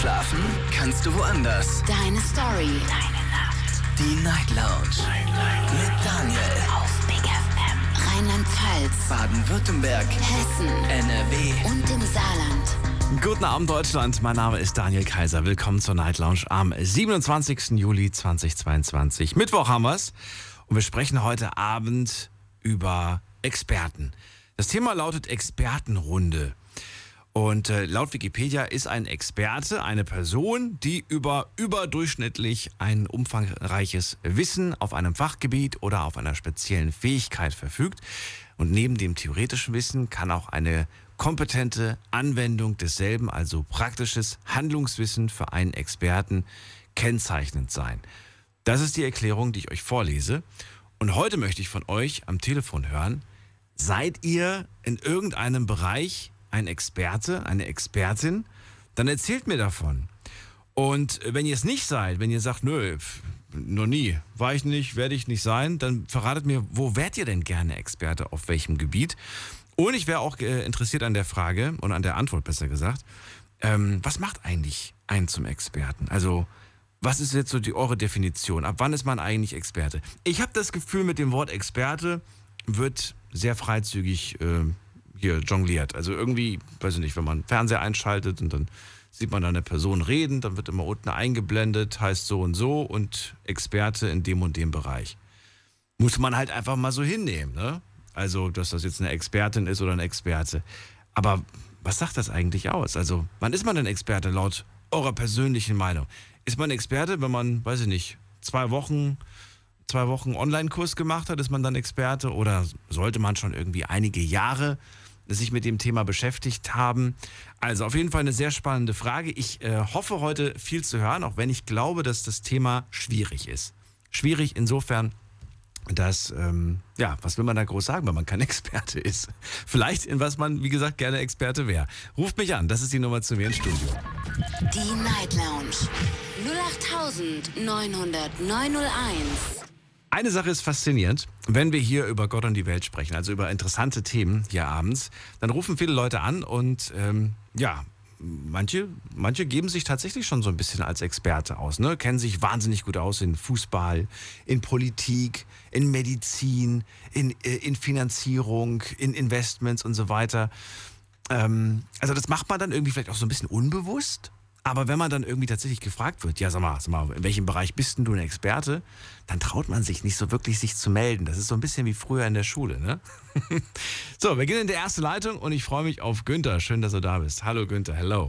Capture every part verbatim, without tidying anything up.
Schlafen kannst du woanders. Deine Story. Deine Nacht. Die Night Lounge. Night, Night. Mit Daniel. Auf Big F M. Rheinland-Pfalz. Baden-Württemberg. Hessen. N R W. Und im Saarland. Guten Abend, Deutschland. Mein Name ist Daniel Kaiser. Willkommen zur Night Lounge am siebenundzwanzigsten Juli zweitausendzweiundzwanzig. Mittwoch haben wir's. Und wir sprechen heute Abend über Experten. Das Thema lautet Expertenrunde. Und äh, laut Wikipedia ist ein Experte eine Person, die über überdurchschnittlich ein umfangreiches Wissen auf einem Fachgebiet oder auf einer speziellen Fähigkeit verfügt. Und neben dem theoretischen Wissen kann auch eine kompetente Anwendung desselben, also praktisches Handlungswissen für einen Experten kennzeichnend sein. Das ist die Erklärung, die ich euch vorlese. Und heute möchte ich von euch am Telefon hören, seid ihr in irgendeinem Bereich ein Experte, eine Expertin, dann erzählt mir davon. Und wenn ihr es nicht seid, wenn ihr sagt, nö, noch nie, war ich nicht, werde ich nicht sein, dann verratet mir, wo wärt ihr denn gerne Experte, auf welchem Gebiet? Und ich wäre auch äh, interessiert an der Frage und an der Antwort besser gesagt, ähm, was macht eigentlich einen zum Experten? Also was ist jetzt so die eure Definition? Ab wann ist man eigentlich Experte? Ich habe das Gefühl, mit dem Wort Experte wird sehr freizügig äh, hier jongliert. Also irgendwie, weiß ich nicht, wenn man Fernseher einschaltet und dann sieht man da eine Person reden, dann wird immer unten eingeblendet, heißt so und so und Experte in dem und dem Bereich. Muss man halt einfach mal so hinnehmen, ne? Also, dass das jetzt eine Expertin ist oder ein Experte. Aber was sagt das eigentlich aus? Also, wann ist man denn Experte laut eurer persönlichen Meinung? Ist man Experte, wenn man, weiß ich nicht, zwei Wochen, zwei Wochen Online-Kurs gemacht hat, ist man dann Experte? Oder sollte man schon irgendwie einige Jahre sich mit dem Thema beschäftigt haben? Also auf jeden Fall eine sehr spannende Frage. Ich äh, hoffe heute viel zu hören, auch wenn ich glaube, dass das Thema schwierig ist. Schwierig insofern, dass, ähm, ja, was will man da groß sagen, wenn man kein Experte ist? Vielleicht in was man, wie gesagt, gerne Experte wäre. Ruft mich an, das ist die Nummer zu mir ins Studio. Die Night Lounge. null acht neun null null neun null eins. Eine Sache ist faszinierend, wenn wir hier über Gott und die Welt sprechen, also über interessante Themen hier abends, dann rufen viele Leute an und ähm, ja, manche, manche geben sich tatsächlich schon so ein bisschen als Experte aus, ne? Kennen sich wahnsinnig gut aus in Fußball, in Politik, in Medizin, in, äh, in Finanzierung, in Investments und so weiter. Ähm, also das macht man dann irgendwie vielleicht auch so ein bisschen unbewusst. Aber wenn man dann irgendwie tatsächlich gefragt wird, ja sag mal, sag mal, in welchem Bereich bist denn du ein Experte? Dann traut man sich nicht so wirklich, sich zu melden. Das ist so ein bisschen wie früher in der Schule, ne? So, wir gehen in die erste Leitung und ich freue mich auf Günther. Schön, dass du da bist. Hallo Günther, hello.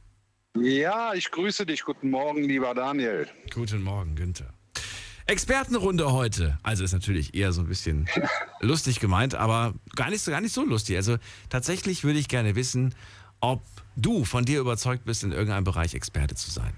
Ja, ich grüße dich. Guten Morgen, lieber Daniel. Guten Morgen, Günther. Expertenrunde heute. Also ist natürlich eher so ein bisschen lustig gemeint, aber gar nicht so, gar nicht so lustig. Also tatsächlich würde ich gerne wissen, ob du von dir überzeugt bist, in irgendeinem Bereich Experte zu sein.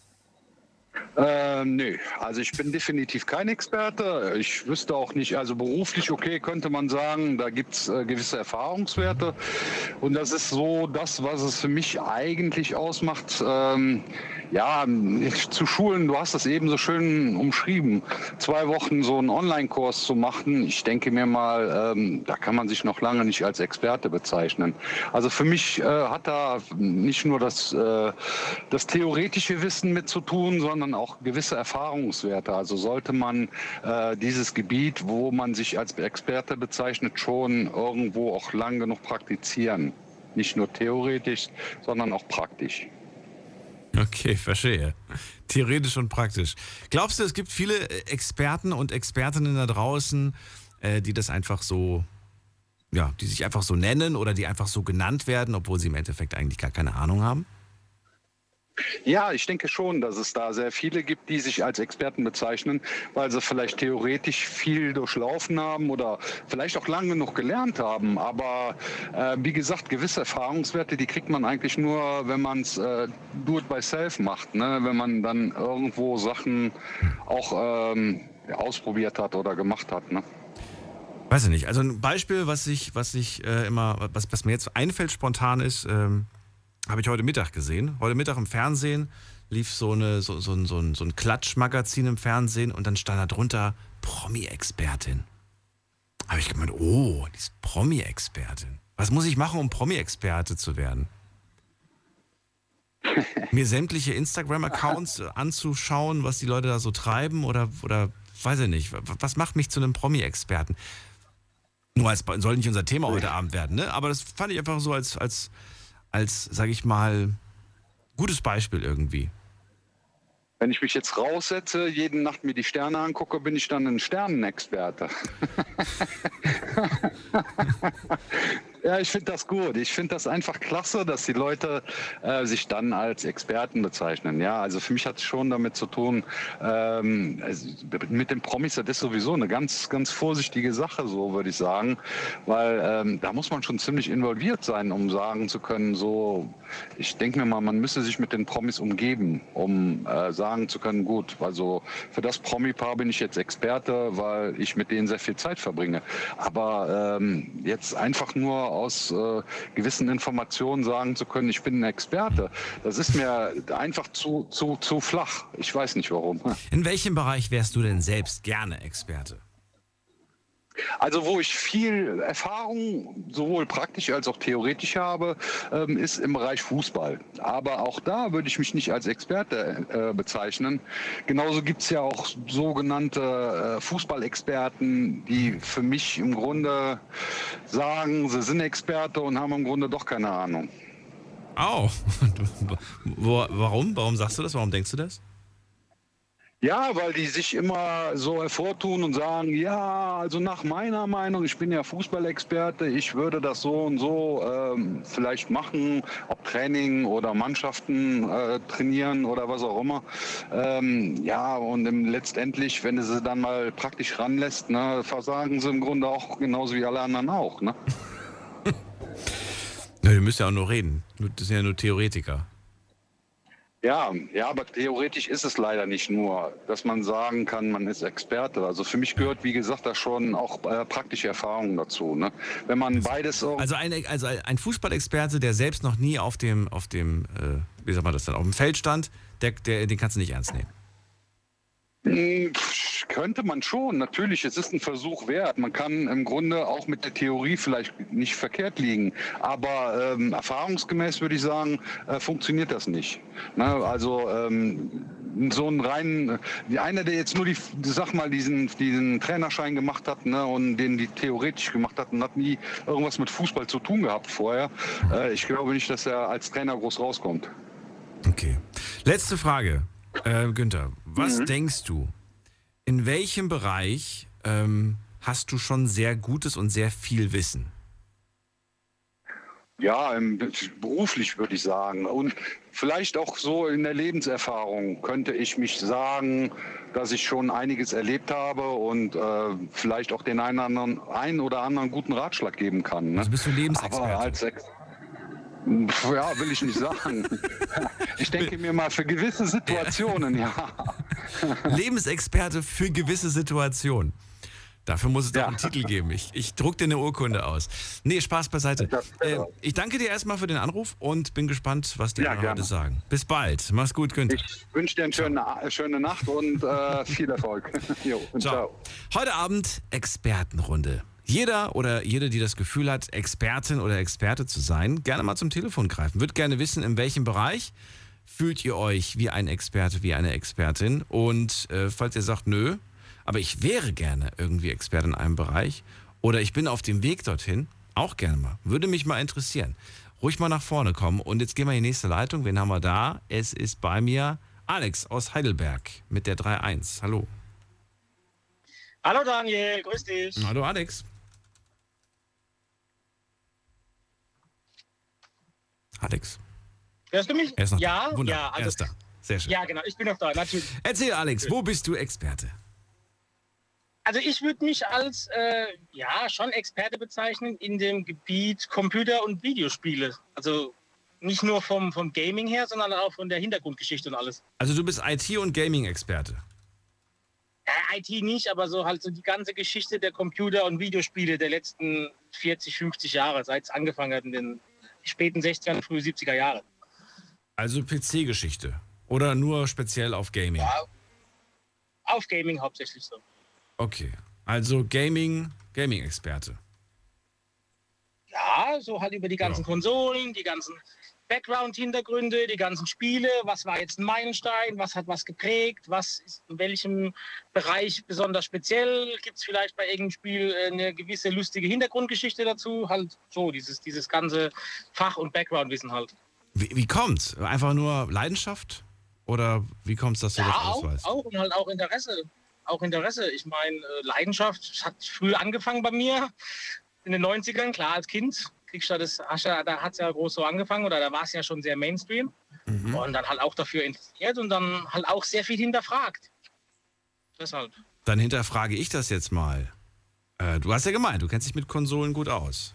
Äh, nö, also ich bin definitiv kein Experte. Ich wüsste auch nicht, also beruflich, okay, könnte man sagen, da gibt es äh, gewisse Erfahrungswerte. Und das ist so das, was es für mich eigentlich ausmacht. Ähm, ja, zu schulen, du hast das eben so schön umschrieben, zwei Wochen so einen Online-Kurs zu machen. Ich denke mir mal, ähm, da kann man sich noch lange nicht als Experte bezeichnen. Also für mich äh, hat da nicht nur das, äh, das theoretische Wissen mit zu tun, sondern auch gewisse Erfahrungswerte. Also sollte man äh, dieses Gebiet, wo man sich als Experte bezeichnet, schon irgendwo auch lang genug praktizieren. Nicht nur theoretisch, sondern auch praktisch. Okay, verstehe. Theoretisch und praktisch. Glaubst du, es gibt viele Experten und Expertinnen da draußen, äh, die das einfach so, ja, die sich einfach so nennen oder die einfach so genannt werden, obwohl sie im Endeffekt eigentlich gar keine Ahnung haben? Ja, ich denke schon, dass es da sehr viele gibt, die sich als Experten bezeichnen, weil sie vielleicht theoretisch viel durchlaufen haben oder vielleicht auch lange genug gelernt haben. Aber äh, wie gesagt, gewisse Erfahrungswerte, die kriegt man eigentlich nur, wenn man es äh, do it by self macht, ne? Wenn man dann irgendwo Sachen auch ähm, ausprobiert hat oder gemacht hat, ne? Weiß ich nicht. Also ein Beispiel, was ich, was ich äh, immer, was, was mir jetzt einfällt spontan ist, ähm, habe ich heute Mittag gesehen. Heute Mittag im Fernsehen lief so, eine, so, so, so, ein, so ein Klatschmagazin im Fernsehen und dann stand da drunter Promi-Expertin. Habe ich gemeint, oh, die ist Promi-Expertin. Was muss ich machen, um Promi-Experte zu werden? mir sämtliche Instagram-Accounts anzuschauen, was die Leute da so treiben oder, oder weiß ich nicht, was macht mich zu einem Promi-Experten? Nur als soll nicht unser Thema heute Abend werden, ne? Aber das fand ich einfach so als, als, als, sag ich mal, gutes Beispiel irgendwie. Wenn ich mich jetzt raussetze, jede Nacht mir die Sterne angucke, bin ich dann ein Sternenexperte. Ja, ich finde das gut. Ich finde das einfach klasse, dass die Leute äh, sich dann als Experten bezeichnen. Ja, also für mich hat es schon damit zu tun, ähm, also mit den Promis, das ist sowieso eine ganz, ganz vorsichtige Sache, so würde ich sagen, weil ähm, da muss man schon ziemlich involviert sein, um sagen zu können, so, ich denke mir mal, man müsste sich mit den Promis umgeben, um äh, sagen zu können, gut, also für das Promi-Paar bin ich jetzt Experte, weil ich mit denen sehr viel Zeit verbringe. Aber ähm, jetzt einfach nur aus äh, gewissen Informationen sagen zu können, ich bin ein Experte, das ist mir einfach zu, zu, zu flach. Ich weiß nicht warum. In welchem Bereich wärst du denn selbst gerne Experte? Also wo ich viel Erfahrung, sowohl praktisch als auch theoretisch habe, ähm, ist im Bereich Fußball. Aber auch da würde ich mich nicht als Experte äh, bezeichnen. Genauso gibt es ja auch sogenannte äh, Fußballexperten, die für mich im Grunde sagen, sie sind Experte und haben im Grunde doch keine Ahnung. Oh, Wo, warum? Warum sagst du das? Warum denkst du das? Ja, weil die sich immer so hervortun und sagen, ja, also nach meiner Meinung, ich bin ja Fußballexperte, ich würde das so und so ähm, vielleicht machen, ob Training oder Mannschaften äh, trainieren oder was auch immer. Ähm, ja, und im, letztendlich, wenn du sie dann mal praktisch ranlässt, ne, versagen sie im Grunde auch genauso wie alle anderen auch. Ne? Ja, wir müssen ja auch nur reden. Das sind ja nur Theoretiker. Ja, ja, aber theoretisch ist es leider nicht nur, dass man sagen kann, man ist Experte. Also für mich gehört, wie gesagt, da schon auch äh, praktische Erfahrung dazu. Ne? Wenn man beides... Also ein, also ein Fußballexperte, der selbst noch nie auf dem, auf dem äh, wie sagt man das dann, auf dem Feld stand, der, der, den kannst du nicht ernst nehmen. Pff, könnte man schon, natürlich, es ist ein Versuch wert. Man kann im Grunde auch mit der Theorie vielleicht nicht verkehrt liegen, aber ähm, erfahrungsgemäß würde ich sagen, äh, funktioniert das nicht. Ne? Also ähm, so ein rein, einer, der jetzt nur die, sag mal, diesen, diesen Trainerschein gemacht hat, ne, und den die theoretisch gemacht hat und hat nie irgendwas mit Fußball zu tun gehabt vorher, äh, ich glaube nicht, dass er als Trainer groß rauskommt. Okay. Letzte Frage. Äh, Günther, was mhm. denkst du, in welchem Bereich ähm, hast du schon sehr gutes und sehr viel Wissen? Ja, beruflich würde ich sagen. Und vielleicht auch so in der Lebenserfahrung könnte ich mich sagen, dass ich schon einiges erlebt habe und äh, vielleicht auch den einen, anderen, einen oder anderen guten Ratschlag geben kann. Ne? Also bist du Lebensexperte? Aber als Ex- Ja, will ich nicht sagen. Ich denke mir mal, für gewisse Situationen, ja. Lebensexperte für gewisse Situationen. Dafür muss es doch Ja. einen Titel geben. Ich, ich druck dir eine Urkunde aus. Nee, Spaß beiseite. Äh, ich danke dir erstmal für den Anruf und bin gespannt, was die Ja, anderen heute gerne. sagen. Bis bald. Mach's gut, Günther. Ich wünsche dir eine schöne, schöne Nacht und äh, viel Erfolg. Jo, und ciao. Heute Abend Expertenrunde. Jeder oder jede, die das Gefühl hat, Expertin oder Experte zu sein, gerne mal zum Telefon greifen. Würde gerne wissen, in welchem Bereich fühlt ihr euch wie ein Experte, wie eine Expertin. Und äh, falls ihr sagt, nö, aber ich wäre gerne irgendwie Experte in einem Bereich oder ich bin auf dem Weg dorthin, auch gerne mal. Würde mich mal interessieren. Ruhig mal nach vorne kommen. Und jetzt gehen wir in die nächste Leitung. Wen haben wir da? Es ist bei mir Alex aus Heidelberg mit der drei eins. Hallo. Hallo Daniel, grüß dich. Hallo Alex. Alex. Hörst du mich? Er ist noch ja, da. Wunderbar. ja, Er also, ist da. Sehr schön. ja, genau, ich bin noch da, natürlich. Erzähl Alex, wo bist du Experte? Also ich würde mich als, äh, ja, schon Experte bezeichnen in dem Gebiet Computer- und Videospiele. Also nicht nur vom, vom Gaming her, sondern auch von der Hintergrundgeschichte und alles. Also du bist I T- und Gaming-Experte. Äh, I T nicht, aber so halt so die ganze Geschichte der Computer- und Videospiele der letzten vierzig, fünfzig Jahre, seit es angefangen hat in den späten sechzigern, frühen siebziger Jahre. Also P C-Geschichte oder nur speziell auf Gaming? Ja, auf Gaming hauptsächlich so. Okay, also Gaming, Gaming-Experte. Ja, so halt über die ganzen Ja. Konsolen, die ganzen Background-Hintergründe, die ganzen Spiele, was war jetzt ein Meilenstein, was hat was geprägt, was ist in welchem Bereich besonders speziell, gibt es vielleicht bei irgendeinem Spiel eine gewisse lustige Hintergrundgeschichte dazu, halt so, dieses, dieses ganze Fach- und Background-Wissen halt. Wie, wie kommt's? Einfach nur Leidenschaft? Oder wie kommt's, dass du Ja, das auch, ausweist? auch und halt auch Interesse. Auch Interesse. Ich meine, Leidenschaft hat früh angefangen bei mir. In den neunzigern, klar, als Kind. Kriegst du das, hast du, da hat es ja groß so angefangen oder da war es ja schon sehr Mainstream. Mhm. Und dann halt auch dafür interessiert und dann halt auch sehr viel hinterfragt. Deshalb. Dann hinterfrage ich das jetzt mal. Äh, du hast ja gemeint, du kennst dich mit Konsolen gut aus.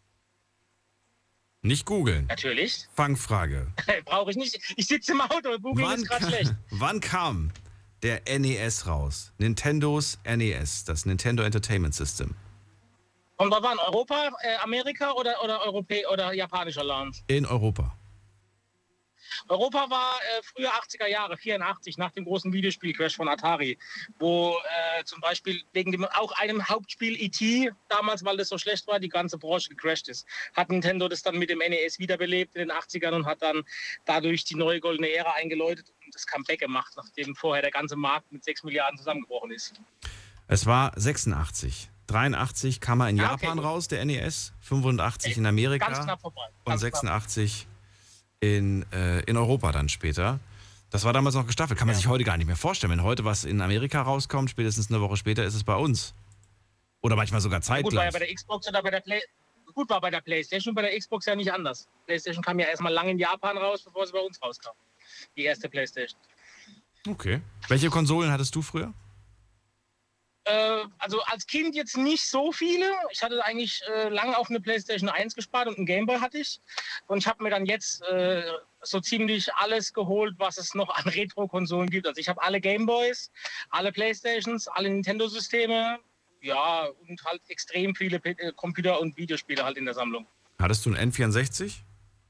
Nicht googeln. Natürlich. Fangfrage. Brauche ich nicht. Ich sitze im Auto und googeln ist gerade schlecht. Wann kam der N E S raus? Nintendos N E S, das Nintendo Entertainment System. Und was waren Europa, äh, Amerika oder, oder Europä oder japanischer Land? In Europa. Europa war äh, frühe achtziger Jahre, vierundachtzig, nach dem großen Videospiel-Crash von Atari, wo äh, zum Beispiel wegen dem auch einem Hauptspiel E T, damals, weil das so schlecht war, die ganze Branche gecrashed ist. Hat Nintendo das dann mit dem N E S wiederbelebt in den achtzigern und hat dann dadurch die neue goldene Ära eingeläutet und das Comeback gemacht, nachdem vorher der ganze Markt mit sechs Milliarden zusammengebrochen ist. Es war sechsundachtzig. dreiundachtzig kam er in ah, okay, Japan gut. raus, der N E S, fünfundachtzig in Amerika Ganz knapp vorbei. und Ganz sechsundachtzig in, äh, in Europa dann später. Das war damals noch gestaffelt. Kann man Ja. sich heute gar nicht mehr vorstellen. Wenn heute was in Amerika rauskommt, spätestens eine Woche später ist es bei uns. Oder manchmal sogar Gut, war ja zeitgleich. bei der Xbox oder bei der Play Gut, war bei der PlayStation und bei der Xbox ja nicht anders. PlayStation kam ja erstmal lange in Japan raus, bevor sie bei uns rauskam. Die erste PlayStation. Okay. Welche Konsolen hattest du früher? Äh, also als Kind jetzt nicht so viele. Ich hatte eigentlich äh, lange auf eine PlayStation eins gespart und einen Gameboy hatte ich. Und ich habe mir dann jetzt äh, so ziemlich alles geholt, was es noch an Retro-Konsolen gibt. Also ich habe alle Gameboys, alle PlayStations, alle Nintendo-Systeme. Ja, und halt extrem viele P- äh, Computer- und Videospiele halt in der Sammlung. Hattest du einen N vierundsechzig?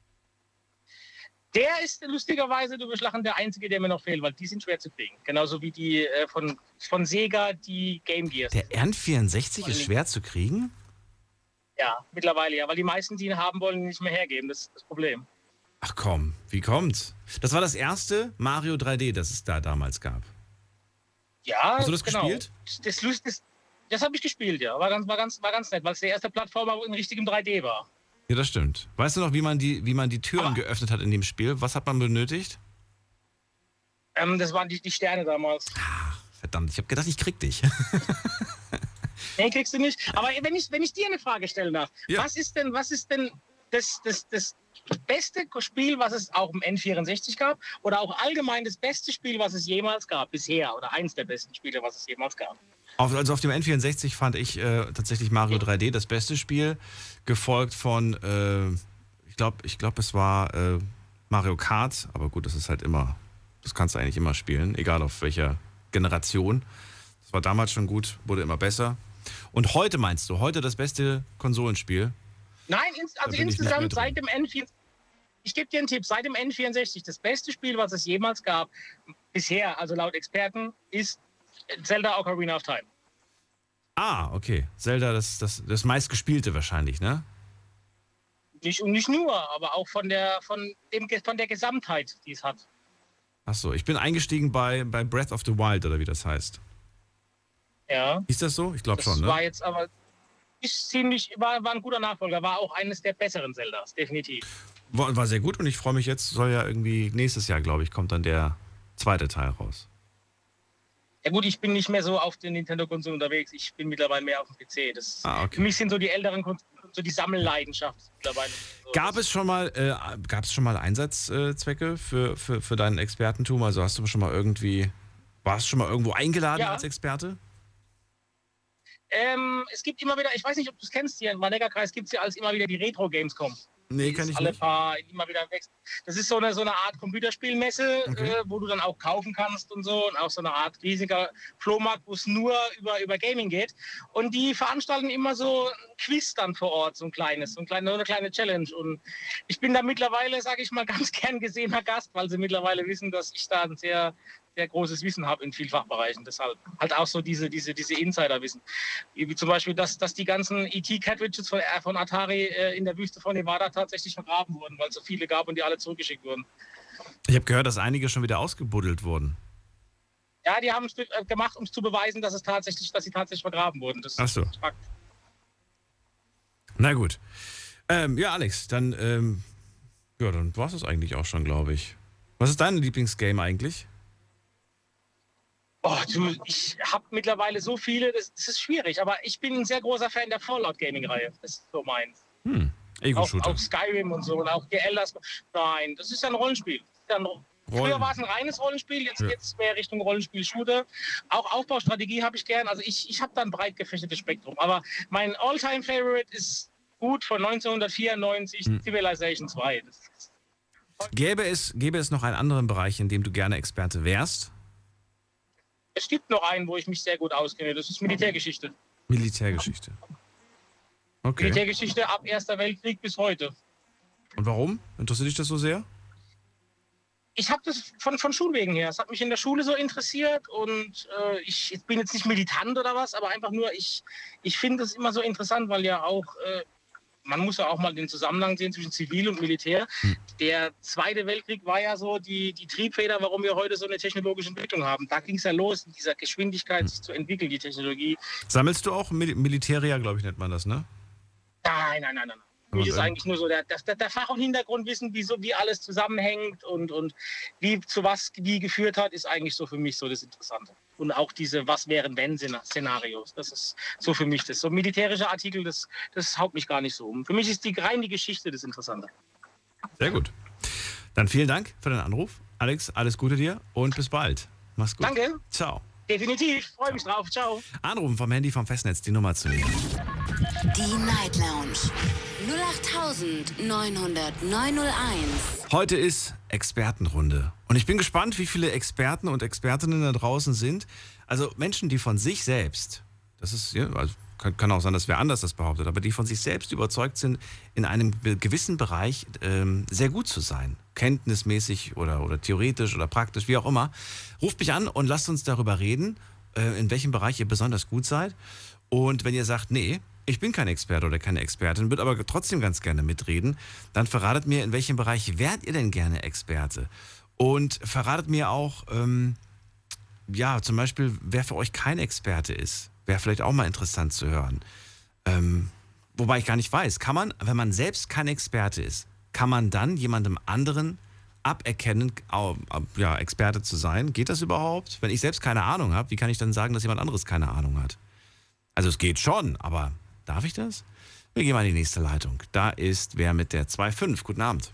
Der ist lustigerweise, du wirst lachen, der einzige, der mir noch fehlt, weil die sind schwer zu kriegen. Genauso wie die äh, von, von Sega, die Game Gears. Der N vierundsechzig ist schwer zu kriegen? Ja, mittlerweile ja, weil die meisten, die ihn haben wollen, ihn nicht mehr hergeben. Das ist das Problem. Ach komm, wie kommt's? Das war das erste Mario drei D, das es da damals gab. Ja, Hast du das genau. gespielt? Das, das, das, das habe ich gespielt, ja. War ganz, war ganz, war ganz nett, weil es der erste Plattformer in richtigem drei D war. Ja, das stimmt. Weißt du noch, wie man die, wie man die Türen Aber- geöffnet hat in dem Spiel? Was hat man benötigt? Ähm, das waren die, die Sterne damals. Verdammt, ich habe gedacht, ich krieg dich. Nee, kriegst du nicht. Aber wenn ich, wenn ich dir eine Frage stellen darf, Ja. was ist denn, was ist denn das, das, das beste Spiel, was es auch im N vierundsechzig gab? Oder auch allgemein das beste Spiel, was es jemals gab, bisher? Oder eins der besten Spiele, was es jemals gab? Auf, also auf dem N vierundsechzig fand ich äh, tatsächlich Mario drei D das beste Spiel, gefolgt von, äh, ich glaube, ich glaub, es war äh, Mario Kart, aber gut, das ist halt immer, das kannst du eigentlich immer spielen, egal auf welcher Generation. Das war damals schon gut, wurde immer besser. Und heute meinst du, heute das beste Konsolenspiel? Nein, ins, also bin ich nicht mehr insgesamt drin. seit dem N vierundsechzig. Ich gebe dir einen Tipp, seit dem N vierundsechzig, das beste Spiel, was es jemals gab, bisher, also laut Experten, ist Zelda Ocarina of Time. Ah, okay. Zelda, das, das, das meistgespielte wahrscheinlich, ne? Nicht, und nicht nur, aber auch von der, von dem, von der Gesamtheit, die es hat. Achso, ich bin eingestiegen bei, bei Breath of the Wild, oder wie das heißt. Ja. Hieß das so? Ich glaube Das schon, ne? war jetzt aber ist ziemlich, war, war ein guter Nachfolger, war auch eines der besseren Zeldas, definitiv. War, war sehr gut und ich freue mich jetzt, soll ja irgendwie nächstes Jahr, glaube ich, kommt dann der zweite Teil raus. Ja gut, ich bin nicht mehr so auf den Nintendo-Konsolen unterwegs, ich bin mittlerweile mehr auf dem P C. Das, Ah, okay. Für mich sind so die älteren Konsolen so die Sammelleidenschaft mittlerweile. So, Gab es schon mal, äh, gab es schon mal Einsatzzwecke für, für, für deinen Expertentum? Also hast du schon mal irgendwie, warst du schon mal irgendwo eingeladen Ja. als Experte? Ähm, es gibt immer wieder, ich weiß nicht, ob du es kennst, hier im Wannecker-Kreis gibt es ja alles immer wieder die Retro-Gamescom. Nee, Die kann ist ich alle nicht. paar immer wieder wechseln. Das ist so eine, so eine Art Computerspielmesse, Okay. äh, wo du dann auch kaufen kannst und so. Und auch so eine Art riesiger Flohmarkt, wo es nur über, über Gaming geht. Und die veranstalten immer so ein Quiz dann vor Ort, so ein kleines, so ein kleine, eine kleine Challenge. Und ich bin da mittlerweile, sage ich mal, ganz gern gesehener Gast, weil sie mittlerweile wissen, dass ich da ein sehr sehr großes Wissen habe in vielen Fachbereichen. Deshalb halt auch so diese, diese, diese Insider-Wissen. Wie zum Beispiel, dass, dass die ganzen E T-Cartridges von, von Atari äh, in der Wüste von Nevada tatsächlich vergraben wurden, weil es so viele gab und die alle zurückgeschickt wurden. Ich habe gehört, dass einige schon wieder ausgebuddelt wurden. Ja, die haben es gemacht, um es zu beweisen, dass, es tatsächlich, dass sie tatsächlich vergraben wurden. Das Ach so. ist Fakt. Na gut. Ähm, ja, Alex, dann, ähm, ja, dann war es das eigentlich auch schon, glaube ich. Was ist dein Lieblingsgame eigentlich? Oh, du, ich habe mittlerweile so viele, das, das ist schwierig, aber ich bin ein sehr großer Fan der Fallout-Gaming-Reihe. Das ist so meins. Hm, Auch, Ego-Shooter. auch Skyrim und so und auch The Elder Scrolls. Nein, das ist ja ein Rollenspiel. Das ist ja ein, früher war es ein reines Rollenspiel, jetzt Ja. geht es mehr Richtung Rollenspiel-Shooter. Auch Aufbaustrategie habe ich gern. Also ich, ich habe da ein breit gefächertes Spektrum. Aber mein All-Time-Favorite ist gut von neunzehnhundertvierundneunzig, Hm. Civilization zwei. Das ist, Gäbe es, gäbe es noch einen anderen Bereich, in dem du gerne Experte wärst? es gibt noch einen, wo ich mich sehr gut auskenne. Das ist Militärgeschichte. Militärgeschichte. Okay. Militärgeschichte ab Erster Weltkrieg bis heute. Und warum? Interessiert dich das so sehr? Ich habe das von, von Schulwegen her. Es hat mich in der Schule so interessiert und äh, ich, ich bin jetzt nicht militant oder was, aber einfach nur, ich, ich finde es immer so interessant, weil ja auch, äh, man muss ja auch mal den Zusammenhang sehen zwischen Zivil und Militär. Hm. Der Zweite Weltkrieg war ja so die, die Triebfeder, warum wir heute so eine technologische Entwicklung haben. Da ging es ja los, in dieser Geschwindigkeit sich zu entwickeln, die Technologie. Sammelst du auch Mil Militäria, glaube ich, nennt man das, ne? Nein, nein, nein, nein. Für mich ist eigentlich nur so der, der, der Fach- und Hintergrundwissen, wie, so, wie alles zusammenhängt und, und wie zu was wie geführt hat, ist eigentlich so für mich so das Interessante. Und auch diese Was-wären-wenn-Szenarios. Das ist so für mich das. So militärische Artikel, das, das haut mich gar nicht so um. Für mich ist die rein die Geschichte das Interessante. Sehr gut. Dann vielen Dank für deinen Anruf. Alex, alles Gute dir und bis bald. Mach's gut. Danke. Ciao. Definitiv. Freue mich drauf. Ciao. Anrufen vom Handy vom Festnetz, die Nummer zu nehmen. Die Night Lounge null acht neun null null neun null eins. Heute ist Expertenrunde. Und ich bin gespannt, wie viele Experten und Expertinnen da draußen sind. Also Menschen, die von sich selbst, das ist, ja, also kann, kann auch sein, dass wer anders das behauptet, aber die von sich selbst überzeugt sind, in einem gewissen Bereich ähm, sehr gut zu sein. Kenntnismäßig oder, oder theoretisch oder praktisch, wie auch immer. Ruft mich an und lasst uns darüber reden, äh, in welchem Bereich ihr besonders gut seid. Und wenn ihr sagt, nee, ich bin kein Experte oder keine Expertin, würde aber trotzdem ganz gerne mitreden, dann verratet mir, in welchem Bereich wärt ihr denn gerne Experte? Und verratet mir auch, ähm, ja, zum Beispiel, wer für euch kein Experte ist. Wäre vielleicht auch mal interessant zu hören. Ähm, wobei ich gar nicht weiß, kann man, wenn man selbst kein Experte ist, kann man dann jemandem anderen aberkennen, ja, Experte zu sein? Geht das überhaupt? Wenn ich selbst keine Ahnung habe, wie kann ich dann sagen, dass jemand anderes keine Ahnung hat? Also es geht schon, aber darf ich das? Wir gehen mal in die nächste Leitung. Da ist wer mit der zwei fünf. Guten Abend.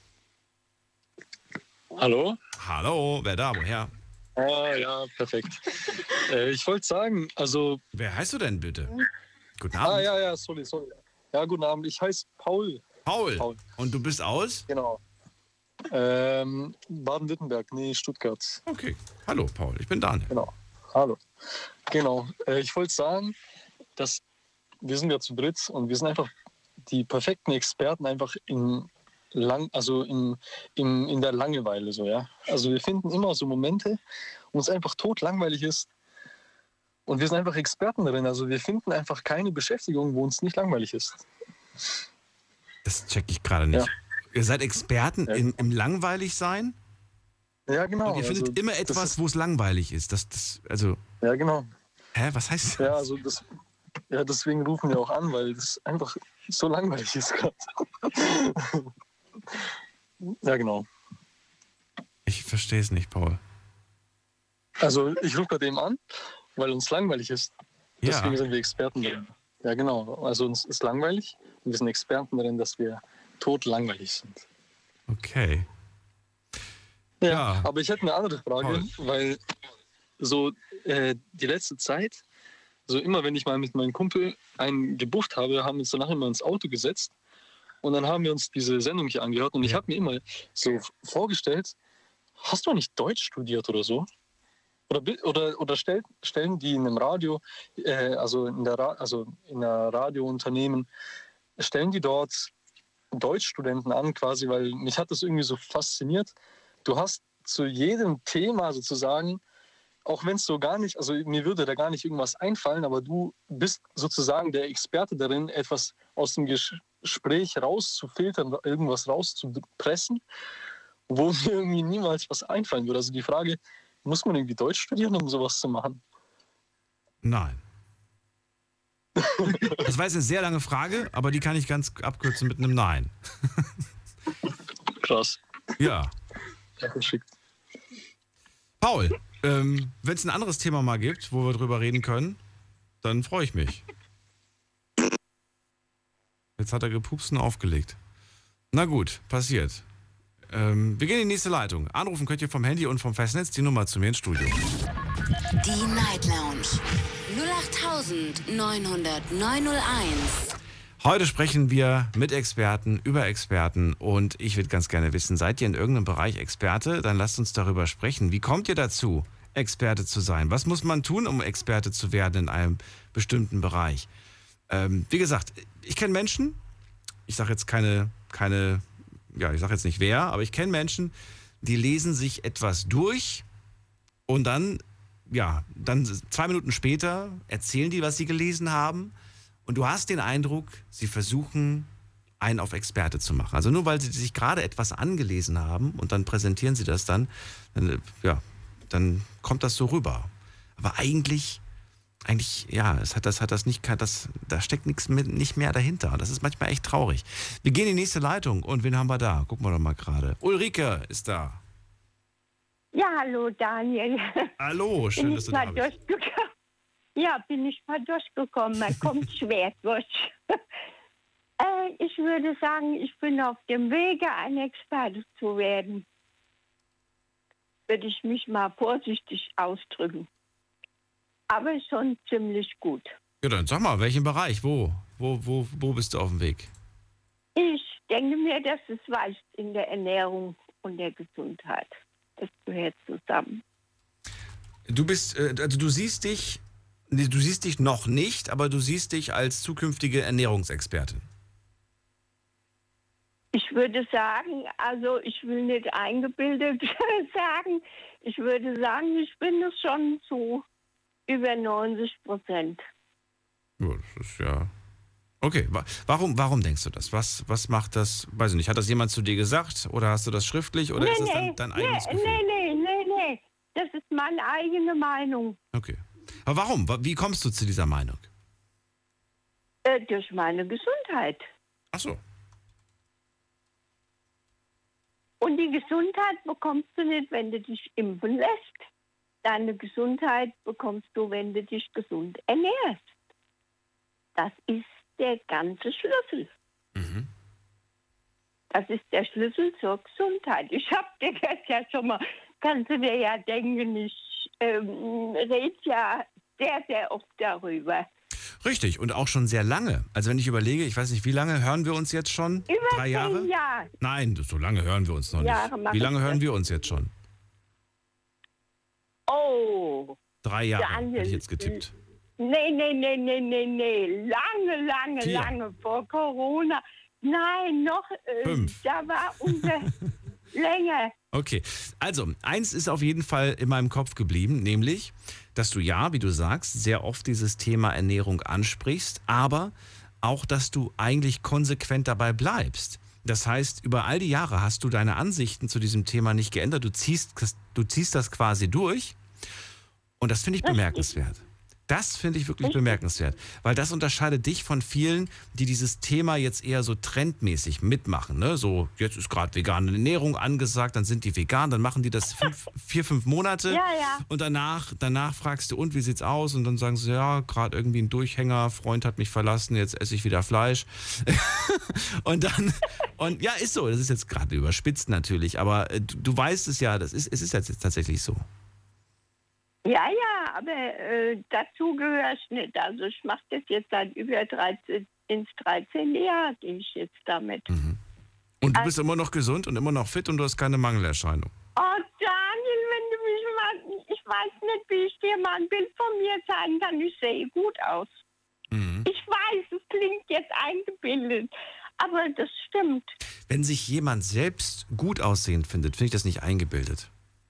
Hallo? Hallo, wer da? Woher? Ah, ja, perfekt. äh, ich wollte sagen, also... Wer heißt du denn bitte? Guten Abend. Ah, ja, ja, sorry, sorry. Ja, guten Abend. Ich heiße Paul. Paul. Paul. Und du bist aus? Genau. Ähm, Baden-Württemberg, nee, Stuttgart. Okay. Hallo, Paul. Ich bin Daniel. Genau. Hallo. Genau. Äh, ich wollte sagen, dass wir sind ja zu dritt und wir sind einfach die perfekten Experten einfach in lang, also in, in, in der Langeweile so, ja. Also wir finden immer so Momente, wo es einfach tot langweilig ist. Und wir sind einfach Experten darin. Also wir finden einfach keine Beschäftigung, wo uns nicht langweilig ist. Das check ich gerade nicht. Ja. Ihr seid Experten Ja. in, im Langweiligsein? Ja, genau. Und ihr findet also, immer das etwas, ist- wo es langweilig ist. Das, das, also, Ja, genau. hä, was heißt das? Ja, also das, ja, deswegen rufen wir auch an, weil das einfach so langweilig ist gerade. Ja, genau. Ich verstehe es nicht, Paul. Also ich rufe gerade eben an, weil uns langweilig ist. Deswegen Ja, sind wir Experten darin. Ja, genau. Also uns ist langweilig und wir sind Experten darin, dass wir tot langweilig sind. okay. Ja, Ja. aber ich hätte eine andere Frage, Paul. weil so äh, die letzte Zeit, so immer wenn ich mal mit meinem Kumpel einen gebufft habe, haben wir uns danach immer ins Auto gesetzt und dann haben wir uns diese Sendung hier angehört und ich Ja. habe mir immer so vorgestellt, hast du nicht Deutsch studiert oder so? Oder, bi- oder, oder stell, stellen die in einem Radio, äh, also in der Ra also in der Radiounternehmen, stellen die dort Deutschstudenten an quasi, weil mich hat das irgendwie so fasziniert. Du hast zu jedem Thema sozusagen, auch wenn es so gar nicht, also mir würde da gar nicht irgendwas einfallen, aber du bist sozusagen der Experte darin, etwas aus dem Gespräch rauszufiltern, irgendwas rauszupressen, wo mir irgendwie niemals was einfallen würde. Also die Frage, muss man irgendwie Deutsch studieren, um sowas zu machen? Nein. Das war jetzt eine sehr lange Frage, aber die kann ich ganz abkürzen mit einem Nein. Krass. Ja. Ja, geschickt. Paul, ähm, wenn es ein anderes Thema mal gibt, wo wir drüber reden können, dann freue ich mich. Jetzt hat er gepupst und aufgelegt. Na gut, passiert. Ähm, wir gehen in die nächste Leitung. Anrufen könnt ihr vom Handy und vom Festnetz die Nummer zu mir ins Studio. Die Night Lounge null acht neun null null neun null eins. Heute sprechen wir mit Experten über Experten und ich würde ganz gerne wissen, seid ihr in irgendeinem Bereich Experte? Dann lasst uns darüber sprechen. Wie kommt ihr dazu, Experte zu sein? Was muss man tun, um Experte zu werden in einem bestimmten Bereich? Ähm, wie gesagt, ich kenne Menschen, ich sage jetzt keine, keine, ja, ich sage jetzt nicht wer, aber ich kenne Menschen, die lesen sich etwas durch und dann, ja, dann zwei Minuten später erzählen die, was sie gelesen haben. Und du hast den Eindruck, sie versuchen, einen auf Experte zu machen. Also nur weil sie sich gerade etwas angelesen haben und dann präsentieren sie das dann, dann, ja, dann kommt das so rüber. Aber eigentlich, eigentlich, ja, es hat das, hat das nicht, das, da steckt nichts mit, nicht mehr dahinter. Das ist manchmal echt traurig. Wir gehen in die nächste Leitung und wen haben wir da? Gucken wir doch mal gerade. Ulrike ist da. Ja, hallo Daniel. Hallo, schön, bin dass du ich da mal bist. durchgekommen. Ja, bin ich mal durchgekommen. Man kommt schwer durch. äh, ich würde sagen, ich bin auf dem Wege, ein Experte zu werden. Würde ich mich mal vorsichtig ausdrücken. Aber schon ziemlich gut. Ja, dann sag mal, welchen Bereich? Wo? Wo, wo, wo bist du auf dem Weg? Ich denke mir, dass es weicht in der Ernährung und der Gesundheit. Das gehört zusammen. Du bist, äh, also du siehst dich, nee, du siehst dich noch nicht, aber du siehst dich als zukünftige Ernährungsexpertin. Ich würde sagen, also ich will nicht eingebildet sagen, ich würde sagen, ich bin es schon zu über neunzig Prozent. Ja, das ist ja... Okay, wa- warum, warum denkst du das? Was, was macht das, weiß ich nicht, hat das jemand zu dir gesagt oder hast du das schriftlich oder Nee, ist das nee, dein, dein nee, eigenes Gefühl? nee, nee, nee, nee, das ist meine eigene Meinung. Okay. Aber warum? Wa- Wie kommst du zu dieser Meinung? Äh, durch meine Gesundheit. Ach so. Und die Gesundheit bekommst du nicht, wenn du dich impfen lässt. Deine Gesundheit bekommst du, wenn du dich gesund ernährst. Das ist der ganze Schlüssel. Mhm. Das ist der Schlüssel zur Gesundheit. Ich habe dir das ja schon mal, kannst du dir ja denken, ich ähm, rede ja sehr, sehr oft darüber. Richtig, und auch schon sehr lange. Also wenn ich überlege, ich weiß nicht, wie lange hören wir uns jetzt schon? Über Drei Jahre? zehn Jahre. Nein, so lange hören wir uns noch Jahre nicht. mache Wie lange ich hören das. wir uns jetzt schon? Oh, Drei Jahre, Daniel, hätte ich jetzt getippt. nee, nee, nee, nee, nee, nee. Lange, lange, Vier. lange vor Corona. Nein, noch, äh, Fünf. da war unser länger. Okay, also eins ist auf jeden Fall in meinem Kopf geblieben, nämlich, dass du ja, wie du sagst, sehr oft dieses Thema Ernährung ansprichst, aber auch, dass du eigentlich konsequent dabei bleibst. Das heißt, über all die Jahre hast du deine Ansichten zu diesem Thema nicht geändert, du ziehst, du ziehst das quasi durch und das finde ich Richtig. bemerkenswert. Das finde ich wirklich Richtig. bemerkenswert, weil das unterscheidet dich von vielen, die dieses Thema jetzt eher so trendmäßig mitmachen. Ne? So, jetzt ist gerade vegane Ernährung angesagt, dann sind die vegan, dann machen die das fünf, vier, fünf Monate Ja, ja. und danach, danach fragst du, und wie sieht's aus? Und dann sagen sie, ja, gerade irgendwie ein Durchhänger, Freund hat mich verlassen, jetzt esse ich wieder Fleisch. und dann, und ja, ist so, das ist jetzt gerade überspitzt natürlich, aber äh, du, du weißt es ja, das ist, es ist jetzt tatsächlich so. Ja, ja, aber äh, dazu gehöre ich nicht. Also ich mache das jetzt seit über dreizehn, ins dreizehnte Jahr gehe ich jetzt damit. Und du bist immer noch gesund und immer noch fit und du hast keine Mangelerscheinung. Oh, Daniel, wenn du mich mal... Ich weiß nicht, wie ich dir mal ein Bild von mir zeigen kann. Ich sehe gut aus. Mhm. Ich weiß, es klingt jetzt eingebildet, aber das stimmt. Wenn sich jemand selbst gut aussehend findet, finde ich das nicht eingebildet.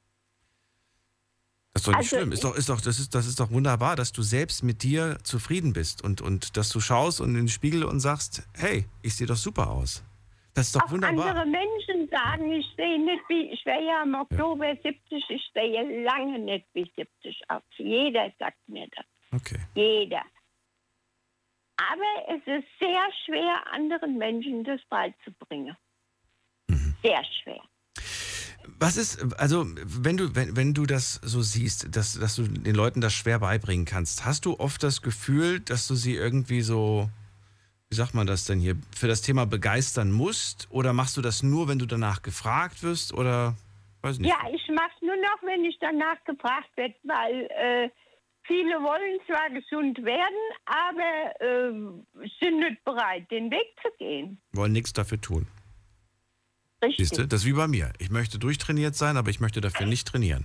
Das ist doch nicht Also schlimm. Ist doch, ist doch, das, ist, das ist doch wunderbar, dass du selbst mit dir zufrieden bist und, und dass du schaust und in den Spiegel und sagst, hey, ich sehe doch super aus. Das ist doch Auch wunderbar. andere Menschen sagen, ich sehe nicht wie, ich wäre ja im Oktober ja. siebzig, ich sehe lange nicht wie siebzig aus. Jeder sagt mir das. Okay. Jeder. Aber es ist sehr schwer, anderen Menschen das beizubringen. Mhm. Sehr schwer. Was ist, also wenn du, wenn, wenn du das so siehst, dass, dass du den Leuten das schwer beibringen kannst, hast du oft das Gefühl, dass du sie irgendwie so, wie sagt man das denn hier, für das Thema begeistern musst? Oder machst du das nur, wenn du danach gefragt wirst? Oder, weiß nicht. Ja, ich mache es nur noch, wenn ich danach gefragt werde, weil äh, viele wollen zwar gesund werden, aber äh, sind nicht bereit, den Weg zu gehen. Wollen nichts dafür tun. Richtig. Siehst du, das ist wie bei mir. Ich möchte durchtrainiert sein, aber ich möchte dafür nicht trainieren.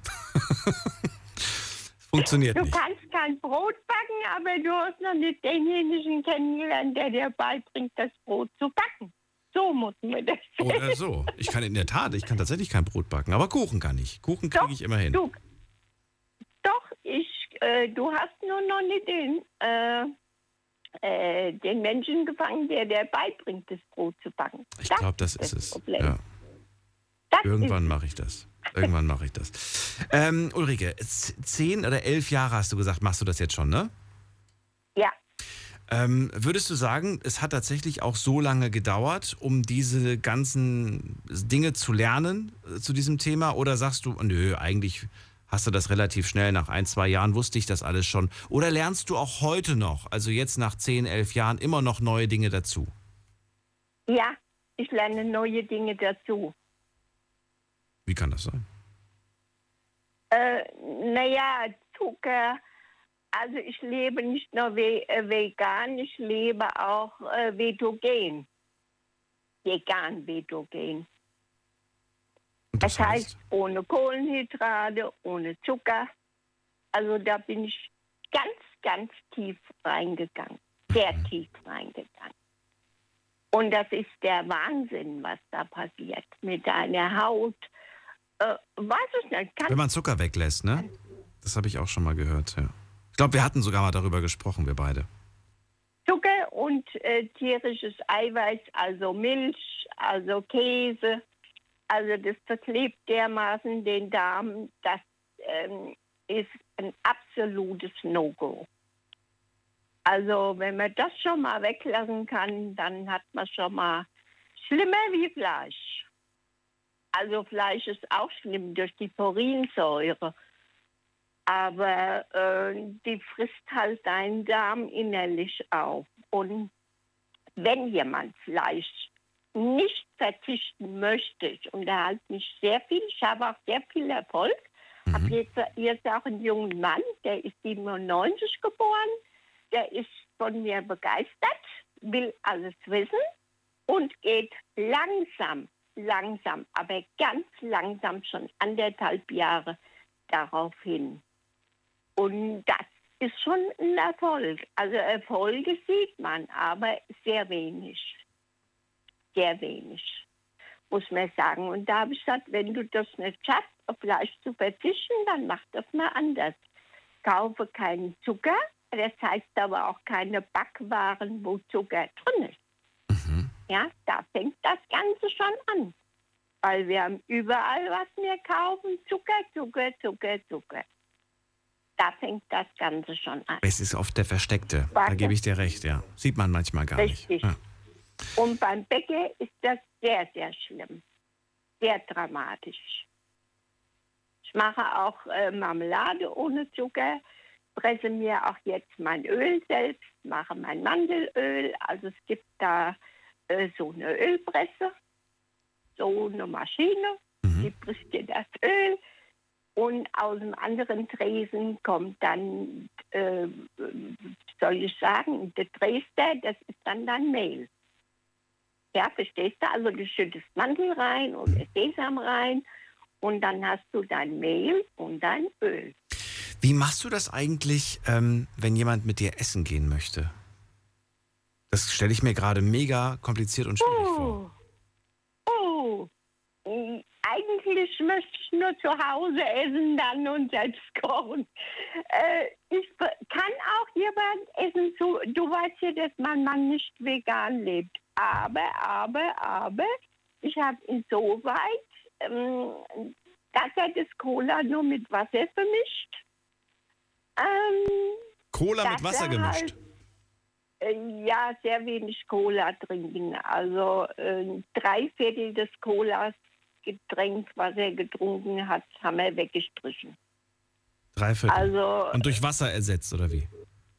Funktioniert Du nicht. kannst kein Brot backen, aber du hast noch nicht denjenigen kennengelernt, der dir beibringt, das Brot zu backen. So muss man das sehen. Oder so. Ich kann in der Tat, ich kann tatsächlich kein Brot backen, aber Kuchen kann ich. Kuchen kriege ich immer hin. Du, doch, ich, äh, du hast nur noch nicht den, äh, äh, den Menschen gefangen, der dir beibringt, das Brot zu backen. Ich glaube, das ist das es. Problem. Ja. Das Irgendwann ist- mache ich das. Irgendwann mache ich das. Ähm, Ulrike, z- zehn oder elf Jahre hast du gesagt, machst du das jetzt schon, ne? Ja, Ähm, würdest du sagen, es hat tatsächlich auch so lange gedauert, um diese ganzen Dinge zu lernen äh, zu diesem Thema? Oder sagst du, nö, eigentlich hast du das relativ schnell, nach ein, zwei Jahren wusste ich das alles schon? Oder lernst du auch heute noch, also jetzt nach zehn, elf Jahren, immer noch neue Dinge dazu? ja, ich lerne neue Dinge dazu. Wie kann das sein? Äh, naja, Zucker, also ich lebe nicht nur ve äh, vegan, ich lebe auch äh, vetogen. Vegan, vetogen. Und Das heißt, ohne Kohlenhydrate, ohne Zucker. Also da bin ich ganz, ganz tief reingegangen. Sehr Mhm. tief reingegangen. Und das ist der Wahnsinn, was da passiert mit deiner Haut. Äh, weiß ich nicht. Kann wenn man Zucker weglässt, ne? Das habe ich auch schon mal gehört, ja. Ich glaube, wir hatten sogar mal darüber gesprochen, wir beide. Zucker und äh, tierisches Eiweiß, also Milch, also Käse. Also das verklebt dermaßen den Darm, das ähm, ist ein absolutes No-Go. Also wenn man das schon mal weglassen kann, dann hat man schon mal schlimmer wie Fleisch. Also Fleisch ist auch schlimm durch die Purinsäure. Aber äh, die frisst halt deinen Darm innerlich auf. Und wenn jemand Fleisch nicht verzichten möchte, ich unterhalte mich sehr viel, ich habe auch sehr viel Erfolg. Ich habe jetzt, jetzt auch einen jungen Mann, der ist siebenundneunzig geboren, der ist von mir begeistert, will alles wissen und geht langsam, langsam, aber ganz langsam, schon anderthalb Jahre darauf hin. Und das ist schon ein Erfolg. Also Erfolge sieht man, aber sehr wenig. Sehr wenig, muss man sagen. Und da habe ich gesagt, wenn du das nicht schaffst, auf Fleisch zu verzichten, dann mach das mal anders. Kaufe keinen Zucker, das heißt aber auch keine Backwaren, wo Zucker drin ist. Mhm. Ja, da fängt das Ganze schon an. Weil wir haben überall, was wir kaufen, Zucker, Zucker, Zucker, Zucker. Da fängt das Ganze schon an. Es ist oft der Versteckte, da Warte. gebe ich dir recht, ja. Sieht man manchmal gar Richtig. nicht. Ja. Und beim Bäcker ist das sehr, sehr schlimm. Sehr dramatisch. Ich mache auch äh, Marmelade ohne Zucker, presse mir auch jetzt mein Öl selbst, mache mein Mandelöl. Also es gibt da äh, so eine Ölpresse, so eine Maschine, Mhm. die presst dir das Öl. Und aus dem anderen Tresen kommt dann, äh, soll ich sagen, der Dresder, das ist dann dein Mehl. Ja, verstehst du? Also du schüttest Mandel rein und Sesam rein und dann hast du dein Mehl und dein Öl. Wie machst du das eigentlich, ähm, wenn jemand mit dir essen gehen möchte? Das stelle ich mir gerade mega kompliziert und schwierig vor. Oh, oh. Eigentlich Milch möchte ich nur zu Hause essen dann und selbst kochen. Äh, ich be- kann auch jemand essen, zu, du weißt ja, dass mein Mann nicht vegan lebt. Aber, aber, aber, ich habe insoweit, ähm, dass er das Cola nur mit Wasser vermischt. Ähm, Cola mit dass Wasser er gemischt. Halt, äh, ja, sehr wenig Cola trinken. Also äh, drei Viertel des Colas Getränk, was er getrunken hat, haben wir weggestrichen. Drei Viertel. Also, Und durch Wasser ersetzt, oder wie?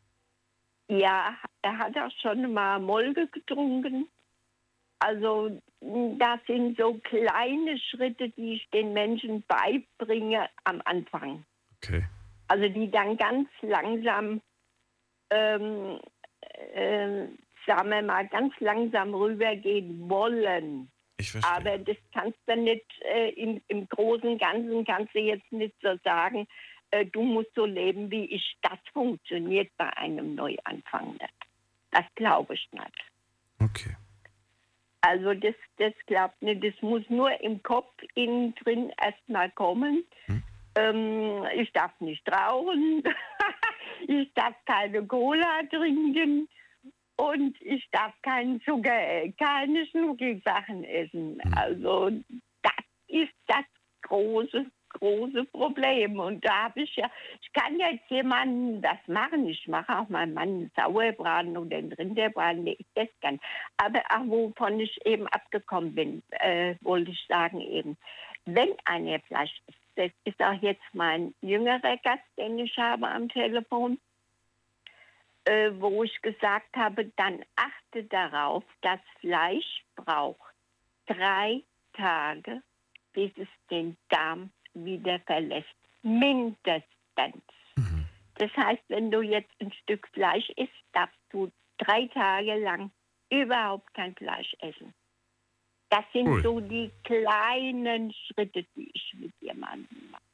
ja, er hat auch schon mal Molke getrunken. Also das sind so kleine Schritte, die ich den Menschen beibringe am Anfang. Okay. Also die dann ganz langsam, ähm, äh, sagen wir mal, ganz langsam rübergehen wollen. Ich verstehe. Aber das kannst du nicht, äh, im, im Großen und Ganzen kannst du jetzt nicht so sagen, äh, du musst so leben wie ich. Das funktioniert bei einem Neuanfang nicht. Das glaube ich nicht. Okay. Also das, das glaubt nicht. Das muss nur im Kopf innen drin erstmal kommen. Hm. Ähm, ich darf nicht rauchen. Ich darf keine Cola trinken. Und ich darf keinen Zucker, keine Schnuckelsachen essen. Also das ist das große, große Problem. Und da habe ich ja, ich kann jetzt jemandem das machen. Ich mache auch meinem Mann einen Sauerbraten oder einen Rinderbraten, der isst das gern. Aber auch wovon ich eben abgekommen bin, äh, wollte ich sagen eben, wenn einer Fleisch isst, das ist auch jetzt mein jüngerer Gast, den ich habe am Telefon, Äh, wo ich gesagt habe, dann achte darauf, das Fleisch braucht drei Tage, bis es den Darm wieder verlässt. Mindestens. Mhm. Das heißt, wenn du jetzt ein Stück Fleisch isst, darfst du drei Tage lang überhaupt kein Fleisch essen. Das sind Cool. so die kleinen Schritte, die ich mit jemandem mache.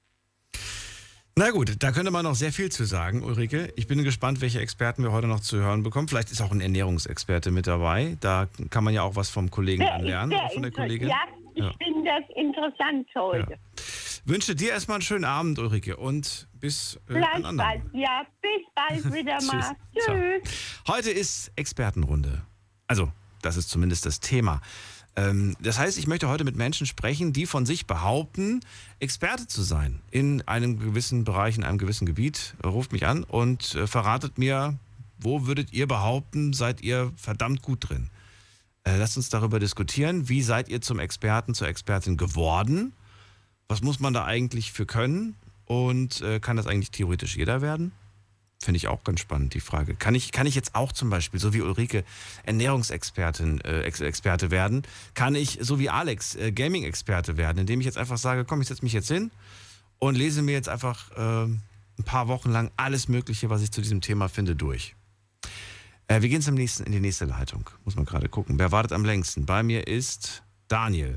Na gut, da könnte man noch sehr viel zu sagen, Ulrike. Ich bin gespannt, welche Experten wir heute noch zu hören bekommen. Vielleicht ist auch ein Ernährungsexperte mit dabei. Da kann man ja auch was vom Kollegen Der dann lernen ist oder sehr von der inter- Kollegin. Ja, ich Ja. finde das interessant heute. Ja. Wünsche dir erstmal einen schönen Abend, Ulrike, und bis äh, ein Gleichfalls, andermal. ja, bis bald wieder mal. Tschüss. Ciao. Tschüss. Heute ist Expertenrunde. Also, das ist zumindest das Thema. Ähm, das heißt, ich möchte heute mit Menschen sprechen, die von sich behaupten, Experte zu sein in einem gewissen Bereich, in einem gewissen Gebiet. Ruft mich an und äh, verratet mir, wo würdet ihr behaupten, seid ihr verdammt gut drin? Äh, lasst uns darüber diskutieren. Wie seid ihr zum Experten, zur Expertin geworden? Was muss man da eigentlich für können? Und äh, kann das eigentlich theoretisch jeder werden? Finde ich auch ganz spannend, die Frage. Kann ich, kann ich jetzt auch zum Beispiel, so wie Ulrike, Ernährungsexpertin, äh, Ex- Experte werden? Kann ich, so wie Alex, äh, Gaming-Experte werden, indem ich jetzt einfach sage, komm, ich setze mich jetzt hin und lese mir jetzt einfach äh, ein paar Wochen lang alles Mögliche, was ich zu diesem Thema finde, durch. Äh, wir gehen zum nächsten, in die nächste Leitung. Muss man gerade gucken. Wer wartet am längsten? Bei mir ist Daniel.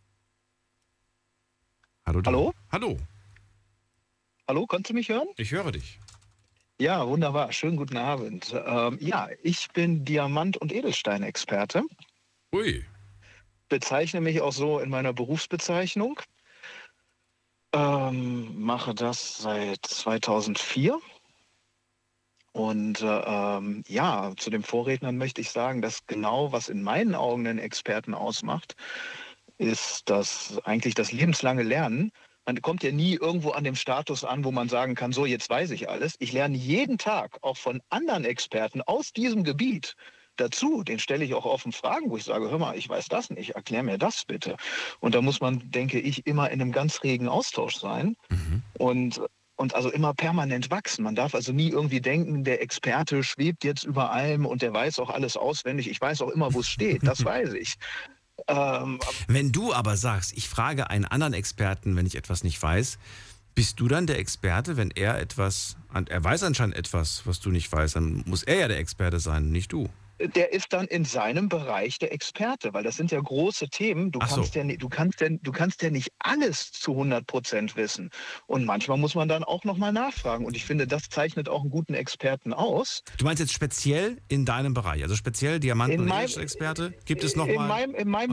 Hallo? Dan- Hallo? Hallo, Hallo, kannst du mich hören? ich höre dich. Ja, wunderbar. Schönen guten Abend. Ähm, ja, ich bin Diamant- und Edelsteinexperte. Ui. Bezeichne mich auch so in meiner Berufsbezeichnung. Ähm, mache das seit zweitausendvier. Und äh, ähm, ja, zu den Vorrednern möchte ich sagen, dass genau, was in meinen Augen einen Experten ausmacht, ist das eigentlich das lebenslange Lernen. Man kommt ja nie irgendwo an dem Status an, wo man sagen kann, so, jetzt weiß ich alles. Ich lerne jeden Tag auch von anderen Experten aus diesem Gebiet dazu. Den stelle ich auch offen Fragen, wo ich sage, hör mal, ich weiß das nicht, erklär mir das bitte. Und da muss man, denke ich, immer in einem ganz regen Austausch sein Mhm. und, und also immer permanent wachsen. Man darf also nie irgendwie denken, der Experte schwebt jetzt über allem und der weiß auch alles auswendig. Ich weiß auch immer, wo es steht, das weiß ich. Ähm, Wenn du aber sagst, ich frage einen anderen Experten, wenn ich etwas nicht weiß, bist du dann der Experte, wenn er etwas, er weiß anscheinend etwas, was du nicht weißt, dann muss er ja der Experte sein, nicht du. der ist dann in seinem Bereich der Experte, weil das sind ja große Themen. Du Ach so. kannst ja, ni- du kannst ja, du kannst ja nicht alles zu hundert Prozent wissen. Und manchmal muss man dann auch nochmal nachfragen. Und ich finde, das zeichnet auch einen guten Experten aus. Du meinst jetzt speziell in deinem Bereich, also speziell Diamanten- In und meinem- Edelstahl-Experte? Gibt es In nochmal? meinem, in meinem, Okay.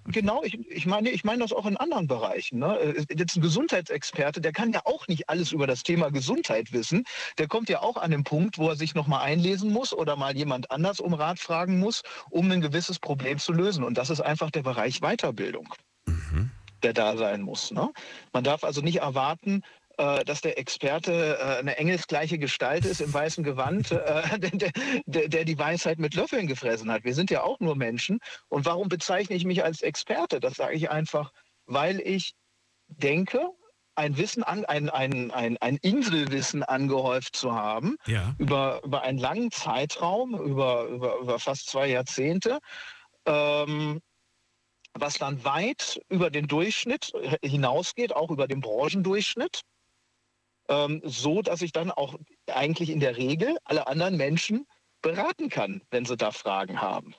Genau, ich, ich meine, ich meine das auch in anderen Bereichen. Ne? Jetzt ein Gesundheitsexperte, der kann ja auch nicht alles über das Thema Gesundheit wissen. Der kommt ja auch an den Punkt, wo er sich nochmal einlesen muss oder mal jemand anders um Rat fragen muss, um ein gewisses Problem zu lösen. Und das ist einfach der Bereich Weiterbildung, mhm. der da sein muss. Ne? Man darf also nicht erwarten, dass der Experte äh, eine engelsgleiche Gestalt ist im weißen Gewand, äh, der, der, der die Weisheit mit Löffeln gefressen hat. Wir sind ja auch nur Menschen. Und warum bezeichne ich mich als Experte? Das sage ich einfach, weil ich denke, ein Wissen an, ein, ein, ein, ein Inselwissen angehäuft zu haben, ja. über, über einen langen Zeitraum, über, über, über fast zwei Jahrzehnte, ähm, was dann weit über den Durchschnitt hinausgeht, auch über den Branchendurchschnitt. Ähm, so, dass ich dann auch eigentlich in der Regel alle anderen Menschen beraten kann, wenn sie da Fragen haben.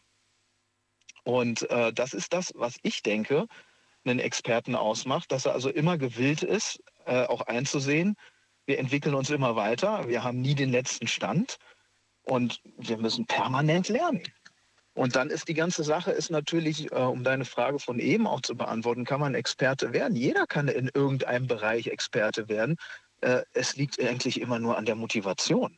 Und äh, das ist das, was ich denke, einen Experten ausmacht, dass er also immer gewillt ist, äh, auch einzusehen, wir entwickeln uns immer weiter, wir haben nie den letzten Stand und wir müssen permanent lernen. Und dann ist die ganze Sache ist natürlich, äh, um deine Frage von eben auch zu beantworten, kann man Experte werden? Jeder kann in irgendeinem Bereich Experte werden. Äh, es liegt eigentlich immer nur an der Motivation.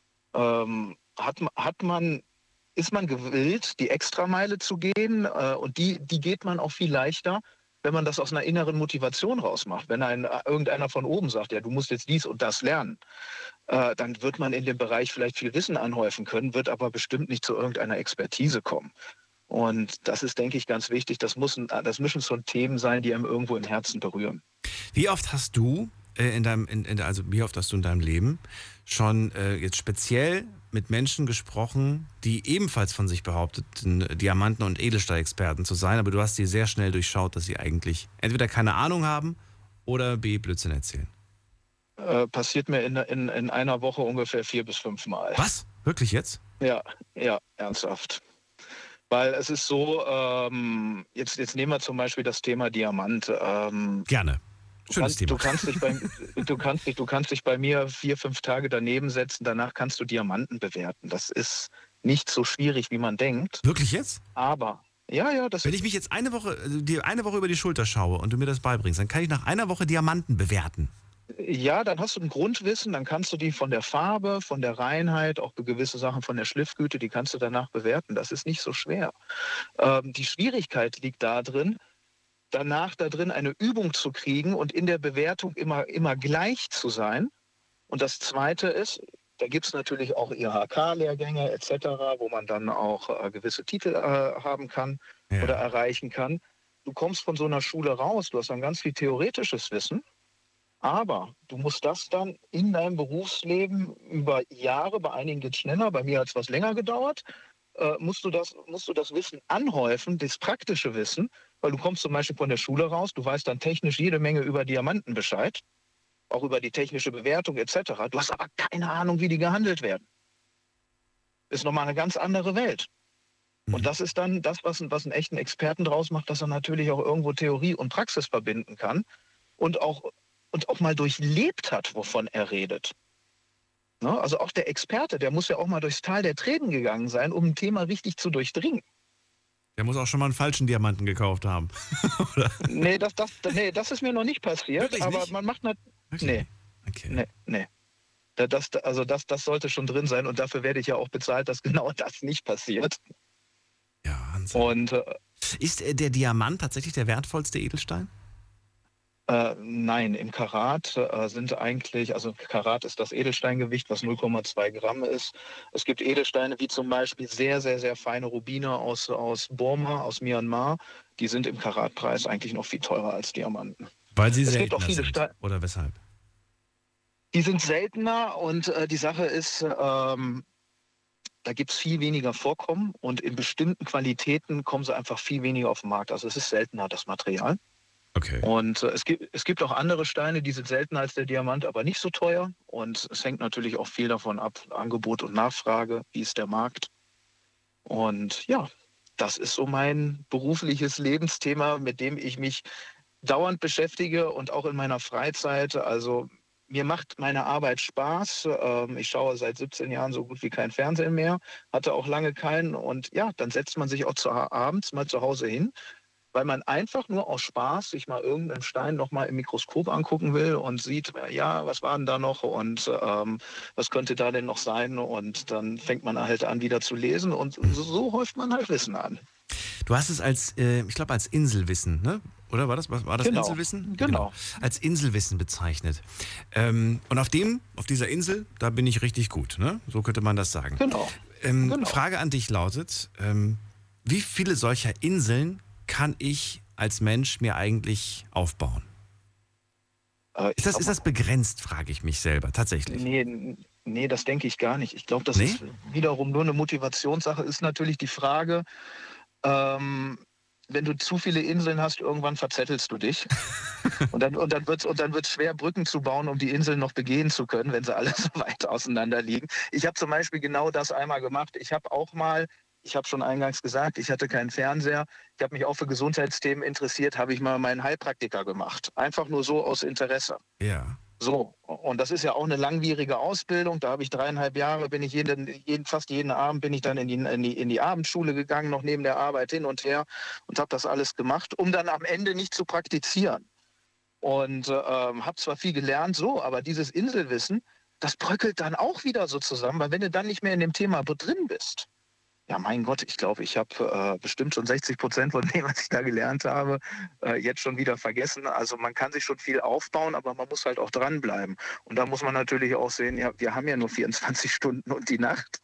Ähm, hat, hat man, ist man gewillt, die Extrameile zu gehen? Äh, und die, die geht man auch viel leichter, wenn man das aus einer inneren Motivation rausmacht. Wenn ein, irgendeiner von oben sagt, ja, du musst jetzt dies und das lernen, äh, dann wird man in dem Bereich vielleicht viel Wissen anhäufen können, wird aber bestimmt nicht zu irgendeiner Expertise kommen. Und das ist, denke ich, ganz wichtig. Das, muss ein, das müssen so Themen sein, die einem irgendwo im Herzen berühren. Wie oft hast du äh, in deinem, in, in, also wie oft hast du in deinem Leben schon äh, jetzt speziell mit Menschen gesprochen, die ebenfalls von sich behaupteten, Diamanten- und Edelstahlexperten zu sein, aber du hast sie sehr schnell durchschaut, dass sie eigentlich entweder keine Ahnung haben oder B, Blödsinn erzählen? Äh, passiert mir in, in, in einer Woche ungefähr vier bis fünf Mal. Was? Wirklich jetzt? Ja, ja, ernsthaft. Weil es ist so, ähm, jetzt, jetzt nehmen wir zum Beispiel das Thema Diamant. Ähm, Gerne. Schönes Thema. Du kannst, dich bei, du, kannst dich, du kannst dich bei mir vier, fünf Tage daneben setzen, danach kannst du Diamanten bewerten. Das ist nicht so schwierig, wie man denkt. Wirklich jetzt? Aber, ja, ja. Das Wenn ich mich jetzt eine Woche, dir eine Woche über die Schulter schaue und du mir das beibringst, dann kann ich nach einer Woche Diamanten bewerten. Ja, dann hast du ein Grundwissen, dann kannst du die von der Farbe, von der Reinheit, auch gewisse Sachen von der Schliffgüte, die kannst du danach bewerten. Das ist nicht so schwer. Ähm, die Schwierigkeit liegt darin, danach da drin eine Übung zu kriegen und in der Bewertung immer, immer gleich zu sein. Und das Zweite ist, da gibt es natürlich auch I H K-Lehrgänge et cetera, wo man dann auch äh, gewisse Titel äh, haben kann ja. oder erreichen kann. Du kommst von so einer Schule raus, du hast dann ganz viel theoretisches Wissen, aber du musst das dann in deinem Berufsleben über Jahre, bei einigen geht es schneller, bei mir hat es was länger gedauert, äh, musst du das, musst du das Wissen anhäufen, das praktische Wissen, weil du kommst zum Beispiel von der Schule raus, du weißt dann technisch jede Menge über Diamanten Bescheid, auch über die technische Bewertung et cetera. Du hast aber keine Ahnung, wie die gehandelt werden. Ist nochmal eine ganz andere Welt. Mhm. Und das ist dann das, was, was einen echten Experten draus macht, dass er natürlich auch irgendwo Theorie und Praxis verbinden kann und auch, und auch mal durchlebt hat, wovon er redet. Ne? Also auch der Experte, der muss ja auch mal durchs Tal der Tränen gegangen sein, um ein Thema richtig zu durchdringen. Der muss auch schon mal einen falschen Diamanten gekauft haben. Oder? Nee, das, das, nee, das ist mir noch nicht passiert. Wirklich aber nicht? man macht nicht. Nee. Okay. Nee, nee. Das, also das, das sollte schon drin sein und dafür werde ich ja auch bezahlt, dass genau das nicht passiert. Ja, Wahnsinn. Und, äh, ist äh, der Diamant tatsächlich der wertvollste Edelstein? Äh, nein, im Karat äh, sind eigentlich, also Karat ist das Edelsteingewicht, was null Komma zwei Gramm ist. Es gibt Edelsteine wie zum Beispiel sehr, sehr, sehr feine Rubine aus, aus Burma, aus Myanmar. Die sind im Karatpreis eigentlich noch viel teurer als Diamanten. Weil sie es seltener gibt auch viele sind, Ste- oder weshalb? Die sind seltener und äh, die Sache ist, ähm, da gibt es viel weniger Vorkommen und in bestimmten Qualitäten kommen sie einfach viel weniger auf den Markt. Also es ist seltener, das Material. Okay. Und äh, es gibt, es gibt auch andere Steine, die sind seltener als der Diamant, aber nicht so teuer. Und es hängt natürlich auch viel davon ab, Angebot und Nachfrage, wie ist der Markt. Und ja, das ist so mein berufliches Lebensthema, mit dem ich mich dauernd beschäftige und auch in meiner Freizeit. Also mir macht meine Arbeit Spaß. Ähm, ich schaue seit siebzehn Jahren so gut wie kein Fernsehen mehr, hatte auch lange keinen. Und ja, dann setzt man sich auch zu, abends mal zu Hause hin, weil man einfach nur aus Spaß sich mal irgendeinen Stein noch mal im Mikroskop angucken will und sieht, ja, was war denn da noch und ähm, was könnte da denn noch sein? Und dann fängt man halt an, wieder zu lesen und so, so häuft man halt Wissen an. Du hast es als, äh, ich glaube, als Inselwissen, ne? Oder war das, war das Genau. Inselwissen? Genau. Als Inselwissen bezeichnet. Ähm, und auf dem, auf dieser Insel, da bin ich richtig gut, ne? So könnte man das sagen. Genau. Ähm, Genau. Frage an dich lautet, ähm, wie viele solcher Inseln kann ich als Mensch mir eigentlich aufbauen? Äh, Ist das, ich ist glaub, das begrenzt, frage ich mich selber, tatsächlich. Nee, nee, das denke ich gar nicht. Ich glaube, das Nee? ist wiederum nur eine Motivationssache. Ist natürlich die Frage, ähm, wenn du zu viele Inseln hast, irgendwann verzettelst du dich. und dann, und dann wird es und dann wird's schwer, Brücken zu bauen, um die Inseln noch begehen zu können, wenn sie alle so weit auseinander liegen. Ich habe zum Beispiel genau das einmal gemacht. Ich habe auch mal, ich habe schon eingangs gesagt, ich hatte keinen Fernseher. Ich habe mich auch für Gesundheitsthemen interessiert, habe ich mal meinen Heilpraktiker gemacht. Einfach nur so aus Interesse. Ja. So, und das ist ja auch eine langwierige Ausbildung. Da habe ich dreieinhalb Jahre, bin ich jeden, jeden, fast jeden Abend bin ich dann in die, in, die, in die Abendschule gegangen, noch neben der Arbeit hin und her und habe das alles gemacht, um dann am Ende nicht zu praktizieren. Und ähm, habe zwar viel gelernt, so, aber dieses Inselwissen, das bröckelt dann auch wieder so zusammen, weil wenn du dann nicht mehr in dem Thema drin bist, ja, mein Gott, ich glaube, ich habe äh, bestimmt schon sechzig Prozent von dem, was ich da gelernt habe, äh, jetzt schon wieder vergessen. Also man kann sich schon viel aufbauen, aber man muss halt auch dranbleiben. Und da muss man natürlich auch sehen, ja, wir haben ja nur vierundzwanzig Stunden und die Nacht.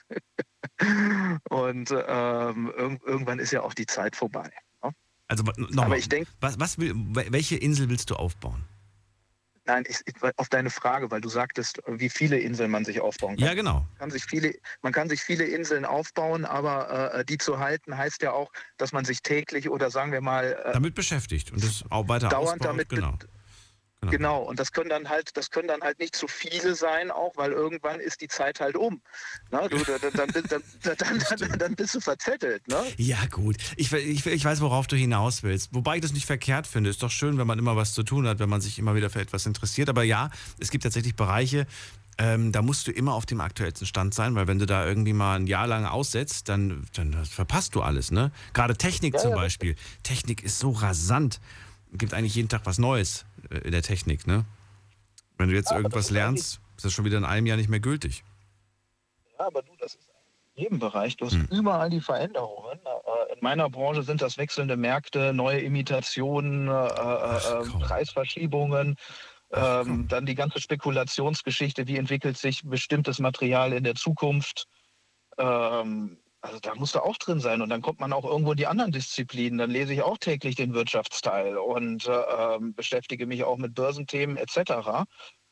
und ähm, irg irgendwann ist ja auch die Zeit vorbei. Ne? Also nochmal, Aber ich denke, was, was will, welche Insel willst du aufbauen? Nein, ich, auf deine Frage, weil du sagtest, wie viele Inseln man sich aufbauen kann. Ja, genau. Man kann sich viele, man kann sich viele Inseln aufbauen, aber äh, die zu halten heißt ja auch, dass man sich täglich oder sagen wir mal äh, damit beschäftigt und das auch weiter dauernd ausbaut. damit Genau. Genau. genau, und das können dann halt, das können dann halt nicht zu viele sein, auch weil irgendwann ist die Zeit halt um. Na, du, dann, dann, dann, dann, dann, dann bist du verzettelt. Ne? Ja, gut. Ich, ich, ich weiß, worauf du hinaus willst. Wobei ich das nicht verkehrt finde. Ist doch schön, wenn man immer was zu tun hat, wenn man sich immer wieder für etwas interessiert. Aber ja, es gibt tatsächlich Bereiche, ähm, da musst du immer auf dem aktuellsten Stand sein, weil wenn du da irgendwie mal ein Jahr lang aussetzt, dann, dann verpasst du alles. Ne? Gerade Technik Ja, zum ja, Beispiel. Technik ist so rasant. Gibt eigentlich jeden Tag was Neues in der Technik, ne? Wenn du jetzt Ja, irgendwas lernst, ist das schon wieder in einem Jahr nicht mehr gültig. Ja, aber du, das ist in jedem Bereich. Du hast Hm. überall die Veränderungen. Äh, In meiner Branche sind das wechselnde Märkte, neue Imitationen, äh, äh, komm. Preisverschiebungen, Ach, ähm, komm. dann die ganze Spekulationsgeschichte, wie entwickelt sich bestimmtes Material in der Zukunft. Ähm, also da musst du auch drin sein und dann kommt man auch irgendwo in die anderen Disziplinen. Dann lese ich auch täglich den Wirtschaftsteil und äh, ähm, beschäftige mich auch mit Börsenthemen et cetera.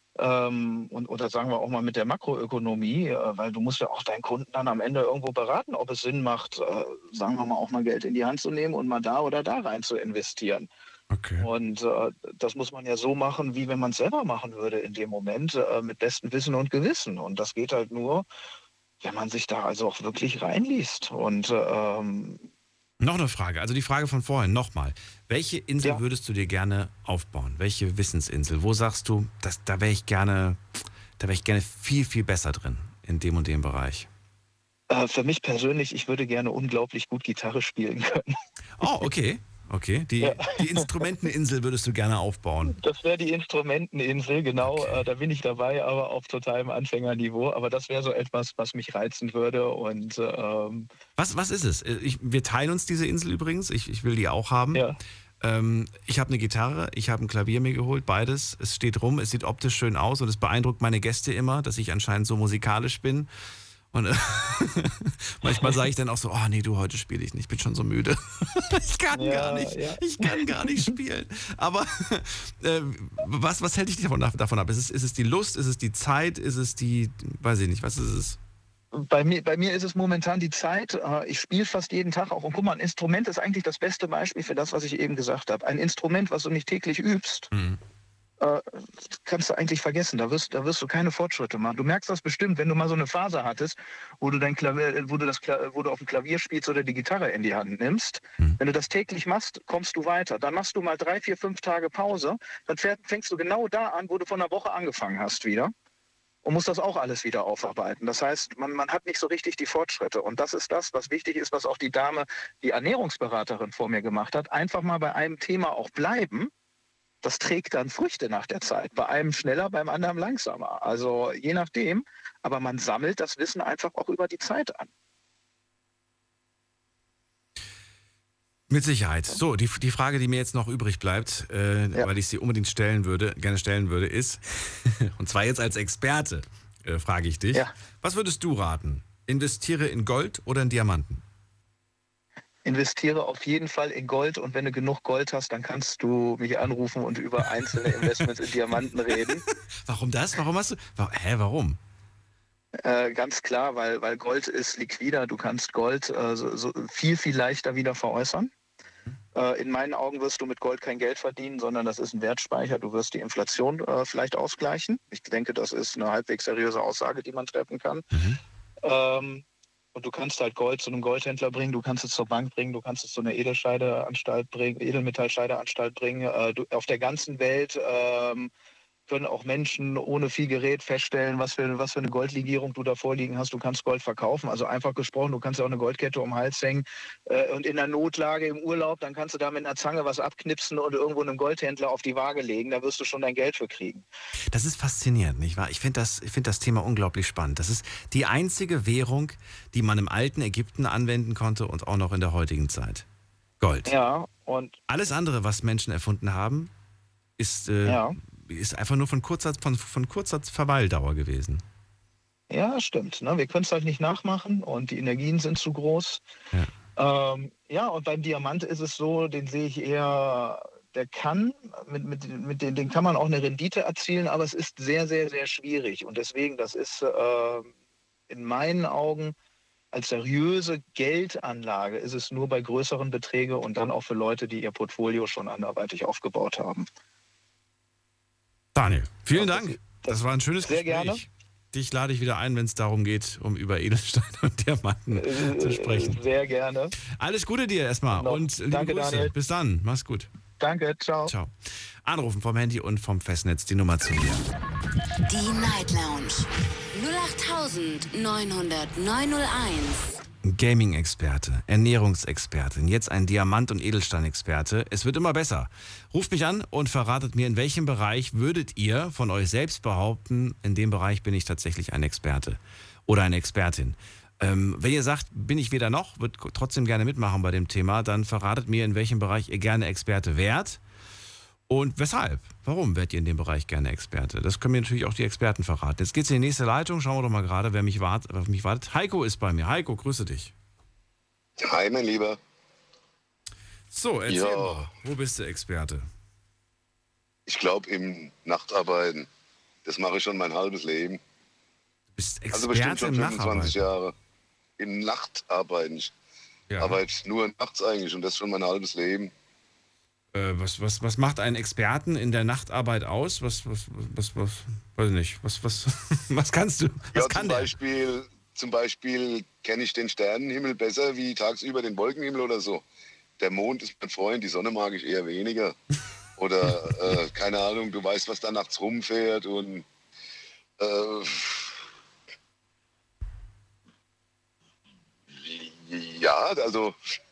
Ähm, und, oder sagen wir auch mal mit der Makroökonomie, äh, weil du musst ja auch deinen Kunden dann am Ende irgendwo beraten, ob es Sinn macht, äh, sagen wir mal auch mal Geld in die Hand zu nehmen und mal da oder da rein zu investieren. Okay. Und äh, das muss man ja so machen, wie wenn man es selber machen würde in dem Moment, äh, mit bestem Wissen und Gewissen. Und das geht halt nur, wenn man sich da also auch wirklich reinliest. Und ähm, Noch eine Frage, also die Frage von vorhin, nochmal. Welche Insel Ja. würdest du dir gerne aufbauen? Welche Wissensinsel? Wo sagst du, das, da wäre ich gerne, da wäre ich gerne viel, viel besser drin in dem und dem Bereich? äh, für mich persönlich, ich würde gerne unglaublich gut Gitarre spielen können. Oh, okay. Okay. Die, Ja. die Instrumenteninsel würdest du gerne aufbauen. Das wäre die Instrumenteninsel, genau. Okay. Äh, da bin ich dabei, aber auf totalem Anfängerniveau. Aber das wäre so etwas, was mich reizen würde. Und ähm, Was, was ist es? Ich, wir teilen uns diese Insel übrigens. Ich, ich will die auch haben. ja. Ähm, ich habe eine Gitarre, ich habe ein Klavier mir geholt, beides. Es steht rum, es sieht optisch schön aus und es beeindruckt meine Gäste immer, dass ich anscheinend so musikalisch bin. Und äh, manchmal sage ich dann auch so, oh nee, du, heute spiele ich nicht, ich bin schon so müde. ich kann Ja, gar nicht, ja. ich kann gar nicht spielen. Aber äh, was, was hält dich davon, davon ab? Ist es, ist es die Lust, ist es die Zeit, ist es die, weiß ich nicht, was ist es? Bei mir, bei mir ist es momentan die Zeit. Äh, Ich spiele fast jeden Tag auch. Und guck mal, ein Instrument ist eigentlich das beste Beispiel für das, was ich eben gesagt habe. Ein Instrument, was du nicht täglich übst, Mhm. äh, kannst du eigentlich vergessen. Da wirst, da wirst du keine Fortschritte machen. Du merkst das bestimmt, wenn du mal so eine Phase hattest, wo du dein Klavier, wo du das, Kla- wo du auf dem Klavier spielst oder die Gitarre in die Hand nimmst. Mhm. Wenn du das täglich machst, kommst du weiter. Dann machst du mal drei, vier, fünf Tage Pause. Dann fähr- fängst du genau da an, wo du vor einer Woche angefangen hast wieder. und muss das auch alles wieder aufarbeiten. Das heißt, man, man hat nicht so richtig die Fortschritte. Und das ist das, was wichtig ist, was auch die Dame, die Ernährungsberaterin vor mir gemacht hat. Einfach mal bei einem Thema auch bleiben. Das trägt dann Früchte nach der Zeit. Bei einem schneller, beim anderen langsamer. Also je nachdem. Aber man sammelt das Wissen einfach auch über die Zeit an. Mit Sicherheit. So, die, die Frage, die mir jetzt noch übrig bleibt, äh, ja. weil ich sie unbedingt stellen würde, gerne stellen würde, ist, und zwar jetzt als Experte, äh, frage ich dich, ja. was würdest du raten? Investiere in Gold oder in Diamanten? Investiere auf jeden Fall in Gold, und wenn du genug Gold hast, dann kannst du mich anrufen und über einzelne Investments in Diamanten reden. Warum das? Warum hast du... Hä, warum? Äh, ganz klar, weil, weil Gold ist liquider. Du kannst Gold äh, so, so viel, viel leichter wieder veräußern. Äh, in meinen Augen wirst du mit Gold kein Geld verdienen, sondern das ist ein Wertspeicher. Du wirst die Inflation äh, vielleicht ausgleichen. Ich denke, das ist eine halbwegs seriöse Aussage, die man treffen kann. Mhm. Ähm, und du kannst halt Gold zu einem Goldhändler bringen, du kannst es zur Bank bringen, du kannst es zu einer Edelscheideanstalt bringen, Edelmetallscheideanstalt bringen. Äh, du, auf der ganzen Welt ähm, können auch Menschen ohne viel Gerät feststellen, was für, was für eine Goldlegierung du da vorliegen hast. Du kannst Gold verkaufen. Also einfach gesprochen, du kannst ja auch eine Goldkette um den Hals hängen äh, und in der Notlage im Urlaub, dann kannst du da mit einer Zange was abknipsen und irgendwo einem Goldhändler auf die Waage legen. Da wirst du schon dein Geld für kriegen. Das ist faszinierend, nicht wahr? Ich finde das, ich finde das Thema unglaublich spannend. Das ist die einzige Währung, die man im alten Ägypten anwenden konnte und auch noch in der heutigen Zeit. Gold. Ja, und alles andere, was Menschen erfunden haben, ist... Äh, ja. ist einfach nur von kurzer, von, von kurzer Verweildauer gewesen. Ja, stimmt. Ne? Wir können es halt nicht nachmachen und die Energien sind zu groß. Ja, ähm, ja, und beim Diamant ist es so, den sehe ich eher, der kann, mit, mit, mit den, den kann man auch eine Rendite erzielen, aber es ist sehr, sehr, sehr schwierig. Und deswegen, das ist äh, in meinen Augen als seriöse Geldanlage ist es nur bei größeren Beträgen und dann auch für Leute, die ihr Portfolio schon anderweitig aufgebaut haben. Daniel, vielen Dank. Das war ein schönes Sehr Gespräch. Gerne. Dich lade ich wieder ein, wenn es darum geht, um über Edelsteine und Diamanten äh, zu sprechen. Sehr gerne. Alles Gute dir erstmal Noch. und liebe Danke, Grüße. Daniel. Bis dann. Mach's gut. Danke, ciao. Ciao. Anrufen vom Handy und vom Festnetz die Nummer zu mir. Die Night Lounge null acht neun null null neun null eins. Gaming-Experte, Ernährungsexpertin, jetzt ein Diamant- und Edelstein-Experte. Es wird immer besser. Ruft mich an und verratet mir, in welchem Bereich würdet ihr von euch selbst behaupten, in dem Bereich bin ich tatsächlich ein Experte oder eine Expertin. Ähm, wenn ihr sagt, bin ich weder noch, würde trotzdem gerne mitmachen bei dem Thema, dann verratet mir, in welchem Bereich ihr gerne Experte wärt und weshalb. Warum werdet ihr in dem Bereich gerne Experte? Das können mir natürlich auch die Experten verraten. Jetzt geht's in die nächste Leitung. Schauen wir doch mal gerade, wer mich, wart, wer mich wartet. Heiko ist bei mir. Heiko, grüße dich. Hi, mein Lieber. So, erzähl ja. mal. Wo bist du Experte? Ich glaube im Nachtarbeiten. Das mache ich schon mein halbes Leben. Du bist Experte also bestimmt schon im fünfundzwanzig Jahre. Im Nachtarbeiten. Ich ja. arbeite nur nachts eigentlich und das schon mein halbes Leben. Was, was, was macht einen Experten in der Nachtarbeit aus? Was, was, was, was, weiß ich nicht. Was, was, was kannst du? Was ja, kann zum der? Beispiel, zum Beispiel kenne ich den Sternenhimmel besser wie tagsüber den Wolkenhimmel oder so. Der Mond ist mein Freund, die Sonne mag ich eher weniger. Oder, äh, keine Ahnung, du weißt, was da nachts rumfährt und äh, ja, also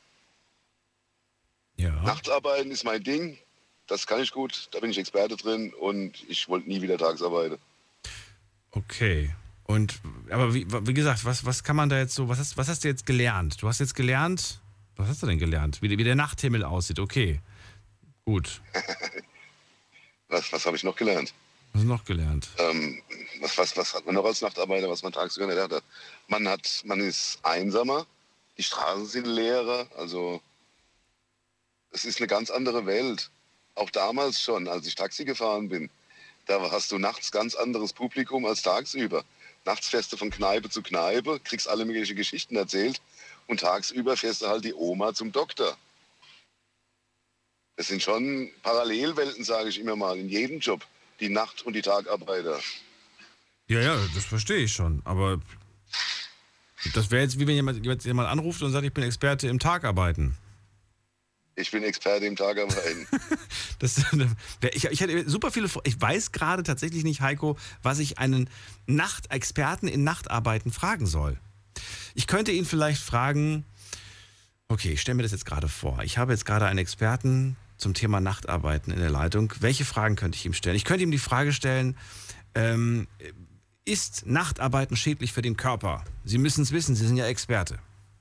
Ja. Nachtarbeiten ist mein Ding, das kann ich gut, da bin ich Experte drin und ich wollte nie wieder tags arbeiten. Okay. Und, aber wie, wie gesagt, was, was kann man da jetzt so, was hast, was hast du jetzt gelernt? Du hast jetzt gelernt, was hast du denn gelernt? Wie, wie der Nachthimmel aussieht, okay. Gut. was was habe ich noch gelernt? Was hast du noch gelernt? Ähm, was, was, was hat man noch als Nachtarbeiter, was man tagsüber nicht hat? Man hat, man ist einsamer, die Straßen sind leerer, also es ist eine ganz andere Welt. Auch damals schon, als ich Taxi gefahren bin, da hast du nachts ganz anderes Publikum als tagsüber. Nachts fährst du von Kneipe zu Kneipe, kriegst alle möglichen Geschichten erzählt und tagsüber fährst du halt die Oma zum Doktor. Das sind schon Parallelwelten, sage ich immer mal, in jedem Job, die Nacht- und die Tagarbeiter. Ja, ja, das verstehe ich schon, aber das wäre jetzt wie wenn jemand, jemand anruft und sagt, ich bin Experte im Tagarbeiten. Ich bin Experte im Tagarbeiten. Das, ich, ich hätte super viele. Ich weiß gerade tatsächlich nicht, Heiko, was ich einen Nachtexperten in Nachtarbeiten fragen soll. Ich könnte ihn vielleicht fragen. Okay, ich stelle mir das jetzt gerade vor. Ich habe jetzt gerade einen Experten zum Thema Nachtarbeiten in der Leitung. Welche Fragen könnte ich ihm stellen? Ich könnte ihm die Frage stellen, ähm, ist Nachtarbeiten schädlich für den Körper? Sie müssen es wissen, Sie sind ja Experte.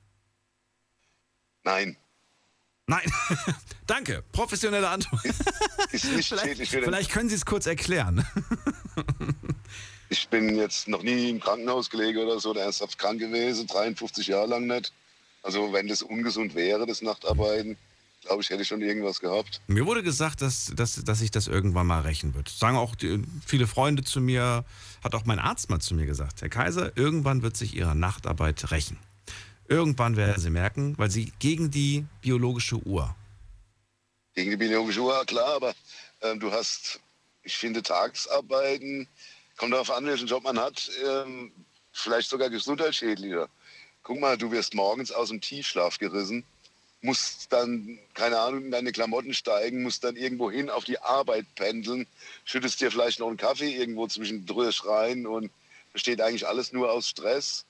Nein. Nein, danke, professionelle Antwort. Ist, ist nicht vielleicht, schädlich für den vielleicht können Sie es kurz erklären. Ich bin jetzt noch nie im Krankenhaus gelegen oder so, der ernsthaft krank gewesen, dreiundfünfzig Jahre lang nicht. Also wenn das ungesund wäre, das Nachtarbeiten, glaube ich, hätte ich schon irgendwas gehabt. Mir wurde gesagt, dass, dass, dass sich das irgendwann mal rächen wird. Sagen auch die, viele Freunde zu mir, hat auch mein Arzt mal zu mir gesagt, Herr Kaiser, irgendwann wird sich Ihre Nachtarbeit rächen. Irgendwann werden Sie merken, weil Sie gegen die biologische Uhr. Gegen die biologische Uhr, klar, aber ähm, du hast, ich finde, Tagsarbeiten, kommt darauf an, welchen Job man hat, ähm, vielleicht sogar gesundheitsschädlicher. Guck mal, du wirst morgens aus dem Tiefschlaf gerissen, musst dann, keine Ahnung, in deine Klamotten steigen, musst dann irgendwo hin auf die Arbeit pendeln, schüttest dir vielleicht noch einen Kaffee irgendwo zwischendurch rein und besteht eigentlich alles nur aus Stress,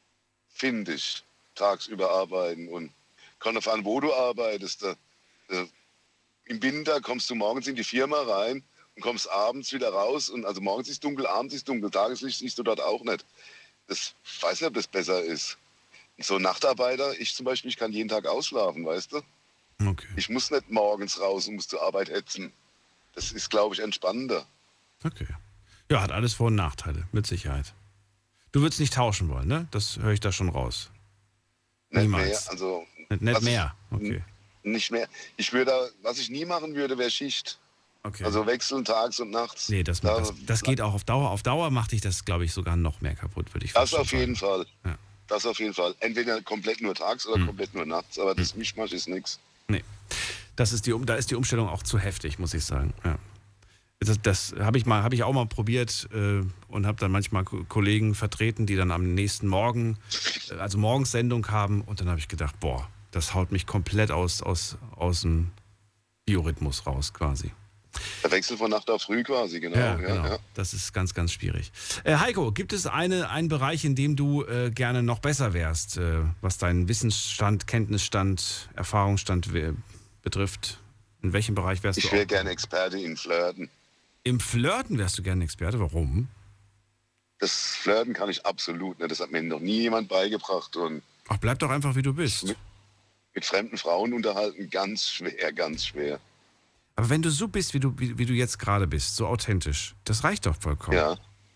finde ich. Tagsüber arbeiten und kommt darauf an, wo du arbeitest. Da, da, im Winter kommst du morgens in die Firma rein und kommst abends wieder raus. Und also morgens ist dunkel, abends ist dunkel, Tageslicht siehst du dort auch nicht. Das, ich weiß nicht, ob das besser ist. Und so Nachtarbeiter, ich zum Beispiel, ich kann jeden Tag ausschlafen, weißt du? Okay. Ich muss nicht morgens raus und muss zur Arbeit hetzen. Das ist, glaube ich, entspannender. Okay. Ja, hat alles Vor- und Nachteile, mit Sicherheit. Du würdest nicht tauschen wollen, ne? Das höre ich da schon raus. Nicht Niemals. mehr, also... Nicht, nicht mehr, okay. Nicht mehr. Ich würde, was ich nie machen würde, wäre Schicht. Okay. Also wechseln tags und nachts. Nee, das, Da- das, das geht auch auf Dauer. Auf Dauer macht dich das, glaube ich, sogar noch mehr kaputt, würde ich Das fast auf schon jeden sagen. Fall. Ja. Das auf jeden Fall. Entweder komplett nur tags oder Hm. komplett nur nachts. Aber das Mischmasch ist nichts. Nee. Das ist die, Um- da ist die Umstellung auch zu heftig, muss ich sagen. Ja. Das, das habe ich, mal- hab ich auch mal probiert äh, und habe dann manchmal Ko- Kollegen vertreten, die dann am nächsten Morgen, äh, also morgens Sendung haben. Und dann habe ich gedacht, boah, das haut mich komplett aus, aus, aus dem Biorhythmus raus quasi. Der Wechsel von Nacht auf früh quasi, genau. Ja, Ja, genau. ja. Das ist ganz, ganz schwierig. Äh, Heiko, gibt es eine, einen Bereich, in dem du äh, gerne noch besser wärst, äh, was deinen Wissensstand, Kenntnisstand, Erfahrungsstand we- betrifft? In welchem Bereich wärst du? Ich wäre auch? gerne Experte in Flirten. Im Flirten wärst du gerne Experte. Warum? Das Flirten kann ich absolut nicht. Das hat mir noch nie jemand beigebracht. Und Ach, bleib doch einfach, wie du bist. mit, mit fremden Frauen unterhalten, ganz schwer, ganz schwer. Aber wenn du so bist, wie du, wie, wie du jetzt gerade bist, so authentisch, das reicht doch vollkommen. Ja.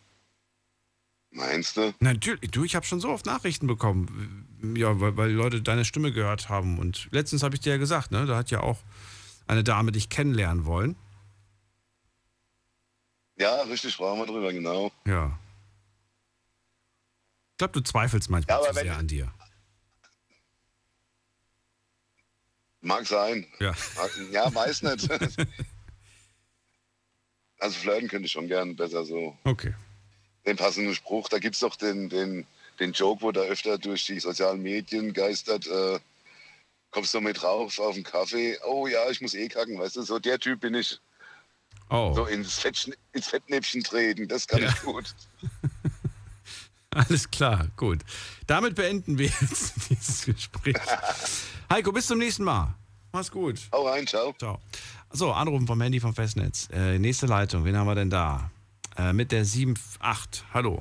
Meinst du? Natürlich, du, ich habe schon so oft Nachrichten bekommen, ja, weil, weil Leute deine Stimme gehört haben. Und letztens habe ich dir ja gesagt, ne, da hat ja auch eine Dame dich kennenlernen wollen. Ja, richtig, sprachen wir drüber, genau. Ja. Ich glaube, du zweifelst manchmal Ja, aber zu wenn- sehr an dir. Mag sein. Ja. Mag- Ja, weiß nicht. Also flirten könnte ich schon gern besser so. Okay. Den passenden Spruch, da gibt es doch den, den, den Joke, wo da öfter durch die sozialen Medien geistert, äh, kommst du mit rauf auf einen Kaffee, oh ja, ich muss eh kacken, weißt du, so der Typ bin ich. Oh, So ins, Fettchen, ins Fettnäpfchen treten, das kann Ja. ich gut. alles klar, gut. Damit beenden wir jetzt dieses Gespräch. Heiko, bis zum nächsten Mal. Mach's gut. Hau rein, ciao. Ciao. So, Anrufen vom Handy vom Festnetz. Äh, nächste Leitung, wen haben wir denn da? Äh, mit der sieben acht. Hallo.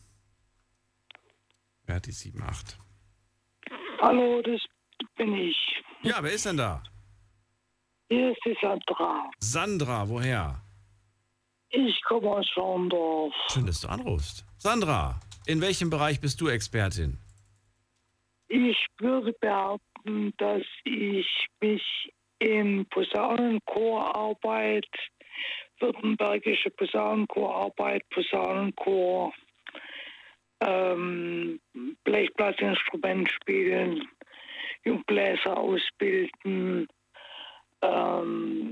Wer hat die sieben acht? Hallo, das bin ich. Ja, wer ist denn da? Hier ist die Sandra. Sandra, woher? Ich komme aus Schorndorf. Schön, dass du anrufst. Sandra, in welchem Bereich bist du Expertin? Ich würde behaupten, dass ich mich im Posaunenchorarbeit, württembergische Posaunenchorarbeit, Posaunenchor, ähm, Blechblasinstrument spielen, Jungbläser ausbilden, ähm,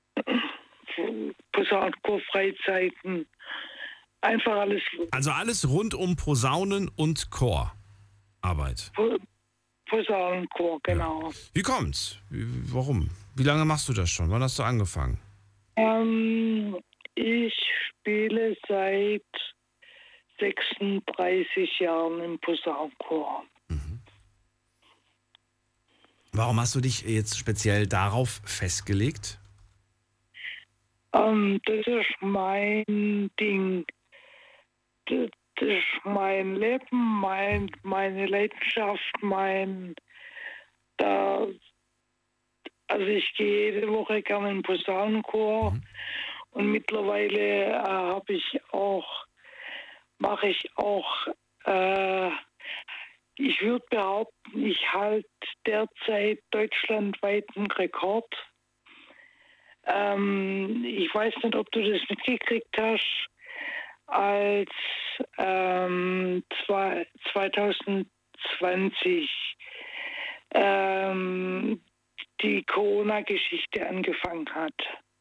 Posaunenchor-Freizeiten, einfach alles. Also alles rund um Posaunen und Chorarbeit. Posaunenchor, genau. Ja. Wie kommt's? Wie, warum? Wie lange machst du das schon? Wann hast du angefangen? Ähm, ich spiele seit sechsunddreißig Jahren im Posaunenchor. Mhm. Warum hast du dich jetzt speziell darauf festgelegt? Ähm, das ist mein Ding. Das, das ist mein Leben, mein, meine Leidenschaft, mein... Da, also ich gehe jede Woche gerne in den Posaunenchor mhm. und mittlerweile äh, habe ich auch, mache ich auch, äh, ich würde behaupten, ich halte derzeit deutschlandweiten Rekord. Ähm, ich weiß nicht, ob du das mitgekriegt hast, als ähm, zwanzig zwanzig ähm, die Corona-Geschichte angefangen hat.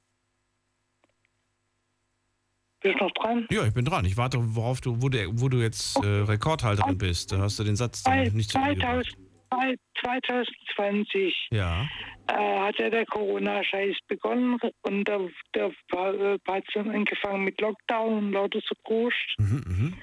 Bist du noch dran? Ja, ich bin dran. Ich warte, worauf du, wo du, wo du jetzt äh, Rekordhalterin bist. Da hast du den Satz dann nicht zu Ende gebracht. zwanzig zwanzig Ja. äh, hat ja der Corona-Scheiß begonnen und der, der hat dann angefangen mit Lockdown und lauter so Groß. Mhm, mhm.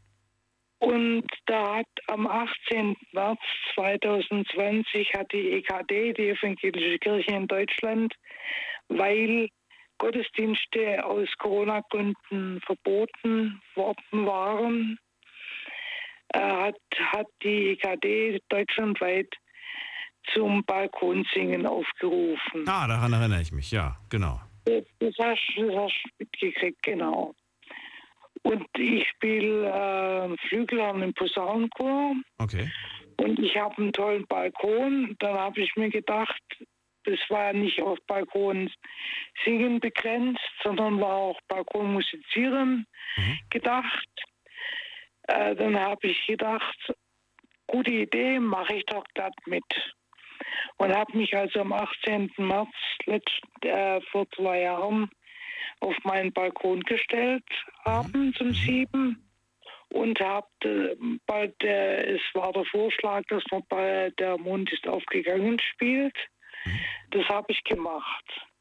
Und da hat am achtzehnten März zweitausendzwanzig hat die E K D, die Evangelische Kirche in Deutschland, weil Gottesdienste aus Corona-Gründen verboten worden waren, äh, hat, hat die E K D deutschlandweit zum Balkonsingen aufgerufen. Ah, daran erinnere ich mich, ja, genau. Das, das, hast, das hast du mitgekriegt, genau. Und ich spiele äh, Flügelhorn im Posaunenchor. Okay. Und ich habe einen tollen Balkon. Dann habe ich mir gedacht, das war nicht auf Balkon singen begrenzt, sondern war auch Balkon musizieren mhm. gedacht. Äh, dann habe ich gedacht, gute Idee, mache ich doch glatt mit. Und habe mich also am achtzehnten März letzt, äh, vor zwei Jahren auf meinen Balkon gestellt, abends um sieben, und hab, äh, bald, äh, es war der Vorschlag, dass man bei Der Mond ist aufgegangen spielt. Das habe ich gemacht.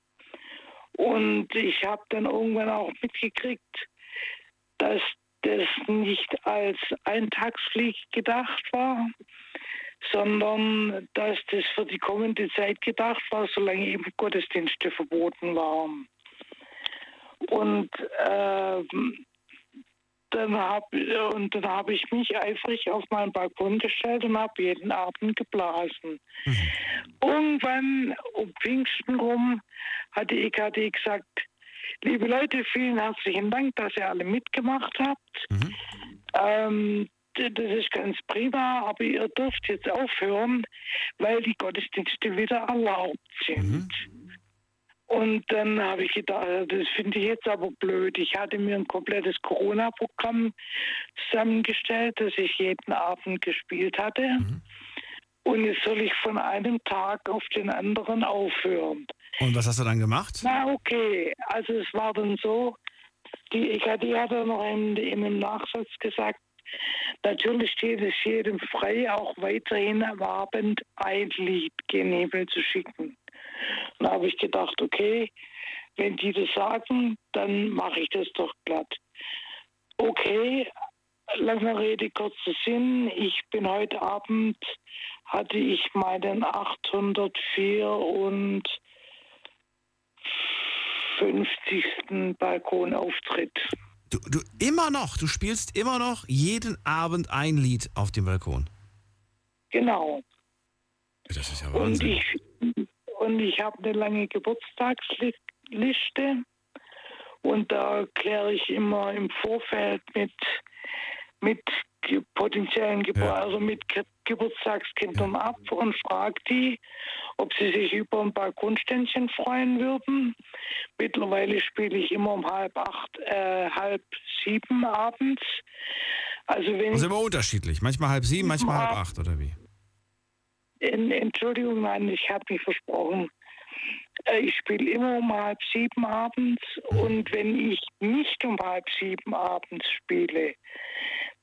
Und ich habe dann irgendwann auch mitgekriegt, dass das nicht als Eintagsflieg gedacht war, sondern dass das für die kommende Zeit gedacht war, solange eben Gottesdienste verboten waren. Und, äh, dann habe und dann habe ich mich eifrig auf meinen Balkon gestellt und habe jeden Abend geblasen. Mhm. Irgendwann um Pfingsten rum hat die E K D gesagt, liebe Leute, vielen herzlichen Dank, dass ihr alle mitgemacht habt. Mhm. Ähm, das ist ganz prima, aber ihr dürft jetzt aufhören, weil die Gottesdienste wieder erlaubt sind. Mhm. Und dann habe ich gedacht, das finde ich jetzt aber blöd. Ich hatte mir ein komplettes Corona-Programm zusammengestellt, das ich jeden Abend gespielt hatte. Mhm. Und jetzt soll ich von einem Tag auf den anderen aufhören. Und was hast du dann gemacht? Na okay, also es war dann so, die E K D hat dann noch in, in einem Nachsatz gesagt, natürlich steht es jedem frei, auch weiterhin am Abend ein Lied gen Himmel zu schicken. Und da habe ich gedacht, okay, wenn die das sagen, dann mache ich das doch glatt. Okay, lange Rede, kurzer Sinn. Ich bin heute Abend, hatte ich meinen achthundertvierundfünfzigsten Balkonauftritt. Du, du immer noch, du spielst immer noch jeden Abend ein Lied auf dem Balkon? Genau. Das ist ja Wahnsinn. Und ich, und ich habe eine lange Geburtstagsliste und da kläre ich immer im Vorfeld mit, mit potenziellen Gebur- ja. also mit Ge- Geburtstagskindern ja. ab und frage die, ob sie sich über ein Balkonständchen freuen würden. Mittlerweile spiele ich immer um halb acht, äh, halb sieben abends. Also wenn also immer unterschiedlich, manchmal halb sieben, manchmal halb acht oder wie? Entschuldigung, nein, ich habe mich versprochen. Ich spiele immer um halb sieben abends und wenn ich nicht um halb sieben abends spiele,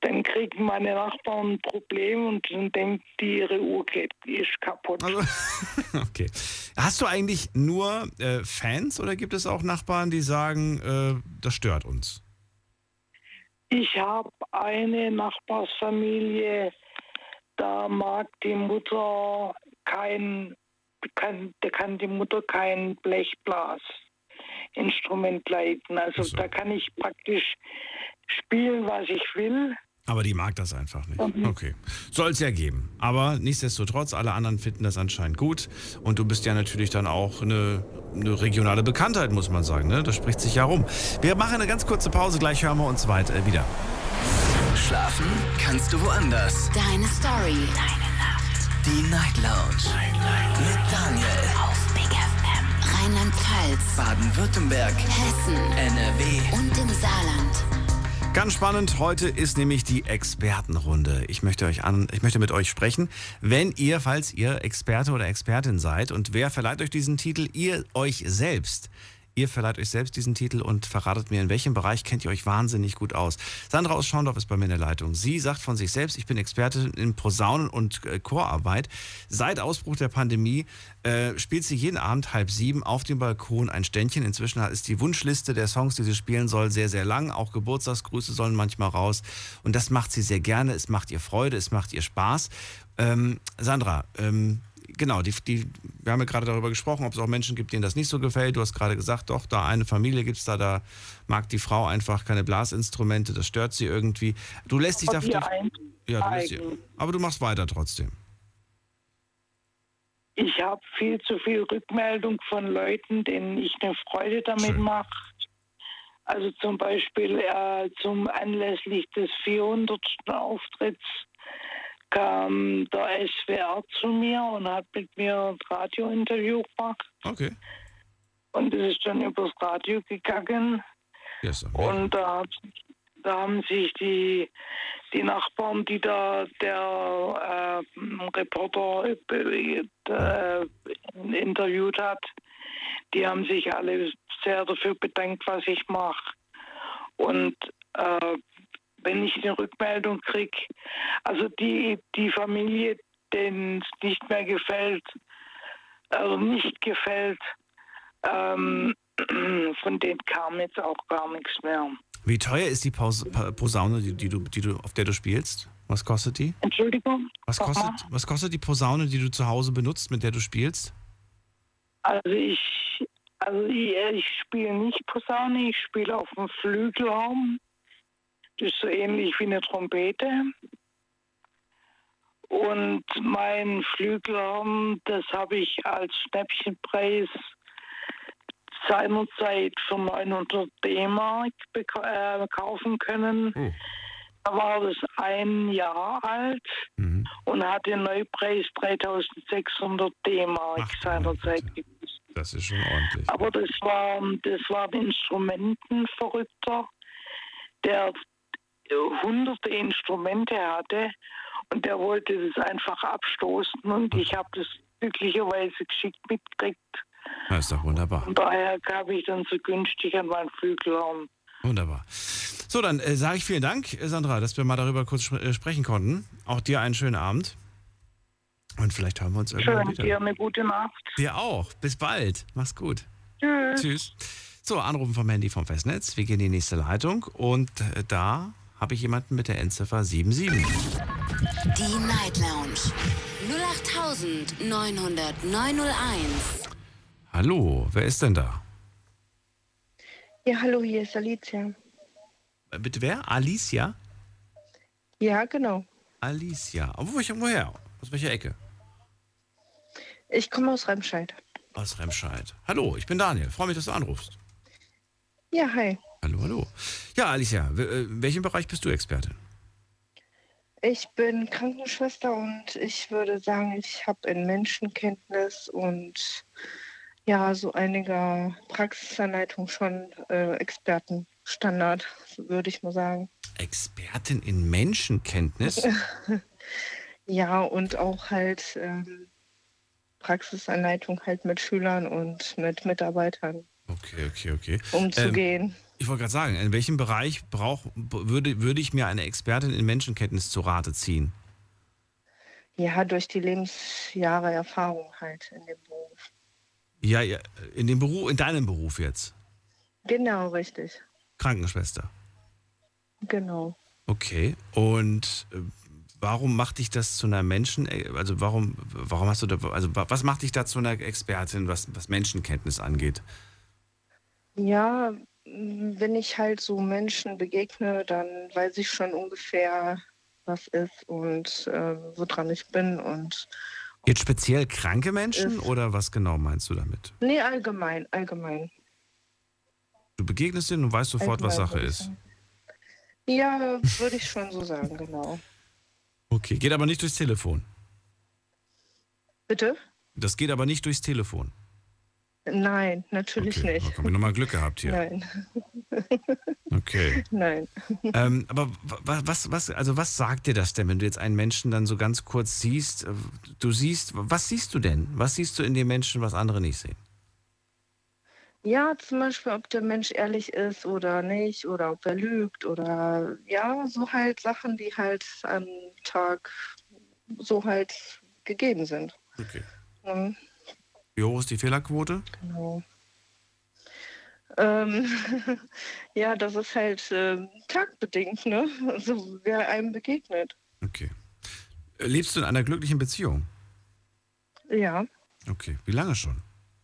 dann kriegen meine Nachbarn ein Problem und dann denken die, ihre Uhr geht, die ist kaputt. Also, okay. Hast du eigentlich nur äh, Fans oder gibt es auch Nachbarn, die sagen, äh, das stört uns? Ich habe eine Nachbarsfamilie, da mag die Mutter kein, kann, da kann die Mutter kein Blechblasinstrument leiten. Also so. Da kann ich praktisch spielen, was ich will. Aber die mag das einfach nicht. Mhm. Okay. Soll es ja geben. Aber nichtsdestotrotz, alle anderen finden das anscheinend gut. Und du bist ja natürlich dann auch eine, eine regionale Bekanntheit, muss man sagen. Ne? Das spricht sich ja rum. Wir machen eine ganz kurze Pause, gleich hören wir uns weiter äh, wieder. Schlafen kannst du woanders. Deine Story. Deine Nacht. Die Night Lounge. Night, Night. Mit Daniel. Auf Big F M. Rheinland-Pfalz. Baden-Württemberg. Hessen. N R W. Und im Saarland. Ganz spannend, heute ist nämlich die Expertenrunde. Ich möchte euch an, ich möchte mit euch sprechen, wenn ihr, falls ihr Experte oder Expertin seid, und wer verleiht euch diesen Titel? Ihr euch selbst. Ihr verleiht euch selbst diesen Titel und verratet mir, in welchem Bereich kennt ihr euch wahnsinnig gut aus. Sandra aus Schorndorf ist bei mir in der Leitung. Sie sagt von sich selbst, ich bin Expertin in Posaunen- und äh, Chorarbeit. Seit Ausbruch der Pandemie äh, spielt sie jeden Abend halb sieben auf dem Balkon ein Ständchen. Inzwischen ist die Wunschliste der Songs, die sie spielen soll, sehr, sehr lang. Auch Geburtstagsgrüße sollen manchmal raus. Und das macht sie sehr gerne. Es macht ihr Freude, es macht ihr Spaß. Ähm, Sandra, ähm, Genau, die, die, wir haben ja gerade darüber gesprochen, ob es auch Menschen gibt, denen das nicht so gefällt. Du hast gerade gesagt, doch, da eine Familie gibt es da, da mag die Frau einfach keine Blasinstrumente, das stört sie irgendwie. Du lässt dich dafür... Ja, du lässt dich, aber du machst weiter trotzdem. Ich habe viel zu viel Rückmeldung von Leuten, denen ich eine Freude damit mache. Also zum Beispiel äh, zum anlässlich des vierhundertsten Auftritts kam der S W R zu mir und hat mit mir ein Radiointerview gemacht. Okay. Und es ist dann übers Radio gegangen. Yes, und da, hat, da haben sich die, die Nachbarn, die da der äh, Reporter äh, interviewt hat, die haben sich alle sehr dafür bedankt, was ich mache. Und äh, wenn ich eine Rückmeldung kriege, also die, die Familie, denen es nicht mehr gefällt, also nicht gefällt, ähm, von denen kam jetzt auch gar nichts mehr. Wie teuer ist die Paus- Pa- Posaune, die, die du, die du, auf der du spielst? Was kostet die? Entschuldigung? Was kostet, was kostet die Posaune, die du zu Hause benutzt, mit der du spielst? Also ich, also ich, ich spiele nicht Posaune, ich spiele auf dem Flügelhorn. Das ist so ähnlich wie eine Trompete. Und mein Flügelhorn, das habe ich als Schnäppchenpreis seinerzeit für neunhundert D-Mark beka- äh, kaufen können. Oh. Da war das ein Jahr alt mhm. und hatte einen Neupreis dreitausendsechshundert D-Mark seinerzeit gekostet. Das ist schon ordentlich. Aber das war, das war ein Instrumentenverrückter, der hunderte Instrumente hatte und der wollte das einfach abstoßen und ich habe das glücklicherweise geschickt mitgekriegt. Das ist doch wunderbar. Und daher gab ich dann so günstig an meinen Flügelhorn. Wunderbar. So, dann äh, sage ich vielen Dank, Sandra, dass wir mal darüber kurz sp- äh, sprechen konnten. Auch dir einen schönen Abend. Und vielleicht hören wir uns irgendwann Schön, wieder. dir eine gute Nacht. Dir auch. Bis bald. Mach's gut. Tschüss. Tschüss. So, Anrufen vom Handy vom Festnetz. Wir gehen in die nächste Leitung. Und äh, da habe ich jemanden mit der Endziffer sieben sieben. Die Night Lounge null acht neun null neun null eins. Hallo, wer ist denn da? Ja, hallo, hier ist Alicia. Äh, Bitte wer? Alicia? Ja, genau. Alicia. Aber wo, woher? Aus welcher Ecke? Ich komme aus Remscheid. Aus Remscheid. Hallo, ich bin Daniel. Freue mich, dass du anrufst. Ja, hi. Hallo, hallo. Ja, Alicia, w- äh, in welchem Bereich bist du Expertin? Ich bin Krankenschwester und ich würde sagen, ich habe in Menschenkenntnis und ja, so einiger Praxisanleitung schon äh, Expertenstandard, würde ich mal sagen. Expertin in Menschenkenntnis? Ja, und auch halt ähm, Praxisanleitung halt mit Schülern und mit Mitarbeitern Okay, okay, okay. umzugehen. Ähm, Ich wollte gerade sagen, in welchem Bereich brauch, würde, würde ich mir eine Expertin in Menschenkenntnis zu Rate ziehen? Ja, durch die Lebensjahre Erfahrung halt in dem Beruf. Ja, ja, in dem Beruf, in deinem Beruf jetzt. Genau, richtig. Krankenschwester. Genau. Okay. Und äh, warum macht dich das zu einer Menschen, also warum, warum hast du da, also was macht dich da zu einer Expertin, was, was Menschenkenntnis angeht? Ja, wenn ich halt so Menschen begegne, dann weiß ich schon ungefähr, was ist und äh, woran ich bin und Jetzt speziell kranke Menschen ist, oder was genau meinst du damit? Nee, allgemein, allgemein. Du begegnest denen und weißt sofort, was Sache ist. Ja, würde ich schon so sagen, genau. Okay, geht aber nicht durchs Telefon. Bitte? Das geht aber nicht durchs Telefon. Nein, natürlich okay. nicht. Da haben wir nochmal Glück gehabt hier. Nein. Okay. Nein. Ähm, aber was, was, also was sagt dir das denn, wenn du jetzt einen Menschen dann so ganz kurz siehst? Du siehst, was siehst du denn? Was siehst du in den Menschen, was andere nicht sehen? Ja, zum Beispiel, ob der Mensch ehrlich ist oder nicht, oder ob er lügt, oder ja, so halt Sachen, die halt am Tag so halt gegeben sind. Okay. Mhm. Wie hoch ist die Fehlerquote? Genau. Ähm, ja, das ist halt äh, tagbedingt, ne? Also wer einem begegnet. Okay. Lebst du in einer glücklichen Beziehung? Ja. Okay. Wie lange schon?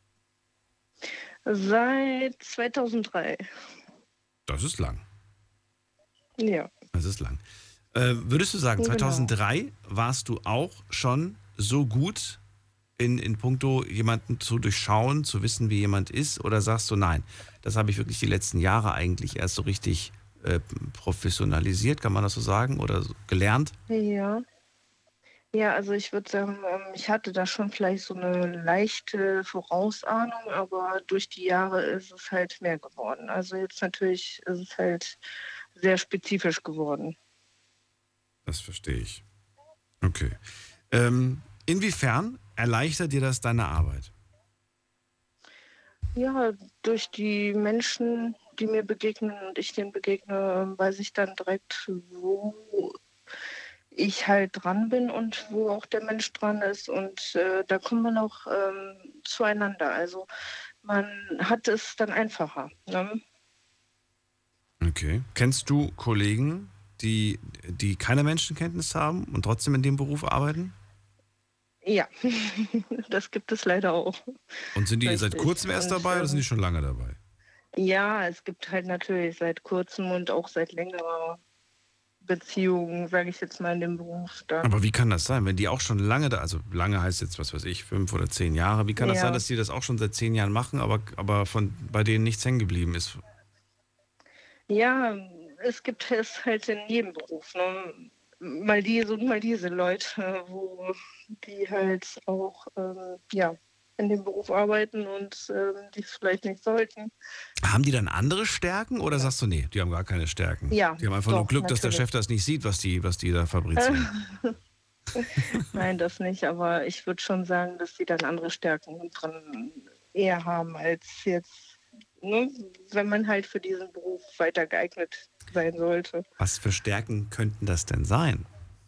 Seit zweitausenddrei. Das ist lang. Ja. Das ist lang. Äh, würdest du sagen, Genau. zweitausenddrei warst du auch schon so gut in, in puncto jemanden zu durchschauen, zu wissen, wie jemand ist? Oder sagst du, nein, das habe ich wirklich die letzten Jahre eigentlich erst so richtig äh, professionalisiert, kann man das so sagen? Oder so gelernt? Ja. Ja, also ich würde sagen, ähm, ich hatte da schon vielleicht so eine leichte Vorausahnung, aber durch die Jahre ist es halt mehr geworden. Also jetzt natürlich ist es halt sehr spezifisch geworden. Das verstehe ich. Okay. Ähm, inwiefern erleichtert dir das deine Arbeit? Ja, durch die Menschen, die mir begegnen und ich denen begegne, weiß ich dann direkt, wo ich halt dran bin und wo auch der Mensch dran ist. Und äh, da kommt man auch ähm, zueinander. Also man hat es dann einfacher. Ne? Okay. Kennst du Kollegen, die, die keine Menschenkenntnis haben und trotzdem in dem Beruf arbeiten? Ja, das gibt es leider auch. Und sind die Richtig. seit kurzem erst Und, dabei oder sind die ähm, schon lange dabei? Ja, es gibt halt natürlich seit kurzem und auch seit längerer Beziehung, sage ich jetzt mal, in dem Beruf. Dann. Aber wie kann das sein, wenn die auch schon lange da, also lange heißt jetzt, was weiß ich, fünf oder zehn Jahre, wie kann das Ja. sein, dass die das auch schon seit zehn Jahren machen, aber, aber von, bei denen nichts hängen geblieben ist? Ja, es gibt es halt in jedem Beruf. Ne? Mal diese und mal diese Leute, wo die halt auch ähm, ja, in dem Beruf arbeiten und ähm, die es vielleicht nicht sollten. Haben die dann andere Stärken oder sagst du, nee, die haben gar keine Stärken? Ja, Die haben einfach nur doch, Glück, dass der natürlich. Chef das nicht sieht, was die, was die da fabrizieren. Nein, das nicht, aber ich würde schon sagen, dass die dann andere Stärken drin eher haben als jetzt, ne, wenn man halt für diesen Beruf weiter geeignet sein sollte. Was für Stärken könnten das denn sein?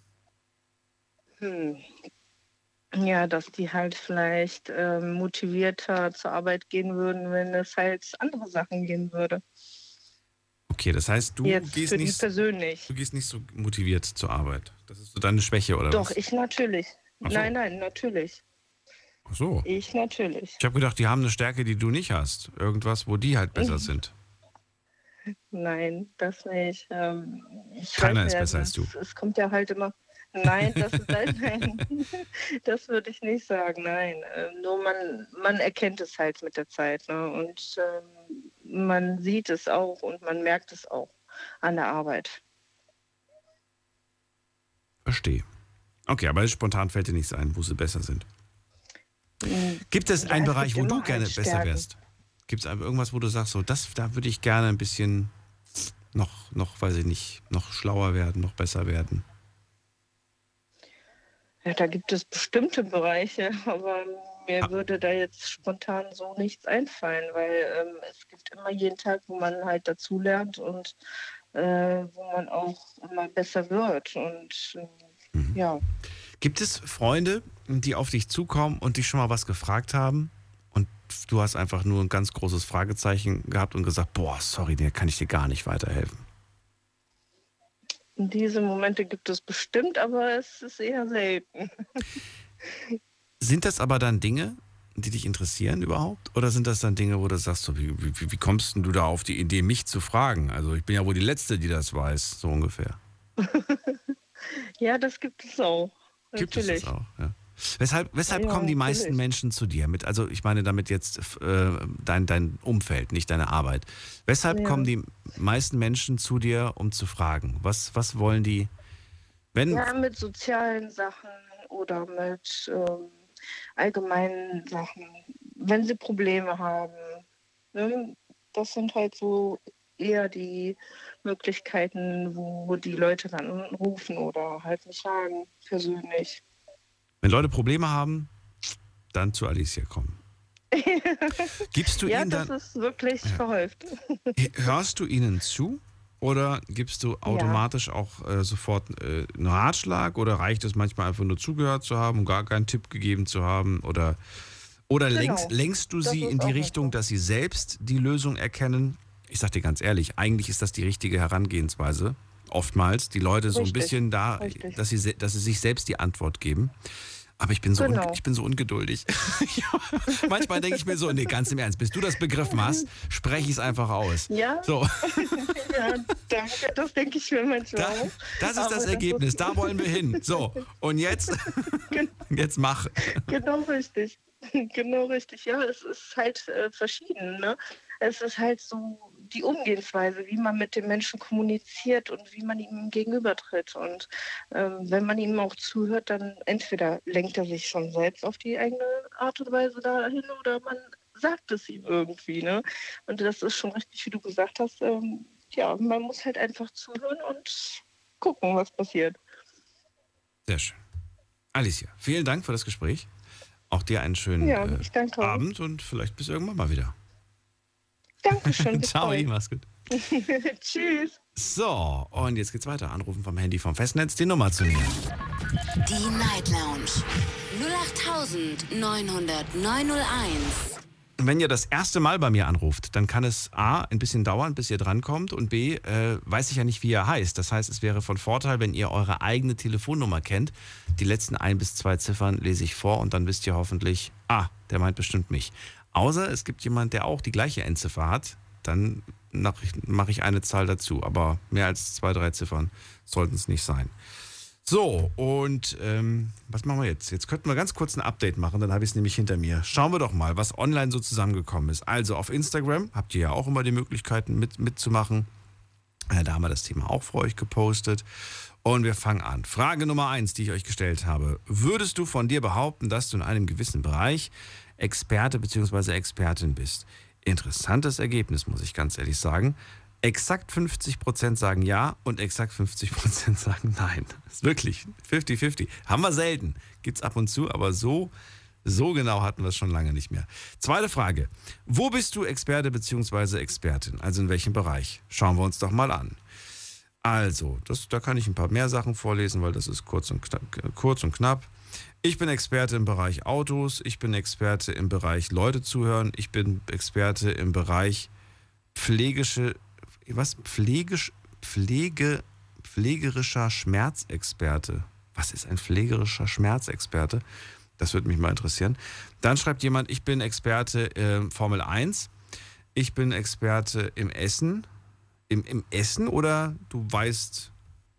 Hm. Ja, dass die halt vielleicht ähm, motivierter zur Arbeit gehen würden, wenn es halt andere Sachen gehen würde. Okay, das heißt, du Jetzt gehst für die nicht, persönlich. du gehst nicht so motiviert zur Arbeit. Das ist so deine Schwäche, oder Doch, was? ich natürlich. Ach so. Nein, nein, natürlich. Ach so. Ich natürlich. Ich habe gedacht, die haben eine Stärke, die du nicht hast. Irgendwas, wo die halt besser Mhm. sind. Nein, das nicht. Ähm, ich Keiner weiß ist nicht, besser als also du. Es, es kommt ja halt immer. Nein, das ist halt, nein, das würde ich nicht sagen. Nein, ähm, nur man, man erkennt es halt mit der Zeit, ne? Und ähm, man sieht es auch und man merkt es auch an der Arbeit. Verstehe. Okay, aber spontan fällt dir nichts ein, wo sie besser sind. Gibt es Ja, einen es Bereich, gibt wo du immer gerne halt besser Stärken. wärst? Gibt es irgendwas, wo du sagst, so, das, da würde ich gerne ein bisschen noch, noch, weiß ich nicht, noch schlauer werden, noch besser werden? Ja, da gibt es bestimmte Bereiche, aber mir Ah. würde da jetzt spontan so nichts einfallen, weil ähm, es gibt immer jeden Tag, wo man halt dazulernt und äh, wo man auch immer besser wird. Und äh, Mhm. ja, Gibt es Freunde, die auf dich zukommen und dich schon mal was gefragt haben? Und du hast einfach nur ein ganz großes Fragezeichen gehabt und gesagt, boah, sorry, der kann ich dir gar nicht weiterhelfen. diese Momente gibt es bestimmt, aber es ist eher selten. Sind das aber dann Dinge, die dich interessieren überhaupt? Oder sind das dann Dinge, wo du sagst, so, wie, wie, wie kommst denn du da auf die Idee, mich zu fragen? Also ich bin ja wohl die Letzte, die das weiß, so ungefähr. Ja, das gibt es auch. Gibt es Natürlich. das auch, ja. Weshalb, weshalb Ja, kommen die meisten natürlich. Menschen zu dir mit? Also ich meine damit jetzt äh, dein, dein Umfeld, nicht deine Arbeit. Weshalb Ja. kommen die meisten Menschen zu dir, um zu fragen? Was, was wollen die, wenn... Ja, mit sozialen Sachen oder mit ähm, allgemeinen Sachen, wenn sie Probleme haben. Ne? Das sind halt so eher die Möglichkeiten, wo die Leute dann rufen oder halt mich fragen, persönlich. Wenn Leute Probleme haben, dann zu Alicia kommen. Gibst du ja, ihnen das dann, ist wirklich Ja. verhäuft. hörst du ihnen zu oder gibst du automatisch auch äh, sofort äh, einen Ratschlag oder reicht es manchmal einfach nur zugehört zu haben und gar keinen Tipp gegeben zu haben oder, oder Genau. lenkst, lenkst du Das sie ist in die auch Richtung, so. dass sie selbst die Lösung erkennen? Ich sag dir ganz ehrlich, eigentlich ist das die richtige Herangehensweise. Oftmals die Leute so ein Richtig, bisschen da, richtig. dass sie, se- dass sie sich selbst die Antwort geben. Aber ich bin so, Genau. un, ich bin so ungeduldig. Ja, manchmal denke ich mir so, nee, ganz im Ernst, bis du das begriffen hast, spreche ich es einfach aus. Ja, So, ja, danke. Das denke ich mir manchmal da, auch. das ist Aber das Ergebnis, ist- da wollen wir hin. So, und jetzt, jetzt mach. Genau richtig. Genau richtig. Ja, es ist halt äh, verschieden. Ne? Es ist halt so die Umgehensweise, wie man mit dem Menschen kommuniziert und wie man ihm gegenübertritt. Und ähm, wenn man ihm auch zuhört, dann entweder lenkt er sich schon selbst auf die eigene Art und Weise dahin oder man sagt es ihm irgendwie. Ne? Und das ist schon richtig, wie du gesagt hast. Ähm, ja, man muss halt einfach zuhören und gucken, was passiert. Sehr schön. Alicia, vielen Dank für das Gespräch. Auch dir einen schönen Ja, äh, ich danke auch. Abend und vielleicht bis irgendwann mal wieder. Dankeschön. bis Ciao, bald. mach's gut. Tschüss. So, und jetzt geht's weiter. Anrufen vom Handy vom Festnetz, die Nummer zu nehmen. Die Night Lounge null acht neun null null neun null eins. Wenn ihr das erste Mal bei mir anruft, dann kann es A, ein bisschen dauern, bis ihr drankommt und B, äh, weiß ich ja nicht, wie ihr heißt. Das heißt, es wäre von Vorteil, wenn ihr eure eigene Telefonnummer kennt. Die letzten ein bis zwei Ziffern lese ich vor und dann wisst ihr hoffentlich, ah, der meint bestimmt mich. Außer es gibt jemand, der auch die gleiche Endziffer hat, dann mache ich eine Zahl dazu. Aber mehr als zwei, drei Ziffern sollten es nicht sein. So, und ähm, was machen wir jetzt? Jetzt könnten wir ganz kurz ein Update machen, dann habe ich es nämlich hinter mir. Schauen wir doch mal, was online so zusammengekommen ist. Also auf Instagram habt ihr ja auch immer die Möglichkeiten mit, mitzumachen. Ja, da haben wir das Thema auch für euch gepostet. Und wir fangen an. Frage Nummer eins, die ich euch gestellt habe. Würdest du von dir behaupten, dass du in einem gewissen Bereich Experte bzw. Expertin bist? Interessantes Ergebnis, muss ich ganz ehrlich sagen. Exakt fünfzig Prozent sagen ja und exakt fünfzig Prozent sagen nein. Das ist wirklich fünfzig fünfzig. Haben wir selten. Gibt es ab und zu, aber so, so genau hatten wir es schon lange nicht mehr. Zweite Frage. Wo bist du Experte bzw. Expertin? Also in welchem Bereich? Schauen wir uns doch mal an. Also, das, da kann ich ein paar mehr Sachen vorlesen, weil das ist kurz und knapp. Kurz und knapp. Ich bin Experte im Bereich Autos. Ich bin Experte im Bereich Leute zuhören. Ich bin Experte im Bereich pflegische Was? Pflegisch, Pflege, pflegerischer Schmerzexperte. Was ist ein pflegerischer Schmerzexperte? Das würde mich mal interessieren. Dann schreibt jemand, ich bin Experte äh, Formel eins. Ich bin Experte im Essen. Im, Im Essen oder du weißt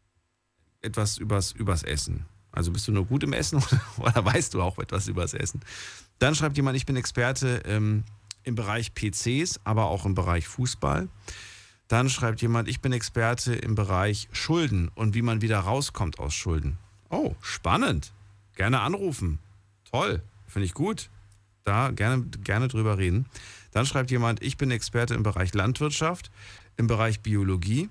etwas übers, übers Essen? Also bist du nur gut im Essen oder, oder weißt du auch etwas übers Essen? Dann schreibt jemand, ich bin Experte ähm, im Bereich P Cs, aber auch im Bereich Fußball. Dann schreibt jemand, ich bin Experte im Bereich Schulden und wie man wieder rauskommt aus Schulden. Oh, spannend. Gerne anrufen. Toll, finde ich gut. Da gerne, gerne drüber reden. Dann schreibt jemand, ich bin Experte im Bereich Landwirtschaft, im Bereich Biologie,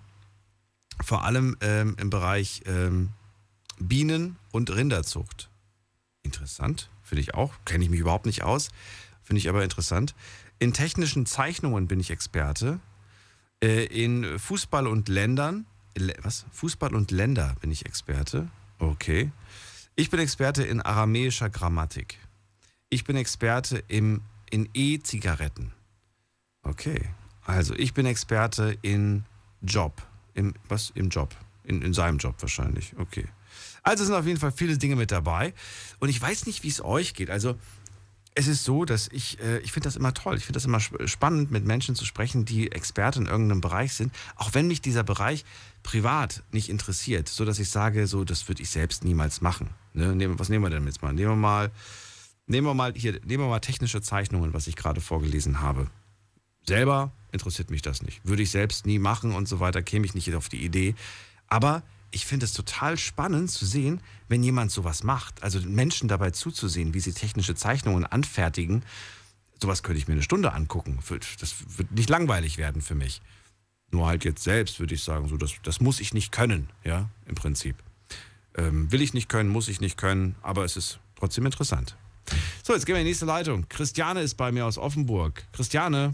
vor allem ähm, im Bereich ähm, Bienen- und Rinderzucht. Interessant, finde ich auch. Kenne ich mich überhaupt nicht aus, finde ich aber interessant. In technischen Zeichnungen bin ich Experte. Äh, in Fußball und Ländern, was? Fußball und Länder bin ich Experte. Okay. Ich bin Experte in aramäischer Grammatik. Ich bin Experte im, in E-Zigaretten. Okay. Also ich bin Experte in Job. Im, was? Im Job. In, in seinem Job wahrscheinlich. Okay. Also sind auf jeden Fall viele Dinge mit dabei. Und ich weiß nicht, wie es euch geht. Also es ist so, dass ich, äh, ich finde das immer toll. Ich finde das immer sp- spannend, mit Menschen zu sprechen, die Experte in irgendeinem Bereich sind. Auch wenn mich dieser Bereich privat nicht interessiert. So dass ich sage, so, das würde ich selbst niemals machen. Ne? Nehmen, was nehmen wir denn jetzt mal? Nehmen wir mal, nehmen wir mal, hier, nehmen wir mal technische Zeichnungen, was ich gerade vorgelesen habe. Selber interessiert mich das nicht. Würde ich selbst nie machen und so weiter, käme ich nicht auf die Idee. Aber ich finde es total spannend zu sehen, wenn jemand sowas macht. Also Menschen dabei zuzusehen, wie sie technische Zeichnungen anfertigen. Sowas könnte ich mir eine Stunde angucken. Das wird nicht langweilig werden für mich. Nur halt jetzt selbst würde ich sagen, so das, das muss ich nicht können, ja, im Prinzip. Ähm, will ich nicht können, muss ich nicht können, aber es ist trotzdem interessant. So, jetzt gehen wir in die nächste Leitung. Christiane ist bei mir aus Offenburg. Christiane.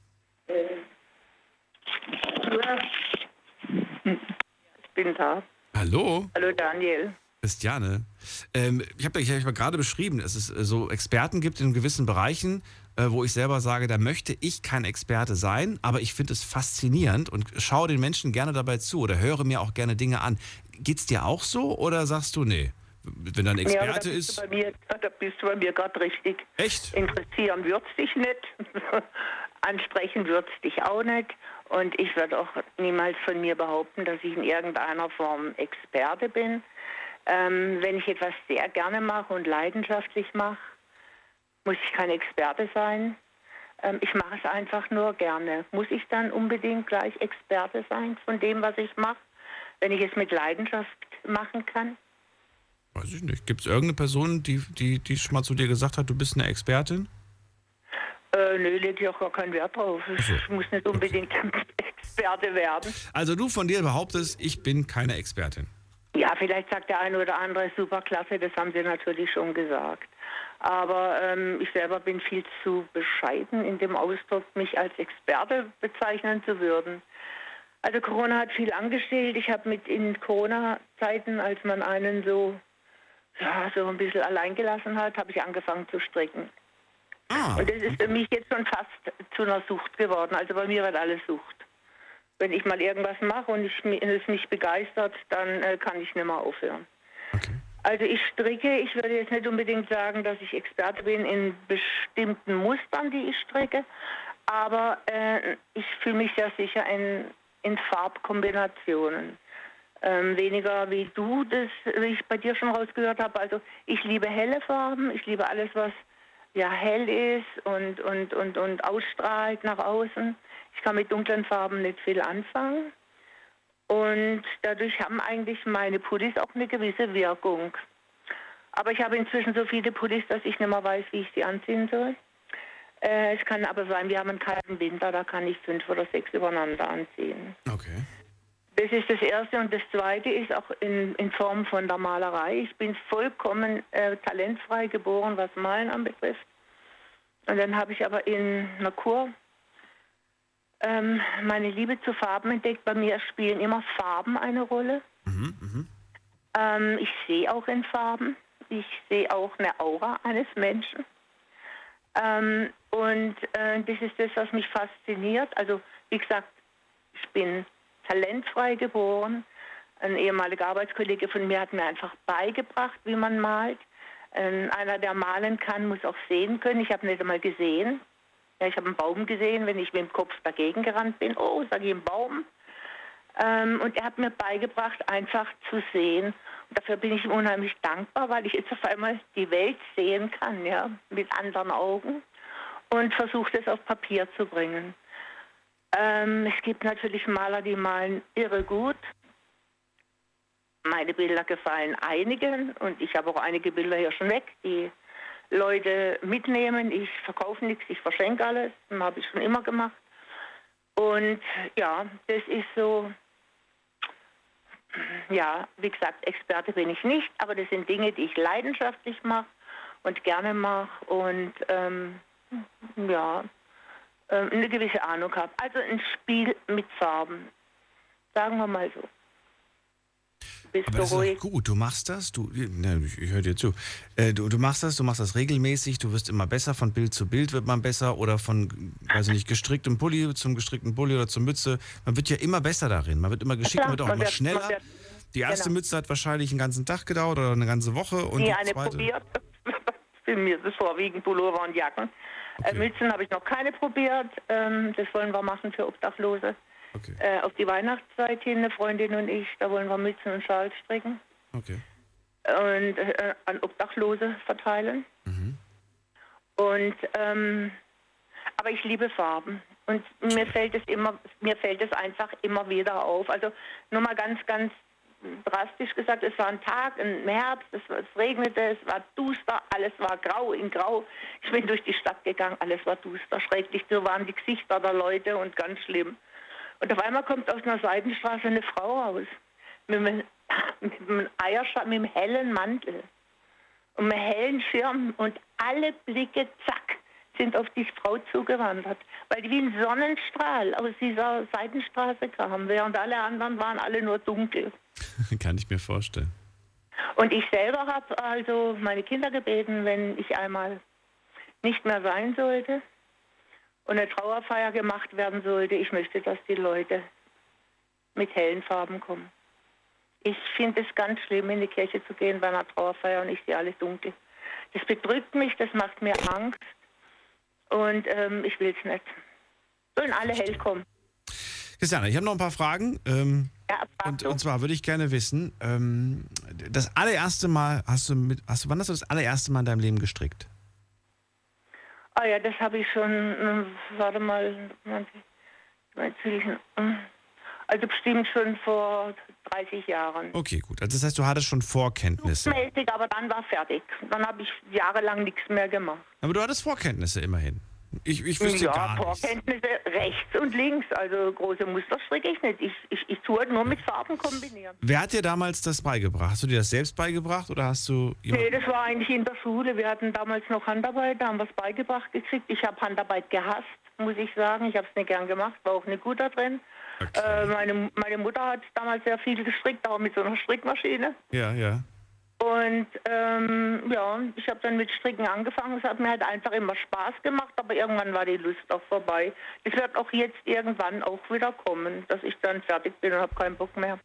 Ich bin da. Hallo. Hallo Daniel. Christiane. Ähm, ich habe ich hab gerade beschrieben, dass es äh, so Experten gibt in gewissen Bereichen, äh, wo ich selber sage, da möchte ich kein Experte sein, aber ich finde es faszinierend und schaue den Menschen gerne dabei zu oder höre mir auch gerne Dinge an. Geht's dir auch so oder sagst du, nee, wenn da ein Experte ja, da ist... Du bei mir, da bist du bei mir gerade richtig. Echt? Interessieren wird's dich nicht, ansprechen wird's dich auch nicht. Und ich würde auch niemals von mir behaupten, dass ich in irgendeiner Form Experte bin. Ähm, wenn ich etwas sehr gerne mache und leidenschaftlich mache, muss ich kein Experte sein. Ähm, ich mache es einfach nur gerne. Muss ich dann unbedingt gleich Experte sein von dem, was ich mache, wenn ich es mit Leidenschaft machen kann? Weiß ich nicht. Gibt es irgendeine Person, die, die, die schon mal zu dir gesagt hat, du bist eine Expertin? Äh, nö, lege ich auch gar keinen Wert drauf. Ich so. muss nicht unbedingt Experte werden. Also du von dir behauptest, ich bin keine Expertin. Ja, vielleicht sagt der eine oder andere, super klasse, das haben sie natürlich schon gesagt. Aber ähm, ich selber bin viel zu bescheiden in dem Ausdruck, mich als Experte bezeichnen zu würden. Also Corona hat viel angestellt. Ich habe mit in Corona-Zeiten, als man einen so, ja, so ein bisschen allein gelassen hat, habe ich angefangen zu stricken. Ah. Und das ist für mich jetzt schon fast zu einer Sucht geworden. Also bei mir wird alles Sucht. Wenn ich mal irgendwas mache und ich, es mich begeistert, dann äh, kann ich nicht mehr aufhören. Okay. Also ich stricke, ich würde jetzt nicht unbedingt sagen, dass ich Experte bin in bestimmten Mustern, die ich stricke, aber äh, ich fühle mich sehr sicher in, in Farbkombinationen. Ähm, weniger wie du, das wie ich bei dir schon rausgehört habe. Also ich liebe helle Farben, ich liebe alles, was ja hell ist und, und, und, und ausstrahlt nach außen. Ich kann mit dunklen Farben nicht viel anfangen. Und dadurch haben eigentlich meine Pullis auch eine gewisse Wirkung. Aber ich habe inzwischen so viele Pullis, dass ich nicht mehr weiß, wie ich sie anziehen soll. Äh, es kann aber sein, wir haben einen kalten Winter, da kann ich fünf oder sechs übereinander anziehen. Okay. Das ist das Erste. Und das Zweite ist auch in, in Form von der Malerei. Ich bin vollkommen äh, talentfrei geboren, was Malen anbetrifft. Und dann habe ich aber in einer Kur ähm, meine Liebe zu Farben entdeckt. Bei mir spielen immer Farben eine Rolle. Mhm, mh. ähm, ich sehe auch in Farben. Ich sehe auch eine Aura eines Menschen. Ähm, und äh, das ist das, was mich fasziniert. Also, wie gesagt, ich bin talentfrei geboren. Ein ehemaliger Arbeitskollege von mir hat mir einfach beigebracht, wie man malt. Ähm, einer, der malen kann, muss auch sehen können. Ich habe nicht einmal gesehen. Ja, ich habe einen Baum gesehen, wenn ich mit dem Kopf dagegen gerannt bin. Oh, sage ich, ein Baum. Ähm, und er hat mir beigebracht, einfach zu sehen. Und dafür bin ich ihm unheimlich dankbar, weil ich jetzt auf einmal die Welt sehen kann, ja, mit anderen Augen. Und versuche das auf Papier zu bringen. Ähm, es gibt natürlich Maler, die malen irre gut. Meine Bilder gefallen einigen und ich habe auch einige Bilder hier schon weg, die Leute mitnehmen. Ich verkaufe nichts, ich verschenke alles. Das habe ich schon immer gemacht. Und ja, das ist so, ja, wie gesagt, Experte bin ich nicht, aber das sind Dinge, die ich leidenschaftlich mache und gerne mache und ähm, ja, ähm, eine gewisse Ahnung habe. Also ein Spiel mit Farben, sagen wir mal so. Bist Aber du das ist ruhig? doch gut, du machst das, du, ne, ich, ich höre dir zu, äh, du, du machst das, du machst das regelmäßig, du wirst immer besser, von Bild zu Bild wird man besser oder von, weiß ich nicht, gestricktem Pulli zum gestrickten Pulli oder zur Mütze, man wird ja immer besser darin, man wird immer geschickter, man wird auch man immer wird- schneller. man wird- Die erste genau. Mütze hat wahrscheinlich einen ganzen Tag gedauert oder eine ganze Woche und Nie die eine zweite... probiert. Für mich ist es vorwiegend Pullover und Jacken. Äh, Mützen habe ich noch keine probiert. Ähm, das wollen wir machen für Obdachlose. Okay. Äh, auf die Weihnachtszeit hin, eine Freundin und ich, da wollen wir Mützen und Schals stricken Okay. und äh, an Obdachlose verteilen. Mhm. Und ähm, aber ich liebe Farben und mir fällt es immer, mir fällt es einfach immer wieder auf. Also nur mal ganz, ganz drastisch gesagt, es war ein Tag im Herbst, es, es regnete, es war duster, alles war grau in grau. Ich bin durch die Stadt gegangen, alles war duster, schrecklich, so waren die Gesichter der Leute und ganz schlimm. Und auf einmal kommt aus einer Seitenstraße eine Frau raus, mit einem, mit einem Eierschal, mit einem hellen Mantel und einem hellen Schirm und alle Blicke, zack, sind auf die Frau zugewandert, weil die wie ein Sonnenstrahl aus dieser Seitenstraße kam, während alle anderen waren alle nur dunkel. Kann ich mir vorstellen. Und ich selber habe also meine Kinder gebeten, wenn ich einmal nicht mehr sein sollte und eine Trauerfeier gemacht werden sollte, ich möchte, dass die Leute mit hellen Farben kommen. Ich finde es ganz schlimm, in die Kirche zu gehen bei einer Trauerfeier und ich sehe alles dunkel. Das bedrückt mich, das macht mir Angst und ähm, ich will es nicht. Sollen alle hell kommen. Christiane, ich habe noch ein paar Fragen. Ähm, Ja, und, und zwar würde ich gerne wissen, ähm, das allererste Mal, hast du mit, hast du, wann hast du das allererste Mal in deinem Leben gestrickt? Ah ja, das habe ich schon, ähm, warte mal, also bestimmt schon vor dreißig Jahren. Okay, gut. Also das heißt, du hattest schon Vorkenntnisse. Mäßig, aber dann war fertig. Dann habe ich jahrelang nichts mehr gemacht. Aber du hattest Vorkenntnisse immerhin. Ich, ich wüsste ja, gar nichts. Vorkenntnisse rechts und links, also große Muster stricke ich nicht. Ich, ich, ich tue halt nur mit Farben kombinieren. Wer hat dir damals das beigebracht? Hast du dir das selbst beigebracht oder hast du Nee, das war eigentlich in der Schule. Wir hatten damals noch Handarbeit, da haben wir es beigebracht gekriegt. Ich habe Handarbeit gehasst, muss ich sagen. Ich habe es nicht gern gemacht, war auch nicht gut da drin. Okay. Äh, meine, meine Mutter hat damals sehr viel gestrickt, auch mit so einer Strickmaschine. Ja, ja. Und ähm, ja, ich habe dann mit Stricken angefangen. Es hat mir halt einfach immer Spaß gemacht, aber irgendwann war die Lust auch vorbei. Es wird auch jetzt irgendwann auch wieder kommen, dass ich dann fertig bin und habe keinen Bock mehr.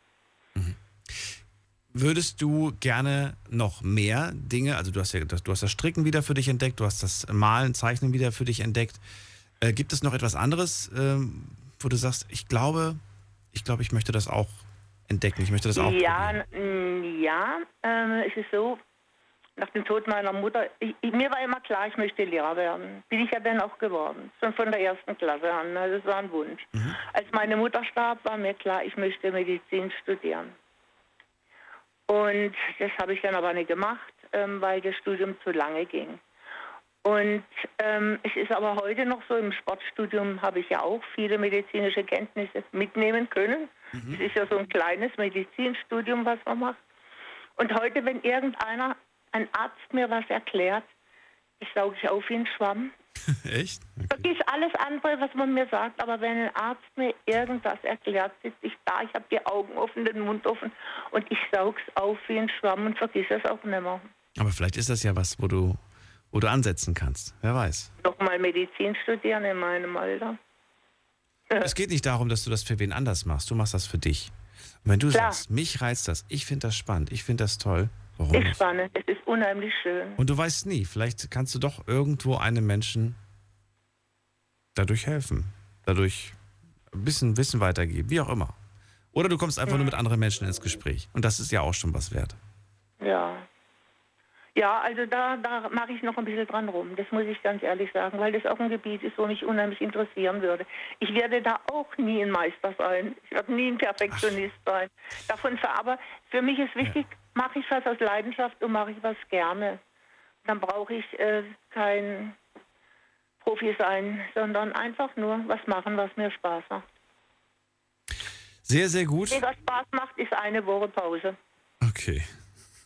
Würdest du gerne noch mehr Dinge, also du hast ja das, du hast das Stricken wieder für dich entdeckt, du hast das Malen, Zeichnen wieder für dich entdeckt. Äh, gibt es noch etwas anderes, ähm, wo du sagst, ich glaube, ich glaube, ich möchte das auch entdecken, ich möchte das auch Ja, n- ja, ähm, es ist so, nach dem Tod meiner Mutter, ich, ich, mir war immer klar, ich möchte Lehrer werden. Bin ich ja dann auch geworden, schon von der ersten Klasse an, also das war ein Wunsch. Mhm. Als meine Mutter starb, war mir klar, ich möchte Medizin studieren. Und das habe ich dann aber nicht gemacht, ähm, weil das Studium zu lange ging. Und ähm, es ist aber heute noch so, im Sportstudium habe ich ja auch viele medizinische Kenntnisse mitnehmen können. Es ist ja so ein kleines Medizinstudium, was man macht. Und heute, wenn irgendeiner, ein Arzt mir was erklärt, ich sauge ich auf wie ein Schwamm. Echt? Vergiss alles andere, was man mir sagt, aber wenn ein Arzt mir irgendwas erklärt, sitze ich da, ich habe die Augen offen, den Mund offen und ich saug's auf wie ein Schwamm und vergiss es auch nicht mehr. Aber vielleicht ist das ja was, wo du, wo du ansetzen kannst. Wer weiß. Nochmal Medizin studieren in meinem Alter. Es geht nicht darum, dass du das für wen anders machst. Du machst das für dich. Und wenn du Klar. sagst, mich reizt das, ich finde das spannend, ich finde das toll, warum Ist nicht? spannend, es ist unheimlich schön. Und du weißt nie, vielleicht kannst du doch irgendwo einem Menschen dadurch helfen. Dadurch ein bisschen Wissen weitergeben, wie auch immer. Oder du kommst einfach nur mit anderen Menschen ins Gespräch. Und das ist ja auch schon was wert. Ja. Ja, also da, da mache ich noch ein bisschen dran rum, das muss ich ganz ehrlich sagen, weil das auch ein Gebiet ist, wo mich unheimlich interessieren würde. Ich werde da auch nie ein Meister sein, ich werde nie ein Perfektionist sein. Davon ver aber für mich ist wichtig, mache ich was aus Leidenschaft und mache ich was gerne. Dann brauche ich äh, kein Profi sein, sondern einfach nur was machen, was mir Spaß macht. Sehr, sehr gut. Mega Spaß macht, ist eine Woche Pause. Okay.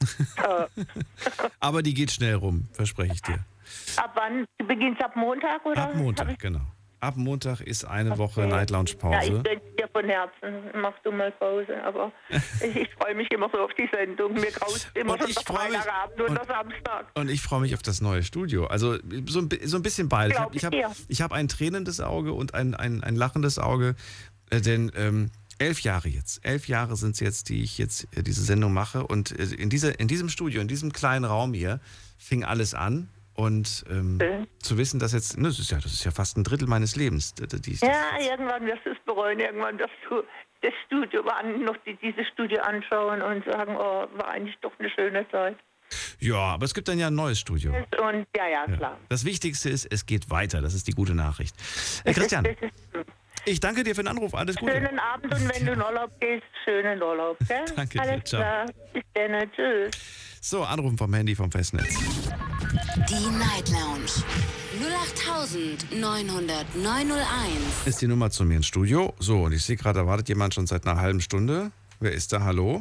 Aber die geht schnell rum, verspreche ich dir. Ab wann? Beginnt ab Montag, oder? Ab Montag, genau. Ab Montag ist eine okay. Woche Night Lounge Pause. Ja, ich gönne dir von Herzen. Mach du mal Pause. Aber ich, ich freue mich immer so auf die Sendung. Mir graust immer und schon ich der Freitagabend und, und der Samstag. Und ich freue mich auf das neue Studio. Also so ein, so ein bisschen beides. Glaub ich ich habe ich hab ein tränendes Auge und ein, ein, ein lachendes Auge. Äh, denn ähm, elf Jahre jetzt. Elf Jahre sind es jetzt, die ich jetzt äh, diese Sendung mache. Und äh, in, dieser, in diesem Studio, in diesem kleinen Raum hier, fing alles an. Und ähm, okay. zu wissen, dass jetzt, ne, das ist ja, das ist ja fast ein Drittel meines Lebens. Die, die, ja, irgendwann wirst du es bereuen, irgendwann wirst du das Studio, noch die, dieses Studio anschauen und sagen, oh, war eigentlich doch eine schöne Zeit. Ja, aber es gibt dann ja ein neues Studio. Und ja, ja, klar. Ja. Das Wichtigste ist, es geht weiter. Das ist die gute Nachricht. Äh, Christian, das ist, das ist ich danke dir für den Anruf. Alles Gute. Schönen Abend und wenn du in Urlaub gehst, schönen Urlaub. Gell? Danke Alles dir. Ciao. Klar. Bis dann. Tschüss. So, Anrufen vom Handy vom Festnetz. Die Night Lounge null acht neun null null neun null eins ist die Nummer zu mir ins Studio. So, und ich sehe gerade, da wartet jemand schon seit einer halben Stunde. Wer ist da? Hallo?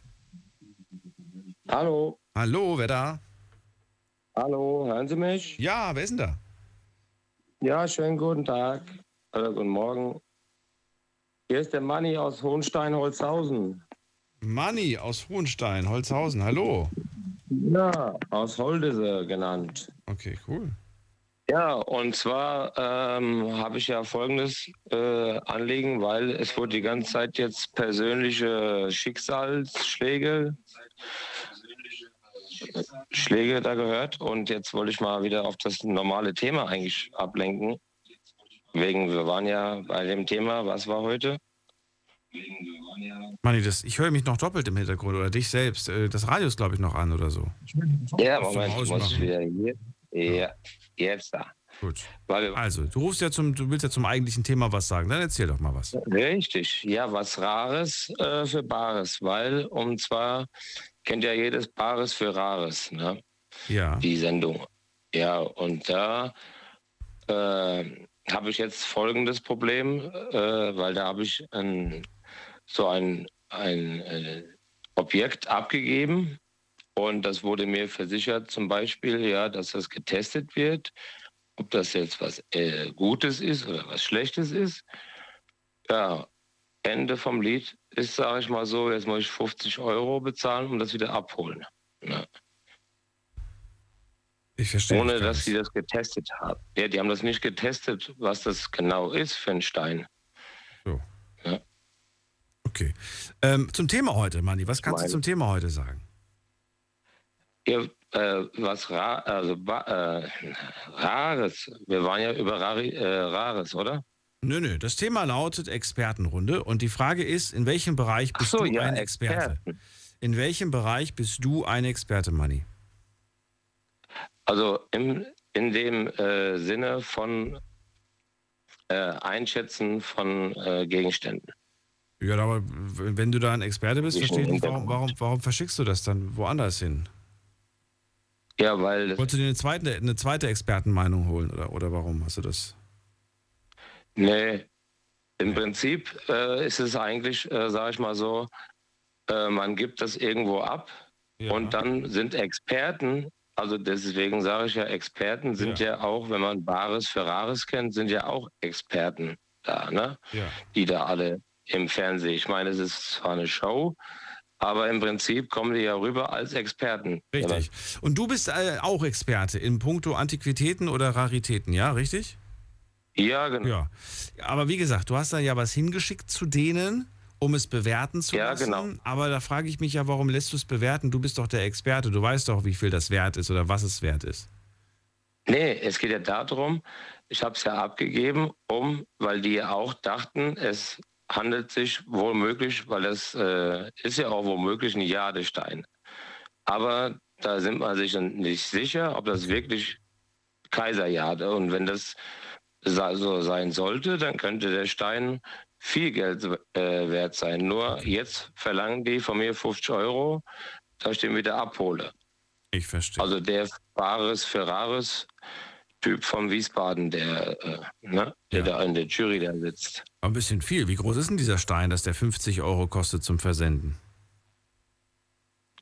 Hallo. Hallo, wer da? Hallo, hören Sie mich? Ja, wer ist denn da? Ja, schönen guten Tag. Oder guten Morgen. Hier ist der Manni aus Hohenstein-Holzhausen. Manni aus Hohenstein, Holzhausen, hallo. Ja, aus Holdese genannt. Okay, cool. Ja, und zwar ähm, habe ich ja folgendes äh, Anliegen, weil es wurde die ganze Zeit jetzt persönliche Schicksalsschläge Schläge da gehört und jetzt wollte ich mal wieder auf das normale Thema eigentlich ablenken. Wegen, wir waren ja bei dem Thema, was war heute? Manni, das, ich höre mich noch doppelt im Hintergrund oder dich selbst. Das Radio ist, glaube ich, noch an oder so. Ja, Moment, ich muss wieder hier. Ja, jetzt da. Gut. Also, du rufst ja zum, du willst ja zum eigentlichen Thema was sagen. Dann erzähl doch mal was. Richtig, ja, was Rares äh, für Bares, weil, und zwar kennt ja jedes Bares für Rares, ne? Ja. Die Sendung. Ja, und da äh, habe ich jetzt folgendes Problem, äh, weil da habe ich ein, so ein, ein äh, Objekt abgegeben und das wurde mir versichert zum Beispiel, ja, dass das getestet wird, ob das jetzt was äh, Gutes ist oder was Schlechtes ist. Ja, Ende vom Lied ist, sage ich mal so, jetzt muss ich fünfzig Euro bezahlen, um das wieder abholen. Ja. Ich verstehe. Ohne, dass sie das getestet haben. Ja, die haben das nicht getestet, was das genau ist für ein Stein. So. Ja. Okay. Ähm, zum Thema heute, Manni, was kannst Meine. du zum Thema heute sagen? Ja, äh, was ra also, äh, Rares. Wir waren ja über Rari äh, Rares, oder? Nö, nö. Das Thema lautet Expertenrunde und die Frage ist, in welchem Bereich bist Ach so, du ja, ein Experte? Experten. In welchem Bereich bist du ein Experte, Manni? Also im, in dem äh, Sinne von äh, Einschätzen von äh, Gegenständen. Ja, aber wenn du da ein Experte bist, verstehe ich nicht, warum, warum, warum verschickst du das dann woanders hin? Ja, weil... Wolltest du dir eine zweite, eine zweite Expertenmeinung holen oder, oder warum hast du das? Nee, im Prinzip äh, ist es eigentlich, äh, sage ich mal so, äh, man gibt das irgendwo ab Ja. und dann sind Experten, also deswegen sage ich ja, Experten sind ja. ja auch, wenn man Bares für Rares kennt, sind ja auch Experten da, ne? Ja. Die da alle im Fernsehen. Ich meine, es ist zwar eine Show, aber im Prinzip kommen die ja rüber als Experten. Richtig. Und du bist äh, auch Experte in puncto Antiquitäten oder Raritäten, ja, richtig? Ja, genau. Ja. Aber wie gesagt, du hast da ja was hingeschickt zu denen, um es bewerten zu Ja, lassen. genau. Aber da frage ich mich ja, warum lässt du es bewerten? Du bist doch der Experte, du weißt doch, wie viel das wert ist oder was es wert ist. Nee, es geht ja darum, ich habe es ja abgegeben, um, weil die ja auch dachten, es handelt sich womöglich, weil es äh, ist ja auch womöglich ein Jadestein. Aber da sind man sich nicht sicher, ob das wirklich Kaiserjade. Und wenn das so sein sollte, dann könnte der Stein viel Geld äh, wert sein. Nur jetzt verlangen die von mir fünfzig Euro, dass ich den wieder abhole. Ich verstehe. Also der Bares für Rares Typ von Wiesbaden, der, äh, ne, der Ja. da in der Jury da sitzt. Aber ein bisschen viel. Wie groß ist denn dieser Stein, dass der fünfzig Euro kostet zum Versenden?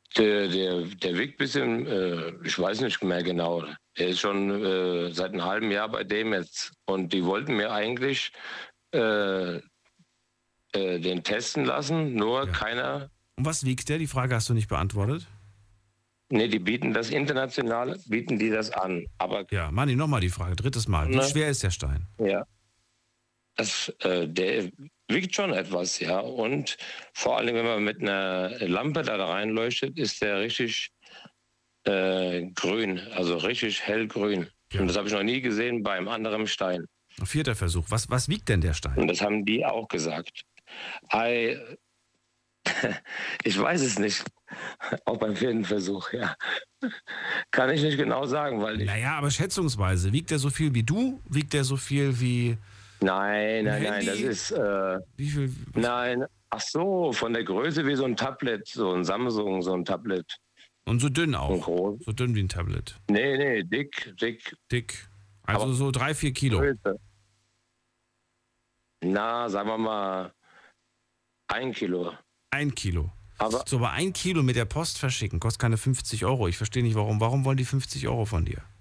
Der, der, der wiegt ein bisschen, äh, ich weiß nicht mehr genau. Der ist schon äh, seit einem halben Jahr bei dem jetzt. Und die wollten mir eigentlich äh, äh, den testen lassen, nur ja. keiner. Und was wiegt der? Die Frage hast du nicht beantwortet. Nee, die bieten das international, bieten die das an. Aber ja, Manni, nochmal die Frage, drittes Mal. Wie ne? schwer ist der Stein? Ja. Das, äh, der wiegt schon etwas, ja. Und vor allem, wenn man mit einer Lampe da reinleuchtet, ist der richtig äh, grün, also richtig hellgrün. Ja. Und das habe ich noch nie gesehen beim anderen Stein. Vierter Versuch. Was, was wiegt denn der Stein? Und das haben die auch gesagt. I, ich weiß es nicht. Auch beim vierten Versuch, ja. Kann ich nicht genau sagen, weil ich... Naja, aber schätzungsweise. Wiegt der so viel wie du? Wiegt der so viel wie... Nein, nein, nein, das ist... Äh, wie viel? Nein, ach so, von der Größe wie so ein Tablet, so ein Samsung, so ein Tablet. Und so dünn auch? Groß. So dünn wie ein Tablet? Nee, nee, dick, dick. Dick. Also aber so drei, vier Kilo? Größe. Na, sagen wir mal ein Kilo. Ein Kilo. Aber so, aber ein Kilo mit der Post verschicken kostet keine fünfzig Euro. Ich verstehe nicht, warum. Warum wollen die fünfzig Euro von dir?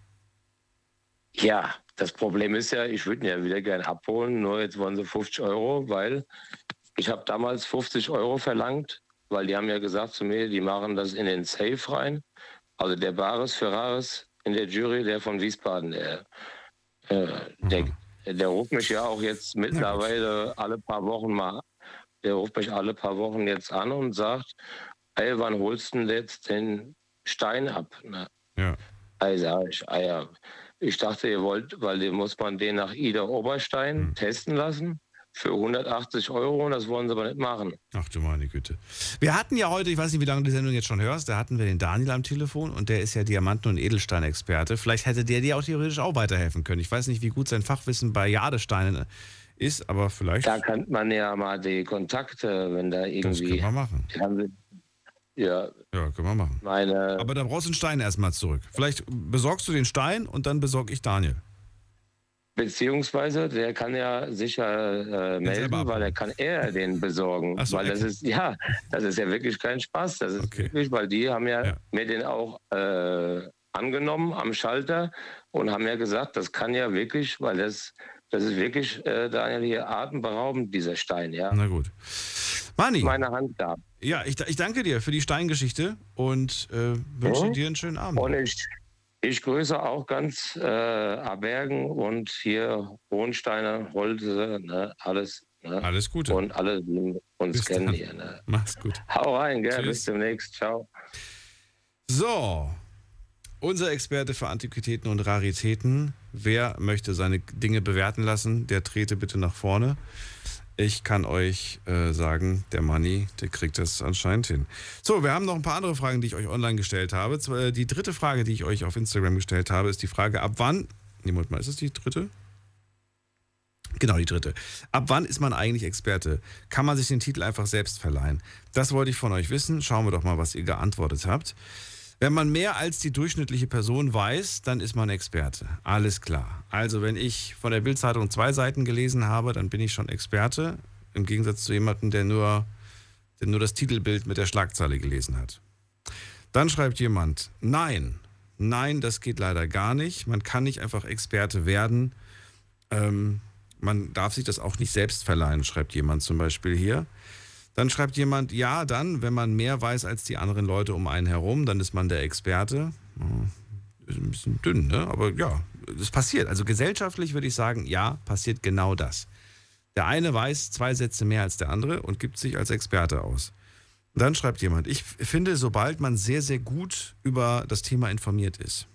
Ja, das Problem ist ja, ich würde ihn ja wieder gern abholen, nur jetzt wollen sie fünfzig Euro, weil ich habe damals fünfzig Euro verlangt, weil die haben ja gesagt zu mir, die machen das in den Safe rein. Also der Baris Ferraris in der Jury, der von Wiesbaden, der, äh, mhm. der, der ruft mich ja auch jetzt mittlerweile alle paar Wochen mal, der ruft mich alle paar Wochen jetzt an und sagt, ey, wann holst du denn jetzt den Stein ab? Ne? Ja. Also ich, ah ja, ich dachte, ihr wollt, weil den muss man den nach Ida Oberstein mhm. testen lassen für hundertachtzig Euro und das wollen sie aber nicht machen. Ach du meine Güte. Wir hatten ja heute, ich weiß nicht, wie lange du die Sendung jetzt schon hörst, da hatten wir den Daniel am Telefon und der ist ja Diamanten- und Edelsteinexperte. Vielleicht hätte der dir auch theoretisch auch weiterhelfen können. Ich weiß nicht, wie gut sein Fachwissen bei Jadesteinen ist, aber vielleicht... Da kann man ja mal die Kontakte, wenn da irgendwie... Das können wir machen. Haben, ja. Ja, können wir machen. Meine aber da brauchst du den Stein erstmal zurück. Vielleicht besorgst du den Stein und dann besorge ich Daniel. Beziehungsweise, der kann ja sicher äh, melden, weil er kann er den besorgen. Ach so, weil das okay. ist, ja, das ist ja wirklich kein Spaß. Das ist okay. wirklich, weil die haben ja, ja. mir den auch äh, angenommen am Schalter und haben ja gesagt, das kann ja wirklich, weil das, das ist wirklich, äh, Daniel, hier atemberaubend, dieser Stein, ja. Na gut. Manni. Meine Hand da. Ja, ich, ich danke dir für die Steingeschichte und äh, wünsche mhm. dir einen schönen Abend. Und ich, ich grüße auch ganz äh, Abergen und hier Hohensteiner, Holze, ne, alles. Ne? Alles Gute. Und alle, die uns bis kennen dann. hier. Ne? Mach's gut. Hau rein, gell? Tschüss. Bis demnächst. Ciao. So, unser Experte für Antiquitäten und Raritäten. Wer möchte seine Dinge bewerten lassen, der trete bitte nach vorne. Ich kann euch äh, sagen, der Manni, der kriegt das anscheinend hin. So, wir haben noch ein paar andere Fragen, die ich euch online gestellt habe. Die dritte Frage, die ich euch auf Instagram gestellt habe, ist die Frage, ab wann, nee, Moment mal, ist es die dritte? Genau, die dritte. Ab wann ist man eigentlich Experte? Kann man sich den Titel einfach selbst verleihen? Das wollte ich von euch wissen. Schauen wir doch mal, was ihr geantwortet habt. Wenn man mehr als die durchschnittliche Person weiß, dann ist man Experte. Alles klar. Also wenn ich von der Bild-Zeitung zwei Seiten gelesen habe, dann bin ich schon Experte. Im Gegensatz zu jemandem, der nur, der nur das Titelbild mit der Schlagzeile gelesen hat. Dann schreibt jemand, nein, nein, das geht leider gar nicht. Man kann nicht einfach Experte werden. Ähm, man darf sich das auch nicht selbst verleihen, schreibt jemand zum Beispiel hier. Dann schreibt jemand, ja, dann, wenn man mehr weiß als die anderen Leute um einen herum, dann ist man der Experte. Ist ein bisschen dünn, ne? Aber ja, das passiert. Also gesellschaftlich würde ich sagen, ja, passiert genau das. Der eine weiß zwei Sätze mehr als der andere und gibt sich als Experte aus. Und dann schreibt jemand, ich finde, sobald man sehr, sehr gut über das Thema informiert ist.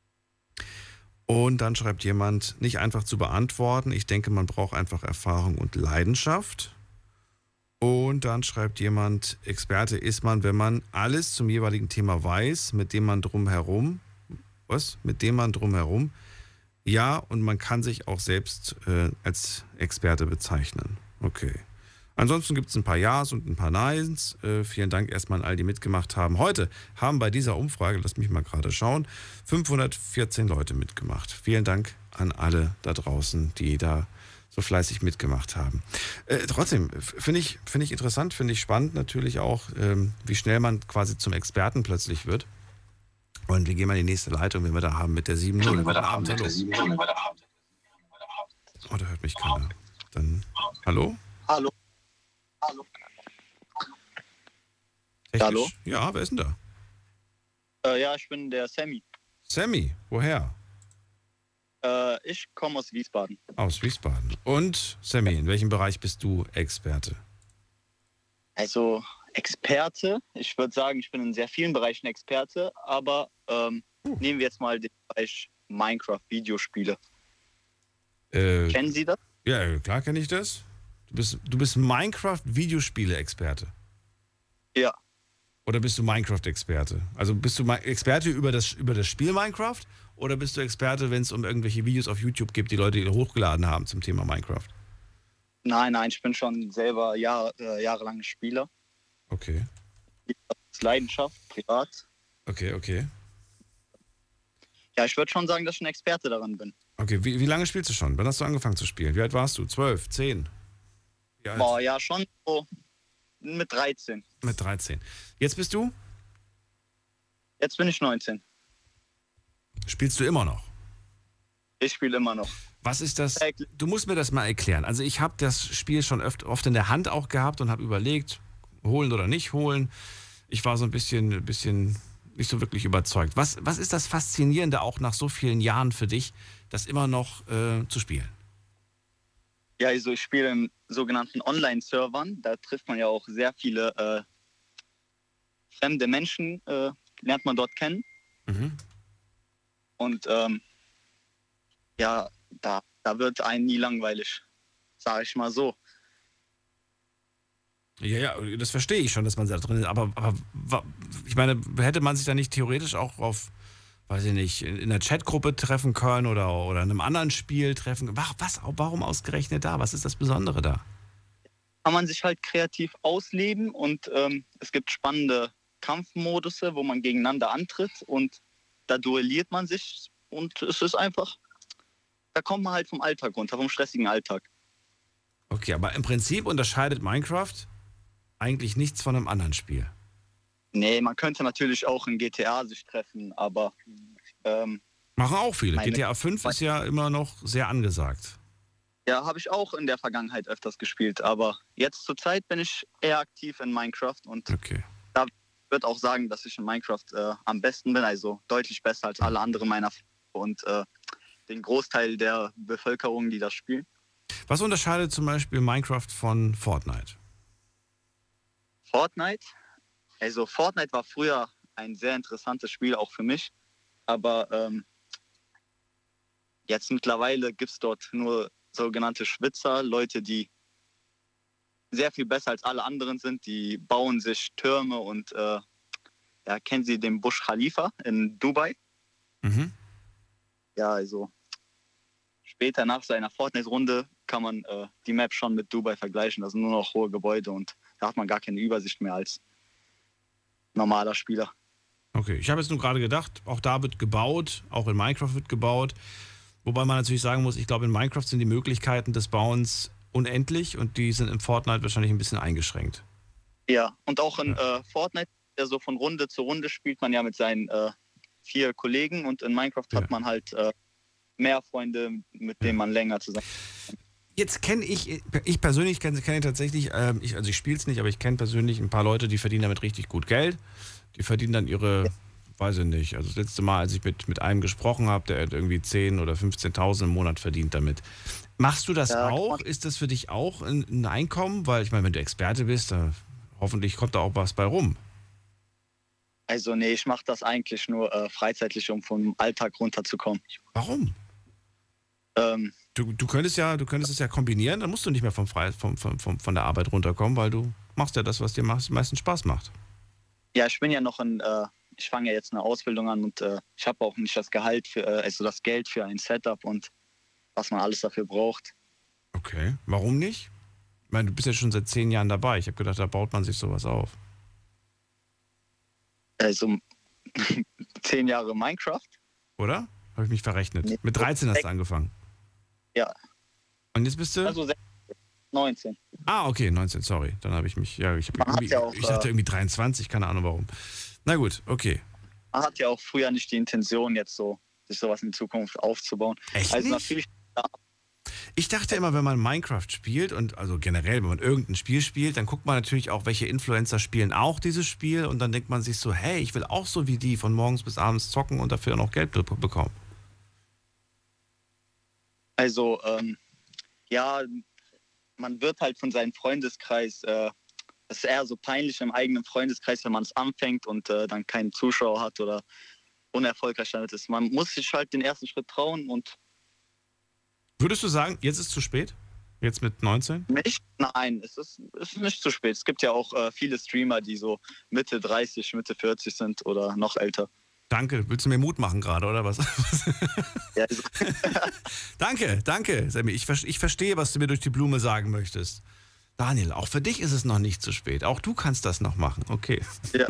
Und dann schreibt jemand, nicht einfach zu beantworten. Ich denke, man braucht einfach Erfahrung und Leidenschaft. Und dann schreibt jemand, Experte ist man, wenn man alles zum jeweiligen Thema weiß, mit dem man drumherum, was? Mit dem man drumherum, ja, und man kann sich auch selbst äh, als Experte bezeichnen. Okay. Ansonsten gibt es ein paar Ja's und ein paar Neins. Äh, vielen Dank erstmal an all, die mitgemacht haben. Heute haben bei dieser Umfrage, lasst mich mal gerade schauen, fünfhundertvierzehn Leute mitgemacht. Vielen Dank an alle da draußen, die da so fleißig mitgemacht haben. Äh, trotzdem, finde ich, finde ich interessant, finde ich spannend natürlich auch, ähm, wie schnell man quasi zum Experten plötzlich wird. Und wir gehen mal in die nächste Leitung, wenn wir da haben mit der sieben null. Guten Abend, hallo. Oh, da hört mich keiner. Dann, hallo? Hallo. Hallo. Technisch. Hallo? Ja, wer ist denn da? Äh, ja, ich bin der Sammy. Sammy, woher? Äh, ich komme aus Wiesbaden. Aus Wiesbaden. Und Sammy, in welchem Bereich bist du Experte? Also Experte, ich würde sagen, ich bin in sehr vielen Bereichen Experte, aber ähm, uh. nehmen wir jetzt mal den Bereich Minecraft-Videospiele. Äh, Kennen Sie das? Ja, klar kenne ich das. Du bist, du bist Minecraft-Videospiele-Experte. Ja. Oder bist du Minecraft-Experte? Also bist du Experte über das, über das Spiel Minecraft oder bist du Experte, wenn es um irgendwelche Videos auf YouTube gibt, die Leute die hochgeladen haben zum Thema Minecraft? Nein, nein, ich bin schon selber Jahr, äh, jahrelang Spieler. Okay. Als Leidenschaft, privat. Okay, okay. Ja, ich würde schon sagen, dass ich ein Experte daran bin. Okay, wie, wie lange spielst du schon? Wann hast du angefangen zu spielen? Wie alt warst du? Zwölf, zehn? Boah, ja, schon so mit dreizehn. Mit dreizehn. Jetzt bist du? Jetzt bin ich neunzehn. Spielst du immer noch? Ich spiele immer noch. Was ist das? Du musst mir das mal erklären. Also ich habe das Spiel schon oft, oft in der Hand auch gehabt und habe überlegt, holen oder nicht holen. Ich war so ein bisschen, bisschen nicht so wirklich überzeugt. Was, was ist das Faszinierende auch nach so vielen Jahren für dich, das immer noch äh, zu spielen? Ja, also ich spiele in sogenannten Online-Servern. Da trifft man ja auch sehr viele äh, fremde Menschen, äh, lernt man dort kennen. Mhm. Und ähm, ja, da, da wird einem nie langweilig, sage ich mal so. Ja, ja, das verstehe ich schon, dass man da drin ist. Aber, aber ich meine, hätte man sich da nicht theoretisch auch auf, weiß ich nicht, in einer Chatgruppe treffen können oder, oder in einem anderen Spiel treffen können? Was, warum ausgerechnet da? Was ist das Besondere da? Kann man sich halt kreativ ausleben und ähm, es gibt spannende Kampfmodusse, wo man gegeneinander antritt und da duelliert man sich und es ist einfach, da kommt man halt vom Alltag runter, vom stressigen Alltag. Okay, aber im Prinzip unterscheidet Minecraft eigentlich nichts von einem anderen Spiel. Nee, man könnte natürlich auch in G T A sich treffen, aber ähm, machen auch viele. G T A fünf ist ja immer noch sehr angesagt. Ja, habe ich auch in der Vergangenheit öfters gespielt, aber jetzt zur Zeit bin ich eher aktiv in Minecraft und okay. Da würde auch sagen, dass ich in Minecraft äh, am besten bin, also deutlich besser als alle anderen meiner Freunde und äh, den Großteil der Bevölkerung, die das spielen. Was unterscheidet zum Beispiel Minecraft von Fortnite? Fortnite? Also Fortnite war früher ein sehr interessantes Spiel, auch für mich. Aber ähm, jetzt mittlerweile gibt es dort nur sogenannte Schwitzer, Leute, die sehr viel besser als alle anderen sind. Die bauen sich Türme und äh, ja, kennen Sie den Burj Khalifa in Dubai? Mhm. Ja, also später nach seiner Fortnite-Runde kann man äh, die Map schon mit Dubai vergleichen. Das sind nur noch hohe Gebäude und da hat man gar keine Übersicht mehr als normaler Spieler. Okay, ich habe jetzt nur gerade gedacht, auch da wird gebaut, auch in Minecraft wird gebaut. Wobei man natürlich sagen muss, ich glaube, in Minecraft sind die Möglichkeiten des Bauens unendlich und die sind in Fortnite wahrscheinlich ein bisschen eingeschränkt. Ja, und auch in ja. äh, Fortnite, also von Runde zu Runde spielt man ja mit seinen äh, vier Kollegen und in Minecraft ja. hat man halt äh, mehr Freunde, mit denen man länger zusammen. Jetzt kenne ich, ich persönlich kenne kenn tatsächlich, ähm, ich, also ich spiele es nicht, aber ich kenne persönlich ein paar Leute, die verdienen damit richtig gut Geld. Die verdienen dann ihre, ja. weiß ich nicht, also das letzte Mal, als ich mit, mit einem gesprochen habe, der hat irgendwie zehntausend oder fünfzehntausend im Monat verdient damit. Machst du das ja, auch? Ist das für dich auch ein, ein Einkommen? Weil ich meine, wenn du Experte bist, dann hoffentlich kommt da auch was bei rum. Also nee, ich mache das eigentlich nur äh, freizeitlich, um vom Alltag runterzukommen. Warum? Ähm, du, du könntest ja, du könntest es ja kombinieren, dann musst du nicht mehr vom Frei, vom, vom, vom, von der Arbeit runterkommen, weil du machst ja das, was dir am meisten Spaß macht. Ja, ich bin ja noch in, äh, ich fange ja jetzt eine Ausbildung an und äh, ich habe auch nicht das Gehalt für, äh, also das Geld für ein Setup und was man alles dafür braucht. Okay, warum nicht? Ich meine, du bist ja schon seit zehn Jahren dabei. Ich habe gedacht, da baut man sich sowas auf. Also zehn Jahre Minecraft. Oder? Habe ich mich verrechnet? Nee. Mit dreizehn hast du angefangen. Ja. Und jetzt bist du? Also neunzehn. Ah, okay, neunzehn, sorry. Dann habe ich mich, ja, ich, hab irgendwie, ja auch, ich dachte irgendwie dreiundzwanzig, keine Ahnung warum. Na gut, okay. Man hat ja auch früher nicht die Intention, jetzt so, sich sowas in Zukunft aufzubauen. Echt also nicht? natürlich. Ja. Ich dachte immer, wenn man Minecraft spielt und also generell, wenn man irgendein Spiel spielt, dann guckt man natürlich auch, welche Influencer spielen auch dieses Spiel und dann denkt man sich so, hey, ich will auch so wie die von morgens bis abends zocken und dafür noch Geld be- bekommen. Also, ähm, ja, man wird halt von seinem Freundeskreis, äh, das ist eher so peinlich im eigenen Freundeskreis, wenn man es anfängt und äh, dann keinen Zuschauer hat oder unerfolgreich damit ist. Man muss sich halt den ersten Schritt trauen und. Würdest du sagen, jetzt ist es zu spät? Jetzt mit neunzehn? Nicht? Nein, es ist, es ist nicht zu spät. Es gibt ja auch äh, viele Streamer, die so Mitte dreißig, Mitte vierzig sind oder noch älter. Danke. Willst du mir Mut machen gerade, oder was? Ja, also danke, danke, Sammy. Ich, ich verstehe, was du mir durch die Blume sagen möchtest. Daniel, auch für dich ist es noch nicht zu spät. Auch du kannst das noch machen. Okay. Ja.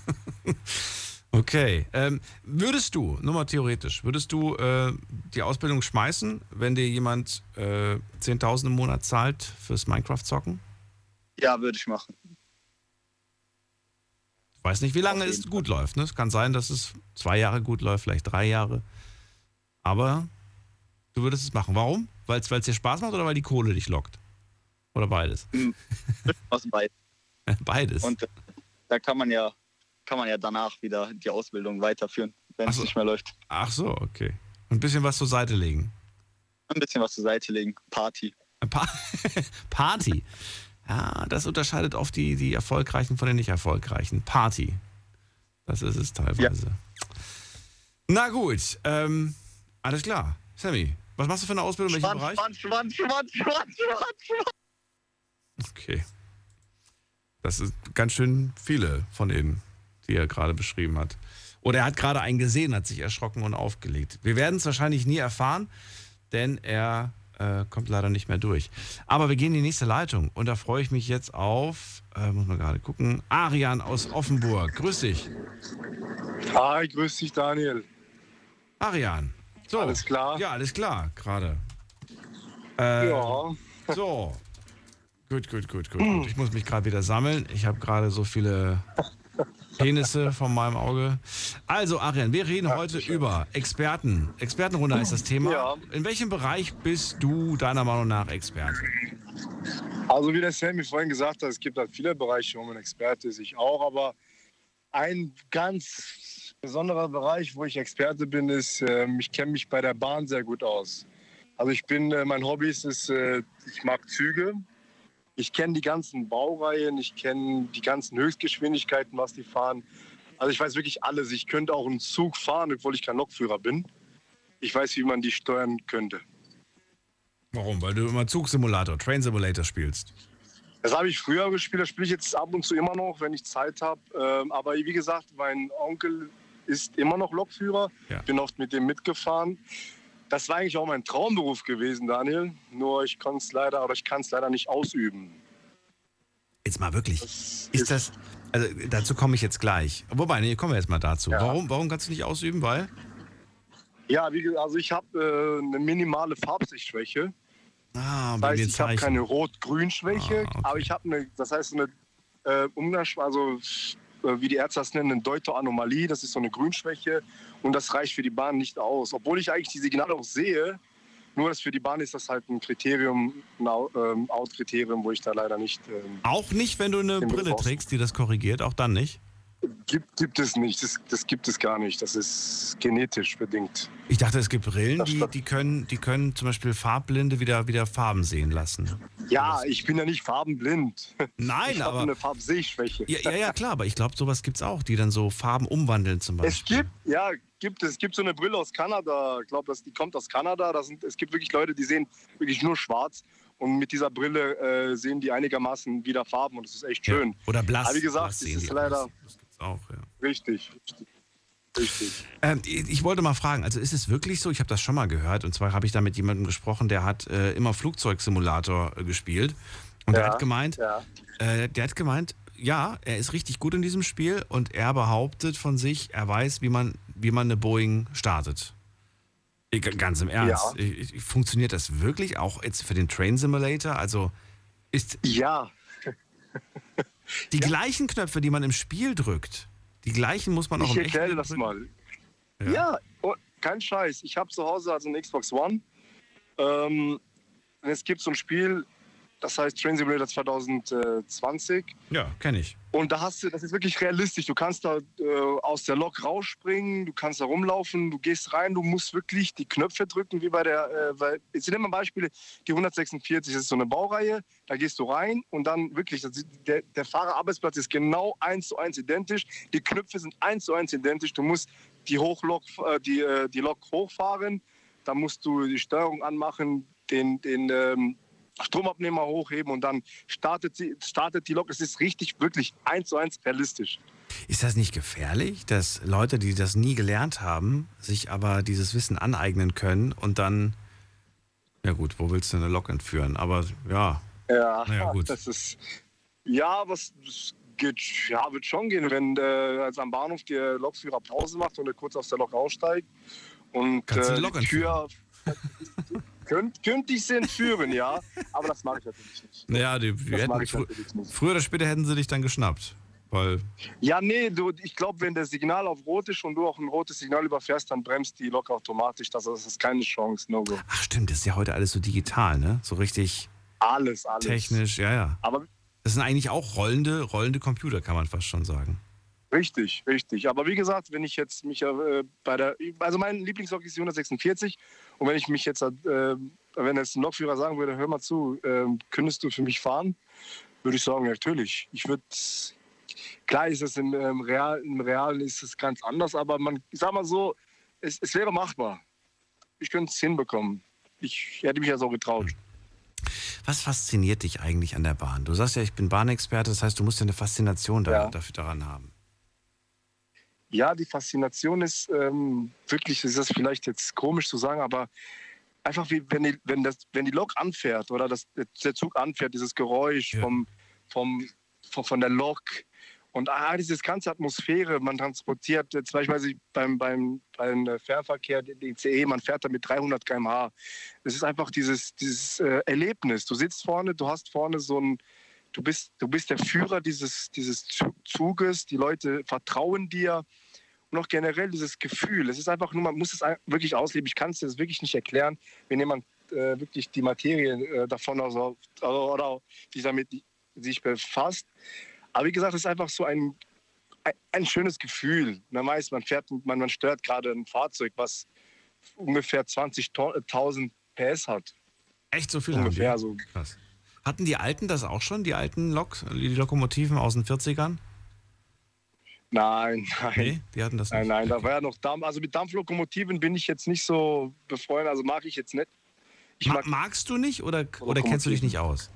Okay. Ähm, würdest du, nur mal theoretisch, würdest du äh, die Ausbildung schmeißen, wenn dir jemand äh, zehntausend im Monat zahlt fürs Minecraft-Zocken? Ja, würde ich machen. Ich weiß nicht, wie lange es gut läuft. Ne? Es kann sein, dass es zwei Jahre gut läuft, vielleicht drei Jahre. Aber du würdest es machen. Warum? Weil es dir Spaß macht oder weil die Kohle dich lockt? Oder beides? Aus beides. Beides. Und äh, da kann man ja kann man ja danach wieder die Ausbildung weiterführen, wenn es so. nicht mehr läuft. Ach so, okay. Ein bisschen was zur Seite legen. Ein bisschen was zur Seite legen. Party. Pa- Party. Ja, das unterscheidet oft die, die Erfolgreichen von den nicht Erfolgreichen. Party. Das ist es teilweise. Ja. Na gut, ähm, alles klar. Sammy, was machst du für eine Ausbildung? In welchem Bereich? Schwanz, Schwanz, Schwanz, Schwanz, Schwanz, Schwanz. Okay. Das ist ganz schön viele von denen, die er gerade beschrieben hat. Oder er hat gerade einen gesehen, hat sich erschrocken und aufgelegt. Wir werden es wahrscheinlich nie erfahren, denn er äh, kommt leider nicht mehr durch. Aber wir gehen in die nächste Leitung und da freue ich mich jetzt auf, äh, muss man gerade gucken, Arian aus Offenburg. Grüß dich. Hi, grüß dich, Daniel. Arian. So. Alles klar? Ja, alles klar, gerade. Äh, ja. So. Gut, gut, gut, gut. Ich muss mich gerade wieder sammeln. Ich habe gerade so viele Penisse von meinem Auge. Also, Arian, wir reden heute über Experten. Expertenrunde heißt das Thema. Ja. In welchem Bereich bist du deiner Meinung nach Experte? Also, wie der Sammy vorhin gesagt hat, es gibt halt viele Bereiche, wo man Experte ist. Ich auch, aber ein ganz besonderer Bereich, wo ich Experte bin, ist, äh, ich kenne mich bei der Bahn sehr gut aus. Also, ich bin, äh, mein Hobby ist, ist äh, ich mag Züge. Ich kenne die ganzen Baureihen, ich kenne die ganzen Höchstgeschwindigkeiten, was die fahren. Also ich weiß wirklich alles. Ich könnte auch einen Zug fahren, obwohl ich kein Lokführer bin. Ich weiß, wie man die steuern könnte. Warum? Weil du immer Zugsimulator, Train Simulator spielst. Das habe ich früher gespielt, das spiele ich jetzt ab und zu immer noch, wenn ich Zeit habe. Ähm, aber wie gesagt, mein Onkel ist immer noch Lokführer. Ja. Bin oft mit dem mitgefahren. Das war eigentlich auch mein Traumberuf gewesen, Daniel. Nur ich konnte es leider, oder ich kann es leider nicht ausüben. Jetzt mal wirklich. Das ist das, also dazu komme ich jetzt gleich. Wobei, nee, kommen wir jetzt mal dazu. Ja. Warum, warum kannst du nicht ausüben? Weil? Ja, wie gesagt, also ich habe äh, eine minimale Farbsichtschwäche. Ah, das bei heißt, den ich habe Zeichen. keine Rot-Grün-Schwäche, Ah, okay. aber ich habe eine, das heißt eine äh, Umgangs-, also äh, wie die Ärzte das nennen, eine Deuter-Anomalie. Das ist so eine Grünschwäche und das reicht für die Bahn nicht aus. Obwohl ich eigentlich die Signale auch sehe, nur dass für die Bahn ist das halt ein Kriterium, ein ähm, Out-Kriterium, wo ich da leider nicht... Ähm, Auch nicht, wenn du eine den Brille Beruf trägst, die das korrigiert? Auch dann nicht? Gibt, gibt es nicht, das, das gibt es gar nicht. Das ist genetisch bedingt. Ich dachte, es gibt Brillen, die, die, können, die können zum Beispiel Farbblinde wieder, wieder Farben sehen lassen. Ja, ich bin ja nicht farbenblind. Nein, ich aber... habe eine Farbsehschwäche. Ja, ja, ja, klar, aber ich glaube, sowas gibt es auch, die dann so Farben umwandeln zum Beispiel. Es gibt, ja, gibt es. Es gibt so eine Brille aus Kanada. Ich glaube, die kommt aus Kanada. Das sind, es gibt wirklich Leute, die sehen wirklich nur schwarz. Und mit dieser Brille äh, sehen die einigermaßen wieder Farben. Und das ist echt schön. Ja, oder blass. Aber wie gesagt, blass das sehen ist die leider... aus. Das gibt's auch, ja. Richtig, richtig. richtig. Ähm, ich wollte mal fragen, also ist es wirklich so, ich habe das schon mal gehört, und zwar habe ich da mit jemandem gesprochen, der hat äh, immer Flugzeugsimulator äh, gespielt. Und Ja, der hat gemeint, ja. äh, der hat gemeint, ja, er ist richtig gut in diesem Spiel und er behauptet von sich, er weiß, wie man, wie man eine Boeing startet. Ich, ganz im Ernst. Ja. Ich, ich, funktioniert das wirklich auch jetzt für den Train Simulator? Also ist ja die ja. gleichen Knöpfe, die man im Spiel drückt, die gleichen muss man auch ich im echten erkläre das drücken? mal. Ja, ja oh, kein Scheiß. Ich habe zu Hause also eine Xbox One. Ähm, es gibt so ein Spiel, das heißt Train Simulator zwanzig zwanzig. Ja, kenne ich. Und da hast du, das ist wirklich realistisch. Du kannst da äh, aus der Lok rausspringen, du kannst da rumlaufen, du gehst rein, du musst wirklich die Knöpfe drücken, wie bei der, äh, bei, jetzt nehmen wir Beispiele, die hundertsechsundvierzig ist so eine Baureihe, da gehst du rein und dann wirklich, das, der, der Fahrerarbeitsplatz ist genau eins zu eins identisch, die Knöpfe sind eins zu eins identisch, du musst die Hochlok, äh, die, äh, die Lok hochfahren, dann musst du die Steuerung anmachen, den, den ähm, Stromabnehmer hochheben und dann startet, sie, startet die Lok. Es ist richtig, wirklich eins zu eins realistisch. Ist das nicht gefährlich, dass Leute, die das nie gelernt haben, sich aber dieses Wissen aneignen können und dann, ja gut, wo willst du eine Lok entführen? Aber ja, ja, ja gut. Das ist, ja, was das geht, ja, wird schon gehen, wenn äh, also am Bahnhof der Lokführer Pause macht und er kurz aus der Lok aussteigt und Kannst du eine äh, Lok die Tür Könnt, könnte ich sie entführen, ja, aber das mache ich natürlich nicht. Naja, die, die das hätten, mache ich frü natürlich nicht. Früher oder später hätten sie dich dann geschnappt, weil... Ja, nee, du, ich glaube, wenn das Signal auf Rot ist und du auch ein rotes Signal überfährst, dann bremst die Lok automatisch. Das, das ist keine Chance, no go. Ach stimmt, das ist ja heute alles so digital, ne? So richtig... Alles, alles. Technisch, ja, ja. Aber das sind eigentlich auch rollende, rollende Computer, kann man fast schon sagen. Richtig, richtig. Aber wie gesagt, wenn ich jetzt mich äh, bei der... Also mein Lieblingslok ist die hundertsechsundvierzig und wenn ich mich jetzt... Äh, wenn jetzt ein Lokführer sagen würde, hör mal zu, äh, könntest du für mich fahren? Würde ich sagen, natürlich. Ich würde, klar ist es im, im, Real, im Realen ist es ganz anders, aber man, ich sag mal so, es, es wäre machbar. Ich könnte es hinbekommen. Ich hätte mich ja so getraut. Was fasziniert dich eigentlich an der Bahn? Du sagst ja, ich bin Bahnexperte, das heißt, du musst ja eine Faszination da, Ja. dafür, daran haben. Ja, die Faszination ist ähm, wirklich, ist das vielleicht jetzt komisch zu sagen, aber einfach wie wenn die, wenn das, wenn die Lok anfährt oder das, der Zug anfährt, dieses Geräusch Ja. vom, vom, von, von der Lok und ah, diese ganze Atmosphäre, man transportiert, jetzt beispielsweise beim, beim, beim Fernverkehr, den I C E, man fährt da mit dreihundert Kilometer pro Stunde. Es ist einfach dieses, dieses äh, Erlebnis. Du sitzt vorne, du hast vorne so ein, du bist, du bist der Führer dieses, dieses Zuges, die Leute vertrauen dir. Und auch generell dieses Gefühl, es ist einfach nur, man muss es wirklich ausleben. Ich kann es dir wirklich nicht erklären, wenn jemand äh, wirklich die Materie äh, davon also, oder, oder die damit sich befasst. Aber wie gesagt, es ist einfach so ein, ein, ein schönes Gefühl. Man weiß, man fährt, man, man steuert gerade ein Fahrzeug, was ungefähr zwanzigtausend P S hat. Echt so viel ungefähr, haben die? Krass. Hatten die Alten das auch schon, die alten Lok, die Lokomotiven aus den vierzigern? Nein, nein. Nee, die hatten das nicht. Nein, nein, da war ja noch Dampf. Also mit Dampflokomotiven bin ich jetzt nicht so befreundet, also mag ich jetzt nicht. Ich Ma mag magst du nicht oder, oder kennst du dich nicht aus?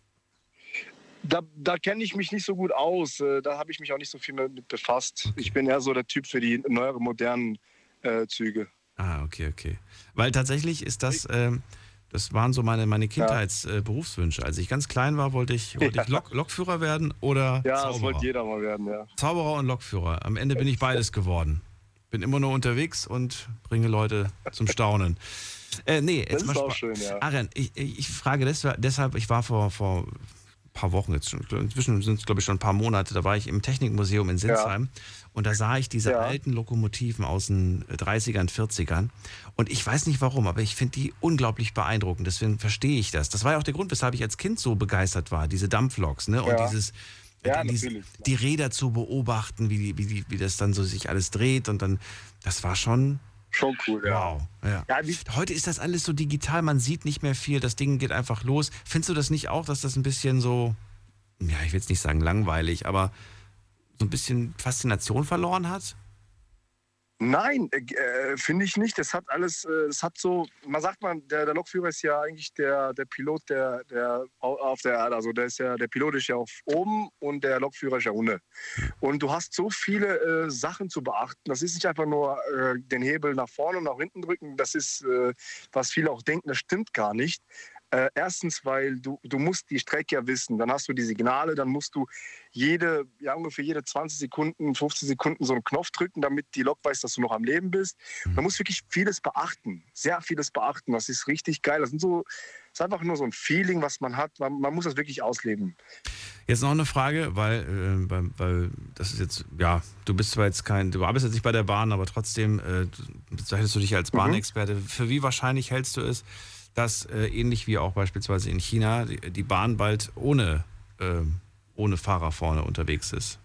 Da, da kenne ich mich nicht so gut aus. Äh, Da habe ich mich auch nicht so viel mit befasst. Ich bin eher so der Typ für die neueren, modernen äh, Züge. Ah, okay, okay. Weil tatsächlich ist das, ähm, das waren so meine, meine Kindheitsberufswünsche. Als ich ganz klein war, wollte ich, wollte ich Lok Lokführer werden oder Ja, Zauberer. das wollte jeder mal werden, ja. Zauberer und Lokführer. Am Ende bin ich beides geworden. Bin immer nur unterwegs und bringe Leute zum Staunen. Äh, nee, jetzt Das mal ist auch Spa- schön, ja. Aren, ich, ich ich frage deshalb, deshalb, ich war vor, vor ein paar Wochen jetzt schon, inzwischen sind es glaube ich schon ein paar Monate, da war ich im Technikmuseum in Sinsheim und da sah ich diese Ja. alten Lokomotiven aus den dreißigern, vierzigern und ich weiß nicht warum, aber ich finde die unglaublich beeindruckend, deswegen verstehe ich das. Das war ja auch der Grund, weshalb ich als Kind so begeistert war, diese Dampfloks, ne? Und Ja. dieses Ja, dann diese, natürlich, die Räder zu beobachten, wie, die, wie, die, wie das dann so sich alles dreht und dann, das war schon Schon cool, ja. wow. Ja. Ja, wie, Heute ist das alles so digital, man sieht nicht mehr viel, das Ding geht einfach los. Findest du das nicht auch, dass das ein bisschen so, ja, ich will jetzt nicht sagen langweilig, aber so ein bisschen Faszination verloren hat? Nein, äh, finde ich nicht. Das hat alles, äh, das hat so, man sagt man, der, der Lokführer ist ja eigentlich der, der Pilot der, der au- auf der Erde. Also der ist ja, der Pilot ist ja auf oben und der Lokführer ist ja unten. Und du hast so viele äh, Sachen zu beachten. Das ist nicht einfach nur äh, den Hebel nach vorne und nach hinten drücken. Das ist, äh, was viele auch denken, das stimmt gar nicht. Äh, erstens, weil du, du musst die Strecke ja wissen. Dann hast du die Signale, dann musst du jede, ja ungefähr jede zwanzig Sekunden, fünfzehn Sekunden so einen Knopf drücken, damit die Lok weiß, dass du noch am Leben bist. Man muss wirklich vieles beachten, sehr vieles beachten. Das ist richtig geil. Das sind so, das ist einfach nur so ein Feeling, was man hat. Man, man muss das wirklich ausleben. Jetzt noch eine Frage, weil, äh, weil, weil das ist jetzt, ja, du bist zwar jetzt kein, du arbeitest jetzt nicht bei der Bahn, aber trotzdem äh, bezeichnest du dich als Bahnexperte. Mhm. Für wie wahrscheinlich hältst du es, dass äh, ähnlich wie auch beispielsweise in China die, die Bahn bald ohne, äh, ohne Fahrer vorne unterwegs ist?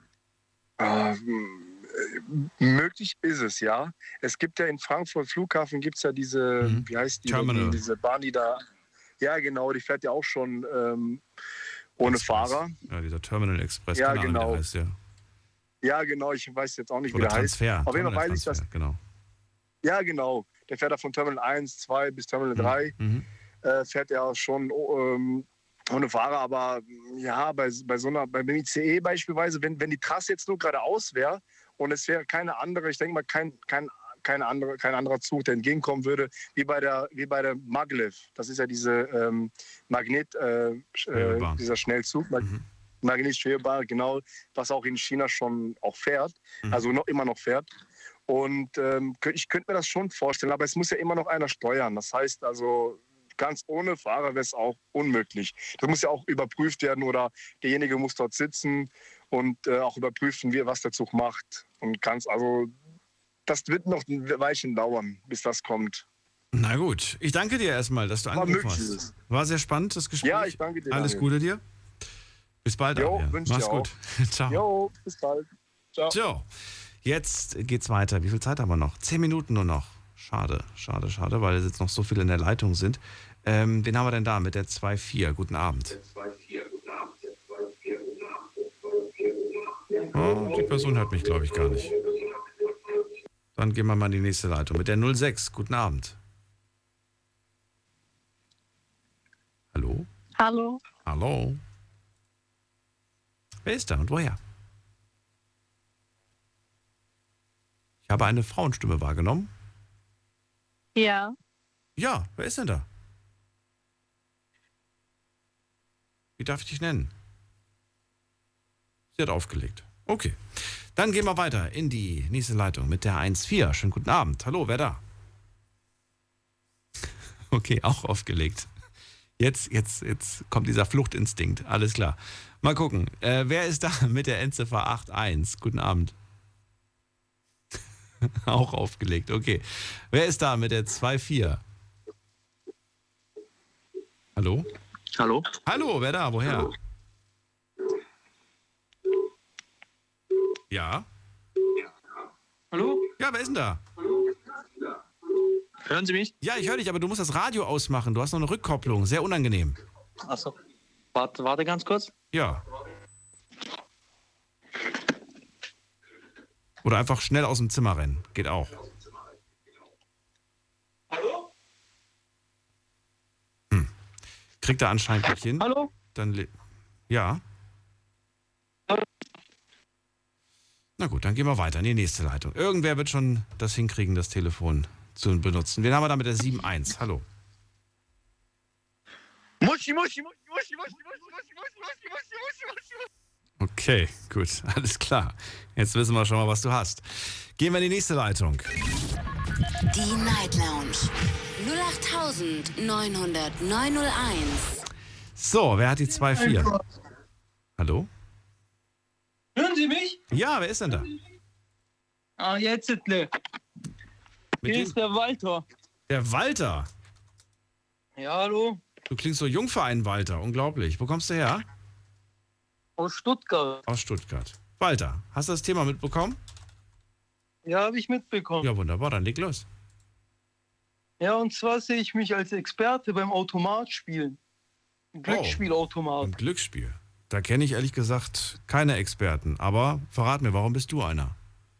Ähm, äh, möglich ist es, ja. Es gibt ja in Frankfurt Flughafen, gibt es ja diese, mhm. wie heißt die, Terminal. diese Bahn, die da, ja genau, die fährt ja auch schon ähm, ohne Express. Fahrer. Ja, dieser Terminal Express, Ja, keine Ahnung, genau. wie der heißt, ja. Ja, genau, ich weiß jetzt auch nicht, Oder wie der Transfer. heißt. Auf jeden Fall weiß ich, Terminal dass, Transfer, genau. ja genau, der fährt da von Terminal eins, zwei bis Terminal drei, Mhm. äh, fährt er schon ähm, ohne Fahrer, aber ja, bei, bei so einer, beim I C E beispielsweise, wenn, wenn die Trasse jetzt nur geradeaus wäre und es wäre keine andere, ich denke mal, kein, kein, keine andere, kein anderer Zug, der entgegenkommen würde, wie bei der, wie bei der Maglev. Das ist ja diese ähm, Magnet, äh, äh, dieser Schnellzug, mhm. Magnetschwebebahn, genau, was auch in China schon auch fährt, mhm. also noch immer noch fährt. Und ähm, ich könnte mir das schon vorstellen, aber es muss ja immer noch einer steuern. Das heißt also, ganz ohne Fahrer wäre es auch unmöglich. Das muss ja auch überprüft werden oder derjenige muss dort sitzen und äh, auch überprüfen, wie, was der Zug macht. Und ganz, also das wird noch ein Weilchen dauern, bis das kommt. Na gut, ich danke dir erstmal, dass du angerufen hast. Ist. War sehr spannend, das Gespräch. Ja, ich danke dir. Alles Daniel. Gute dir. Bis bald. Jo, wünsche Mach's dir gut. auch. Ciao. Jo, bis bald. Ciao. So, jetzt geht's weiter. Wie viel Zeit haben wir noch? Zehn Minuten nur noch. Schade, schade, schade, weil jetzt noch so viele in der Leitung sind. Ähm, wen haben wir denn da mit der zwei vier? Guten Abend. Oh, die Person hört mich, glaube ich, gar nicht. Dann gehen wir mal in die nächste Leitung mit der null sechs. Guten Abend. Hallo? Hallo. Hallo? Wer ist da und woher? Ich habe eine Frauenstimme wahrgenommen. Ja. Ja, wer ist denn da? Wie darf ich dich nennen? Sie hat aufgelegt. Okay. Dann gehen wir weiter in die nächste Leitung mit der eins vier. Schönen guten Abend. Hallo, wer da? Okay, auch aufgelegt. Jetzt, jetzt, jetzt kommt dieser Fluchtinstinkt. Alles klar. Mal gucken. Äh, wer ist da mit der Endziffer acht eins? Guten Abend. Auch aufgelegt, okay. Wer ist da mit der zwei vier? Hallo? Hallo? Hallo, wer da? Woher? Ja? Hallo? Ja, wer ist denn da? Hören Sie mich? Ja, ich höre dich, aber du musst das Radio ausmachen. Du hast noch eine Rückkopplung. Sehr unangenehm. Achso. Warte, warte ganz kurz. Ja. Oder einfach schnell aus dem Zimmer rennen. Geht auch. Hallo? Hm. Kriegt er anscheinend nicht hin. Hallo? Dann le- ja. Na gut, dann gehen wir weiter in die nächste Leitung. Irgendwer wird schon das hinkriegen, das Telefon zu benutzen. Wen haben wir da mit der sieben eins? Hallo. Muschi, Muschi, Muschi, Muschi, Muschi, Muschi, Muschi, Muschi, Muschi, Muschi, Muschi, Muschi. Okay, gut, alles klar. Jetzt wissen wir schon mal, was du hast. Gehen wir in die nächste Leitung. Die Night Lounge null acht neun null null neun null eins. So, wer hat die zwei vier? Hallo? Hören Sie mich? Ja, wer ist denn da? Ah, jetzt ist Hier wem? ist der Walter. Der Walter. Ja, hallo? Du klingst so jung für einen Walter, unglaublich. Wo kommst du her? Aus Stuttgart. Aus Stuttgart. Walter, hast du das Thema mitbekommen? Ja, habe ich mitbekommen. Ja, wunderbar, dann leg los. Ja, und zwar sehe ich mich als Experte beim Automatspielen. Glücksspielautomat. Ein Glücksspiel. Da kenne ich ehrlich gesagt keine Experten. Aber verrat mir, warum bist du einer?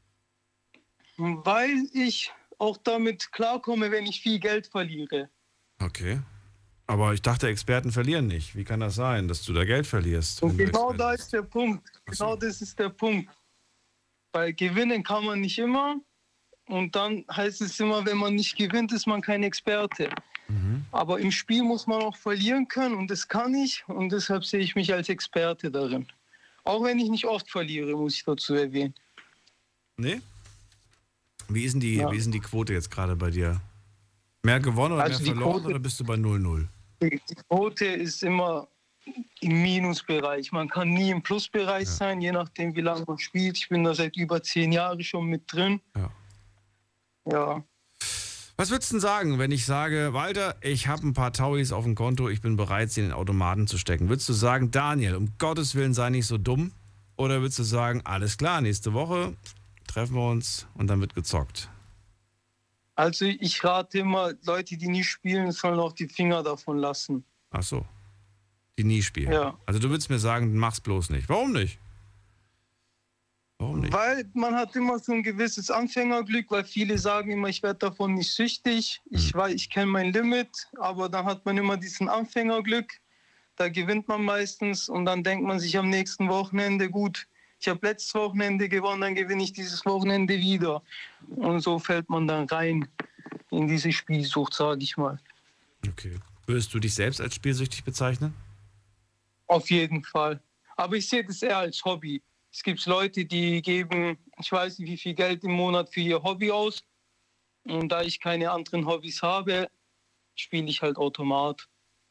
Weil ich auch damit klarkomme, wenn ich viel Geld verliere. Okay. Aber ich dachte, Experten verlieren nicht. Wie kann das sein, dass du da Geld verlierst? Und wenn du genau Experte da bist? ist der Punkt. Genau das ist der Punkt. Weil gewinnen kann man nicht immer. Und dann heißt es immer, wenn man nicht gewinnt, ist man kein Experte. Mhm. Aber im Spiel muss man auch verlieren können und das kann ich und deshalb sehe ich mich als Experte darin. Auch wenn ich nicht oft verliere, muss ich dazu erwähnen. Nee? Wie ist denn die, Ja. wie ist denn die Quote jetzt gerade bei dir? Mehr gewonnen oder Also mehr die verloren Quote- oder bist du bei null null? Die Quote ist immer im Minusbereich. Man kann nie im Plusbereich sein, je nachdem, wie lange man spielt. Ich bin da seit über zehn Jahren schon mit drin. Ja. Ja. Was würdest du denn sagen, wenn ich sage, Walter, ich habe ein paar Tauis auf dem Konto, ich bin bereit, sie in den Automaten zu stecken? Würdest du sagen, Daniel, um Gottes Willen sei nicht so dumm? Oder würdest du sagen, alles klar, nächste Woche treffen wir uns und dann wird gezockt? Also ich rate immer, Leute, die nie spielen, sollen auch die Finger davon lassen. Ach so. Die nie spielen. Ja. Also du würdest mir sagen, mach's bloß nicht. Warum nicht? Warum nicht? Weil man hat immer so ein gewisses Anfängerglück, weil viele sagen immer, ich werde davon nicht süchtig. Ich weiß, ich kenne mein Limit, aber dann hat man immer diesen Anfängerglück. Da gewinnt man meistens und dann denkt man sich am nächsten Wochenende, gut, ich habe letztes Wochenende gewonnen, dann gewinne ich dieses Wochenende wieder. Und so fällt man dann rein in diese Spielsucht, sage ich mal. Okay. Würdest du dich selbst als spielsüchtig bezeichnen? Auf jeden Fall. Aber ich sehe das eher als Hobby. Es gibt Leute, die geben, ich weiß nicht, wie viel Geld im Monat für ihr Hobby aus. Und da ich keine anderen Hobbys habe, spiele ich halt Automat.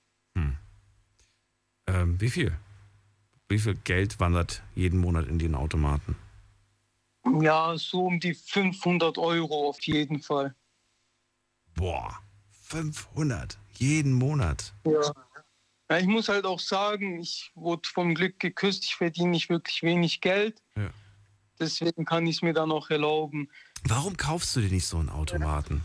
Ähm, wie viel? Wie viel Geld wandert jeden Monat in den Automaten? Ja, so um die fünfhundert Euro auf jeden Fall. Boah, fünfhundert jeden Monat. Ja. Ja, ich muss halt auch sagen, ich wurde vom Glück geküsst, ich verdiene nicht wirklich wenig Geld. Ja. Deswegen kann ich es mir dann auch erlauben. Warum kaufst du dir nicht so einen Automaten?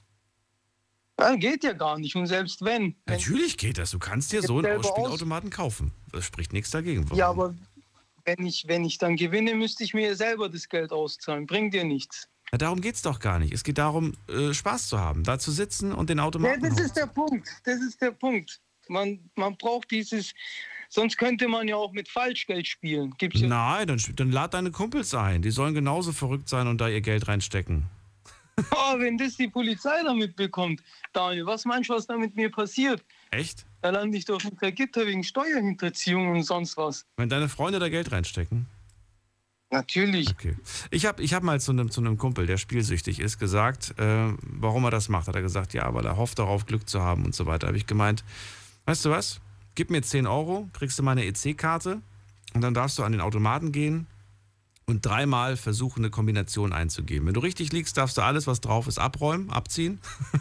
Ja, geht ja gar nicht. Und selbst wenn. wenn Natürlich geht das. Du kannst dir Jetzt so einen selber Spielautomaten kaufen. Das spricht nichts dagegen. Warum? Ja, aber wenn ich, wenn ich dann gewinne, müsste ich mir selber das Geld auszahlen. Bringt dir nichts. Ja, darum geht es doch gar nicht. Es geht darum, äh, Spaß zu haben, da zu sitzen und den Ja, Automaten das hoch- ist der Punkt. Das ist der Punkt. Man, man braucht dieses. Sonst könnte man ja auch mit Falschgeld spielen. Gibt's ja. Nein, dann, dann lad deine Kumpels ein. Die sollen genauso verrückt sein und da ihr Geld reinstecken. Oh, wenn das die Polizei damit bekommt, Daniel, was meinst du, was da mit mir passiert? Echt? Da lande ich doch hinter Gitter wegen Steuerhinterziehung und sonst was. Wenn deine Freunde da Geld reinstecken? Natürlich. Okay. Ich habe ich hab mal zu einem, zu einem Kumpel, der spielsüchtig ist, gesagt, äh, warum er das macht. Hat er gesagt, ja, weil er hofft darauf, Glück zu haben und so weiter. Habe ich gemeint, weißt du was? Gib mir zehn Euro, kriegst du meine E C-Karte und dann darfst du an den Automaten gehen und dreimal versuchen, eine Kombination einzugeben. Wenn du richtig liegst, darfst du alles, was drauf ist, abräumen, abziehen.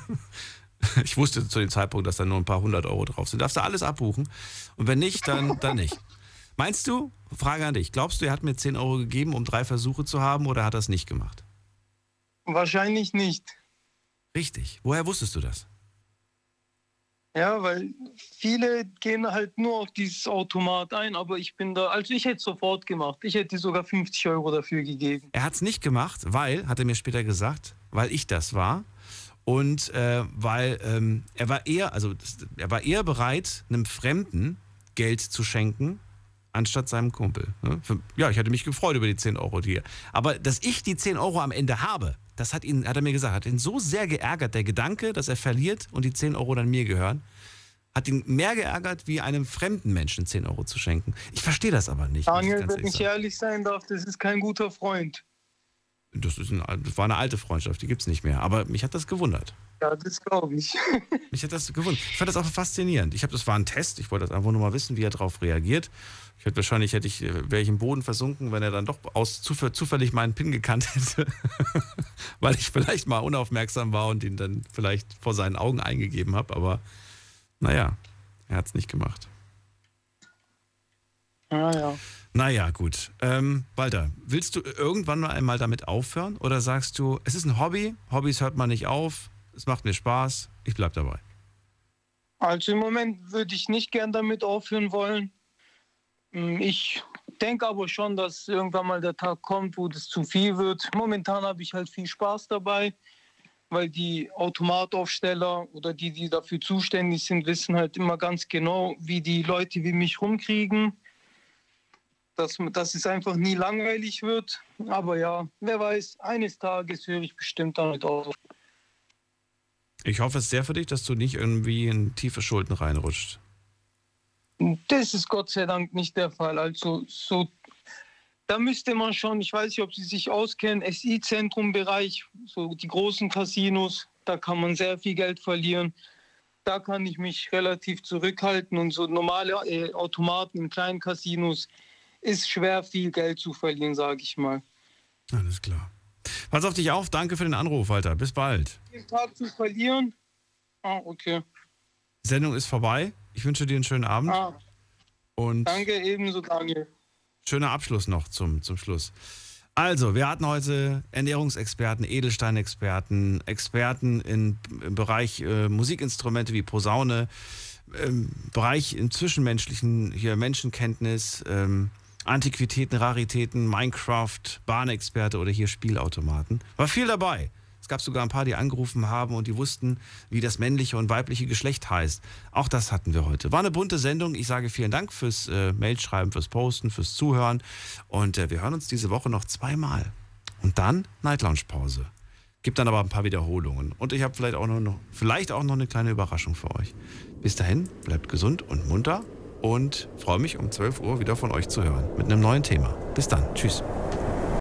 Ich wusste zu dem Zeitpunkt, dass da nur ein paar hundert Euro drauf sind. Darfst du alles abbuchen und wenn nicht, dann, dann nicht. Meinst du, Frage an dich, glaubst du, er hat mir zehn Euro gegeben, um drei Versuche zu haben oder hat er es nicht gemacht? Wahrscheinlich nicht. Richtig. Woher wusstest du das? Ja, weil viele gehen halt nur auf dieses Automat ein, aber ich bin da, also ich hätte es sofort gemacht. Ich hätte sogar fünfzig Euro dafür gegeben. Er hat es nicht gemacht, weil, hat er mir später gesagt, weil ich das war und äh, weil ähm, er war eher, also das, er war eher bereit, einem Fremden Geld zu schenken, anstatt seinem Kumpel. Ne? Für, ja, ich hatte mich gefreut über die zehn Euro, die er, aber dass ich die zehn Euro am Ende habe, das hat ihn, hat er mir gesagt, hat ihn so sehr geärgert, der Gedanke, dass er verliert und die zehn Euro dann mir gehören, hat ihn mehr geärgert, wie einem fremden Menschen zehn Euro zu schenken. Ich verstehe das aber nicht. muss ich Daniel, ganz wenn ehrlich ich sagen. ehrlich sein darf, das ist kein guter Freund. Das, ist ein, das war eine alte Freundschaft, die gibt es nicht mehr. Aber mich hat das gewundert. Ja, das glaube ich. Mich hat das gewundert. Ich fand das auch faszinierend. Ich habe, das war ein Test. Ich wollte das einfach nur mal wissen, wie er darauf reagiert. Ich hätte wahrscheinlich hätte ich, wäre ich im Boden versunken, wenn er dann doch aus zufall, zufällig meinen PIN gekannt hätte, weil ich vielleicht mal unaufmerksam war und ihn dann vielleicht vor seinen Augen eingegeben habe. Aber naja, er hat es nicht gemacht. Ja, ja. Naja, gut. Ähm, Walter, willst du irgendwann mal einmal damit aufhören? Oder sagst du, es ist ein Hobby, Hobbys hört man nicht auf, es macht mir Spaß, ich bleib dabei? Also im Moment würde ich nicht gern damit aufhören wollen. Ich denke aber schon, dass irgendwann mal der Tag kommt, wo das zu viel wird. Momentan habe ich halt viel Spaß dabei, weil die Automataufsteller oder die, die dafür zuständig sind, wissen halt immer ganz genau, wie die Leute wie mich rumkriegen. Dass, dass es einfach nie langweilig wird. Aber ja, wer weiß, eines Tages höre ich bestimmt damit auf. Ich hoffe es sehr für dich, dass du nicht irgendwie in tiefe Schulden reinrutscht. Das ist Gott sei Dank nicht der Fall. Also so, da müsste man schon, ich weiß nicht, ob Sie sich auskennen, S I-Zentrum-Bereich, so die großen Casinos, da kann man sehr viel Geld verlieren. Da kann ich mich relativ zurückhalten und so normale äh, Automaten in kleinen Casinos ist schwer, viel Geld zu verlieren, sage ich mal. Alles klar. Pass auf dich auf, danke für den Anruf, Walter. Bis bald. Den Tag zu verlieren? Ah, okay. Sendung ist vorbei. Ich wünsche dir einen schönen Abend. Ah, und danke, ebenso, Daniel. Schöner Abschluss noch zum, zum Schluss. Also, wir hatten heute Ernährungsexperten, Edelsteinexperten, Experten in, im Bereich äh, Musikinstrumente wie Posaune, im Bereich im Zwischenmenschlichen, hier Menschenkenntnis, ähm, Antiquitäten, Raritäten, Minecraft, Bahnexperte oder hier Spielautomaten. War viel dabei. Es gab sogar ein paar, die angerufen haben und die wussten, wie das männliche und weibliche Geschlecht heißt. Auch das hatten wir heute. War eine bunte Sendung. Ich sage vielen Dank fürs äh, Mailschreiben, fürs Posten, fürs Zuhören. Und äh, wir hören uns diese Woche noch zweimal. Und dann Night Lounge Pause. Gibt dann aber ein paar Wiederholungen. Und ich habe vielleicht auch noch, vielleicht auch noch eine kleine Überraschung für euch. Bis dahin, bleibt gesund und munter und freue mich um zwölf Uhr wieder von euch zu hören mit einem neuen Thema. Bis dann. Tschüss.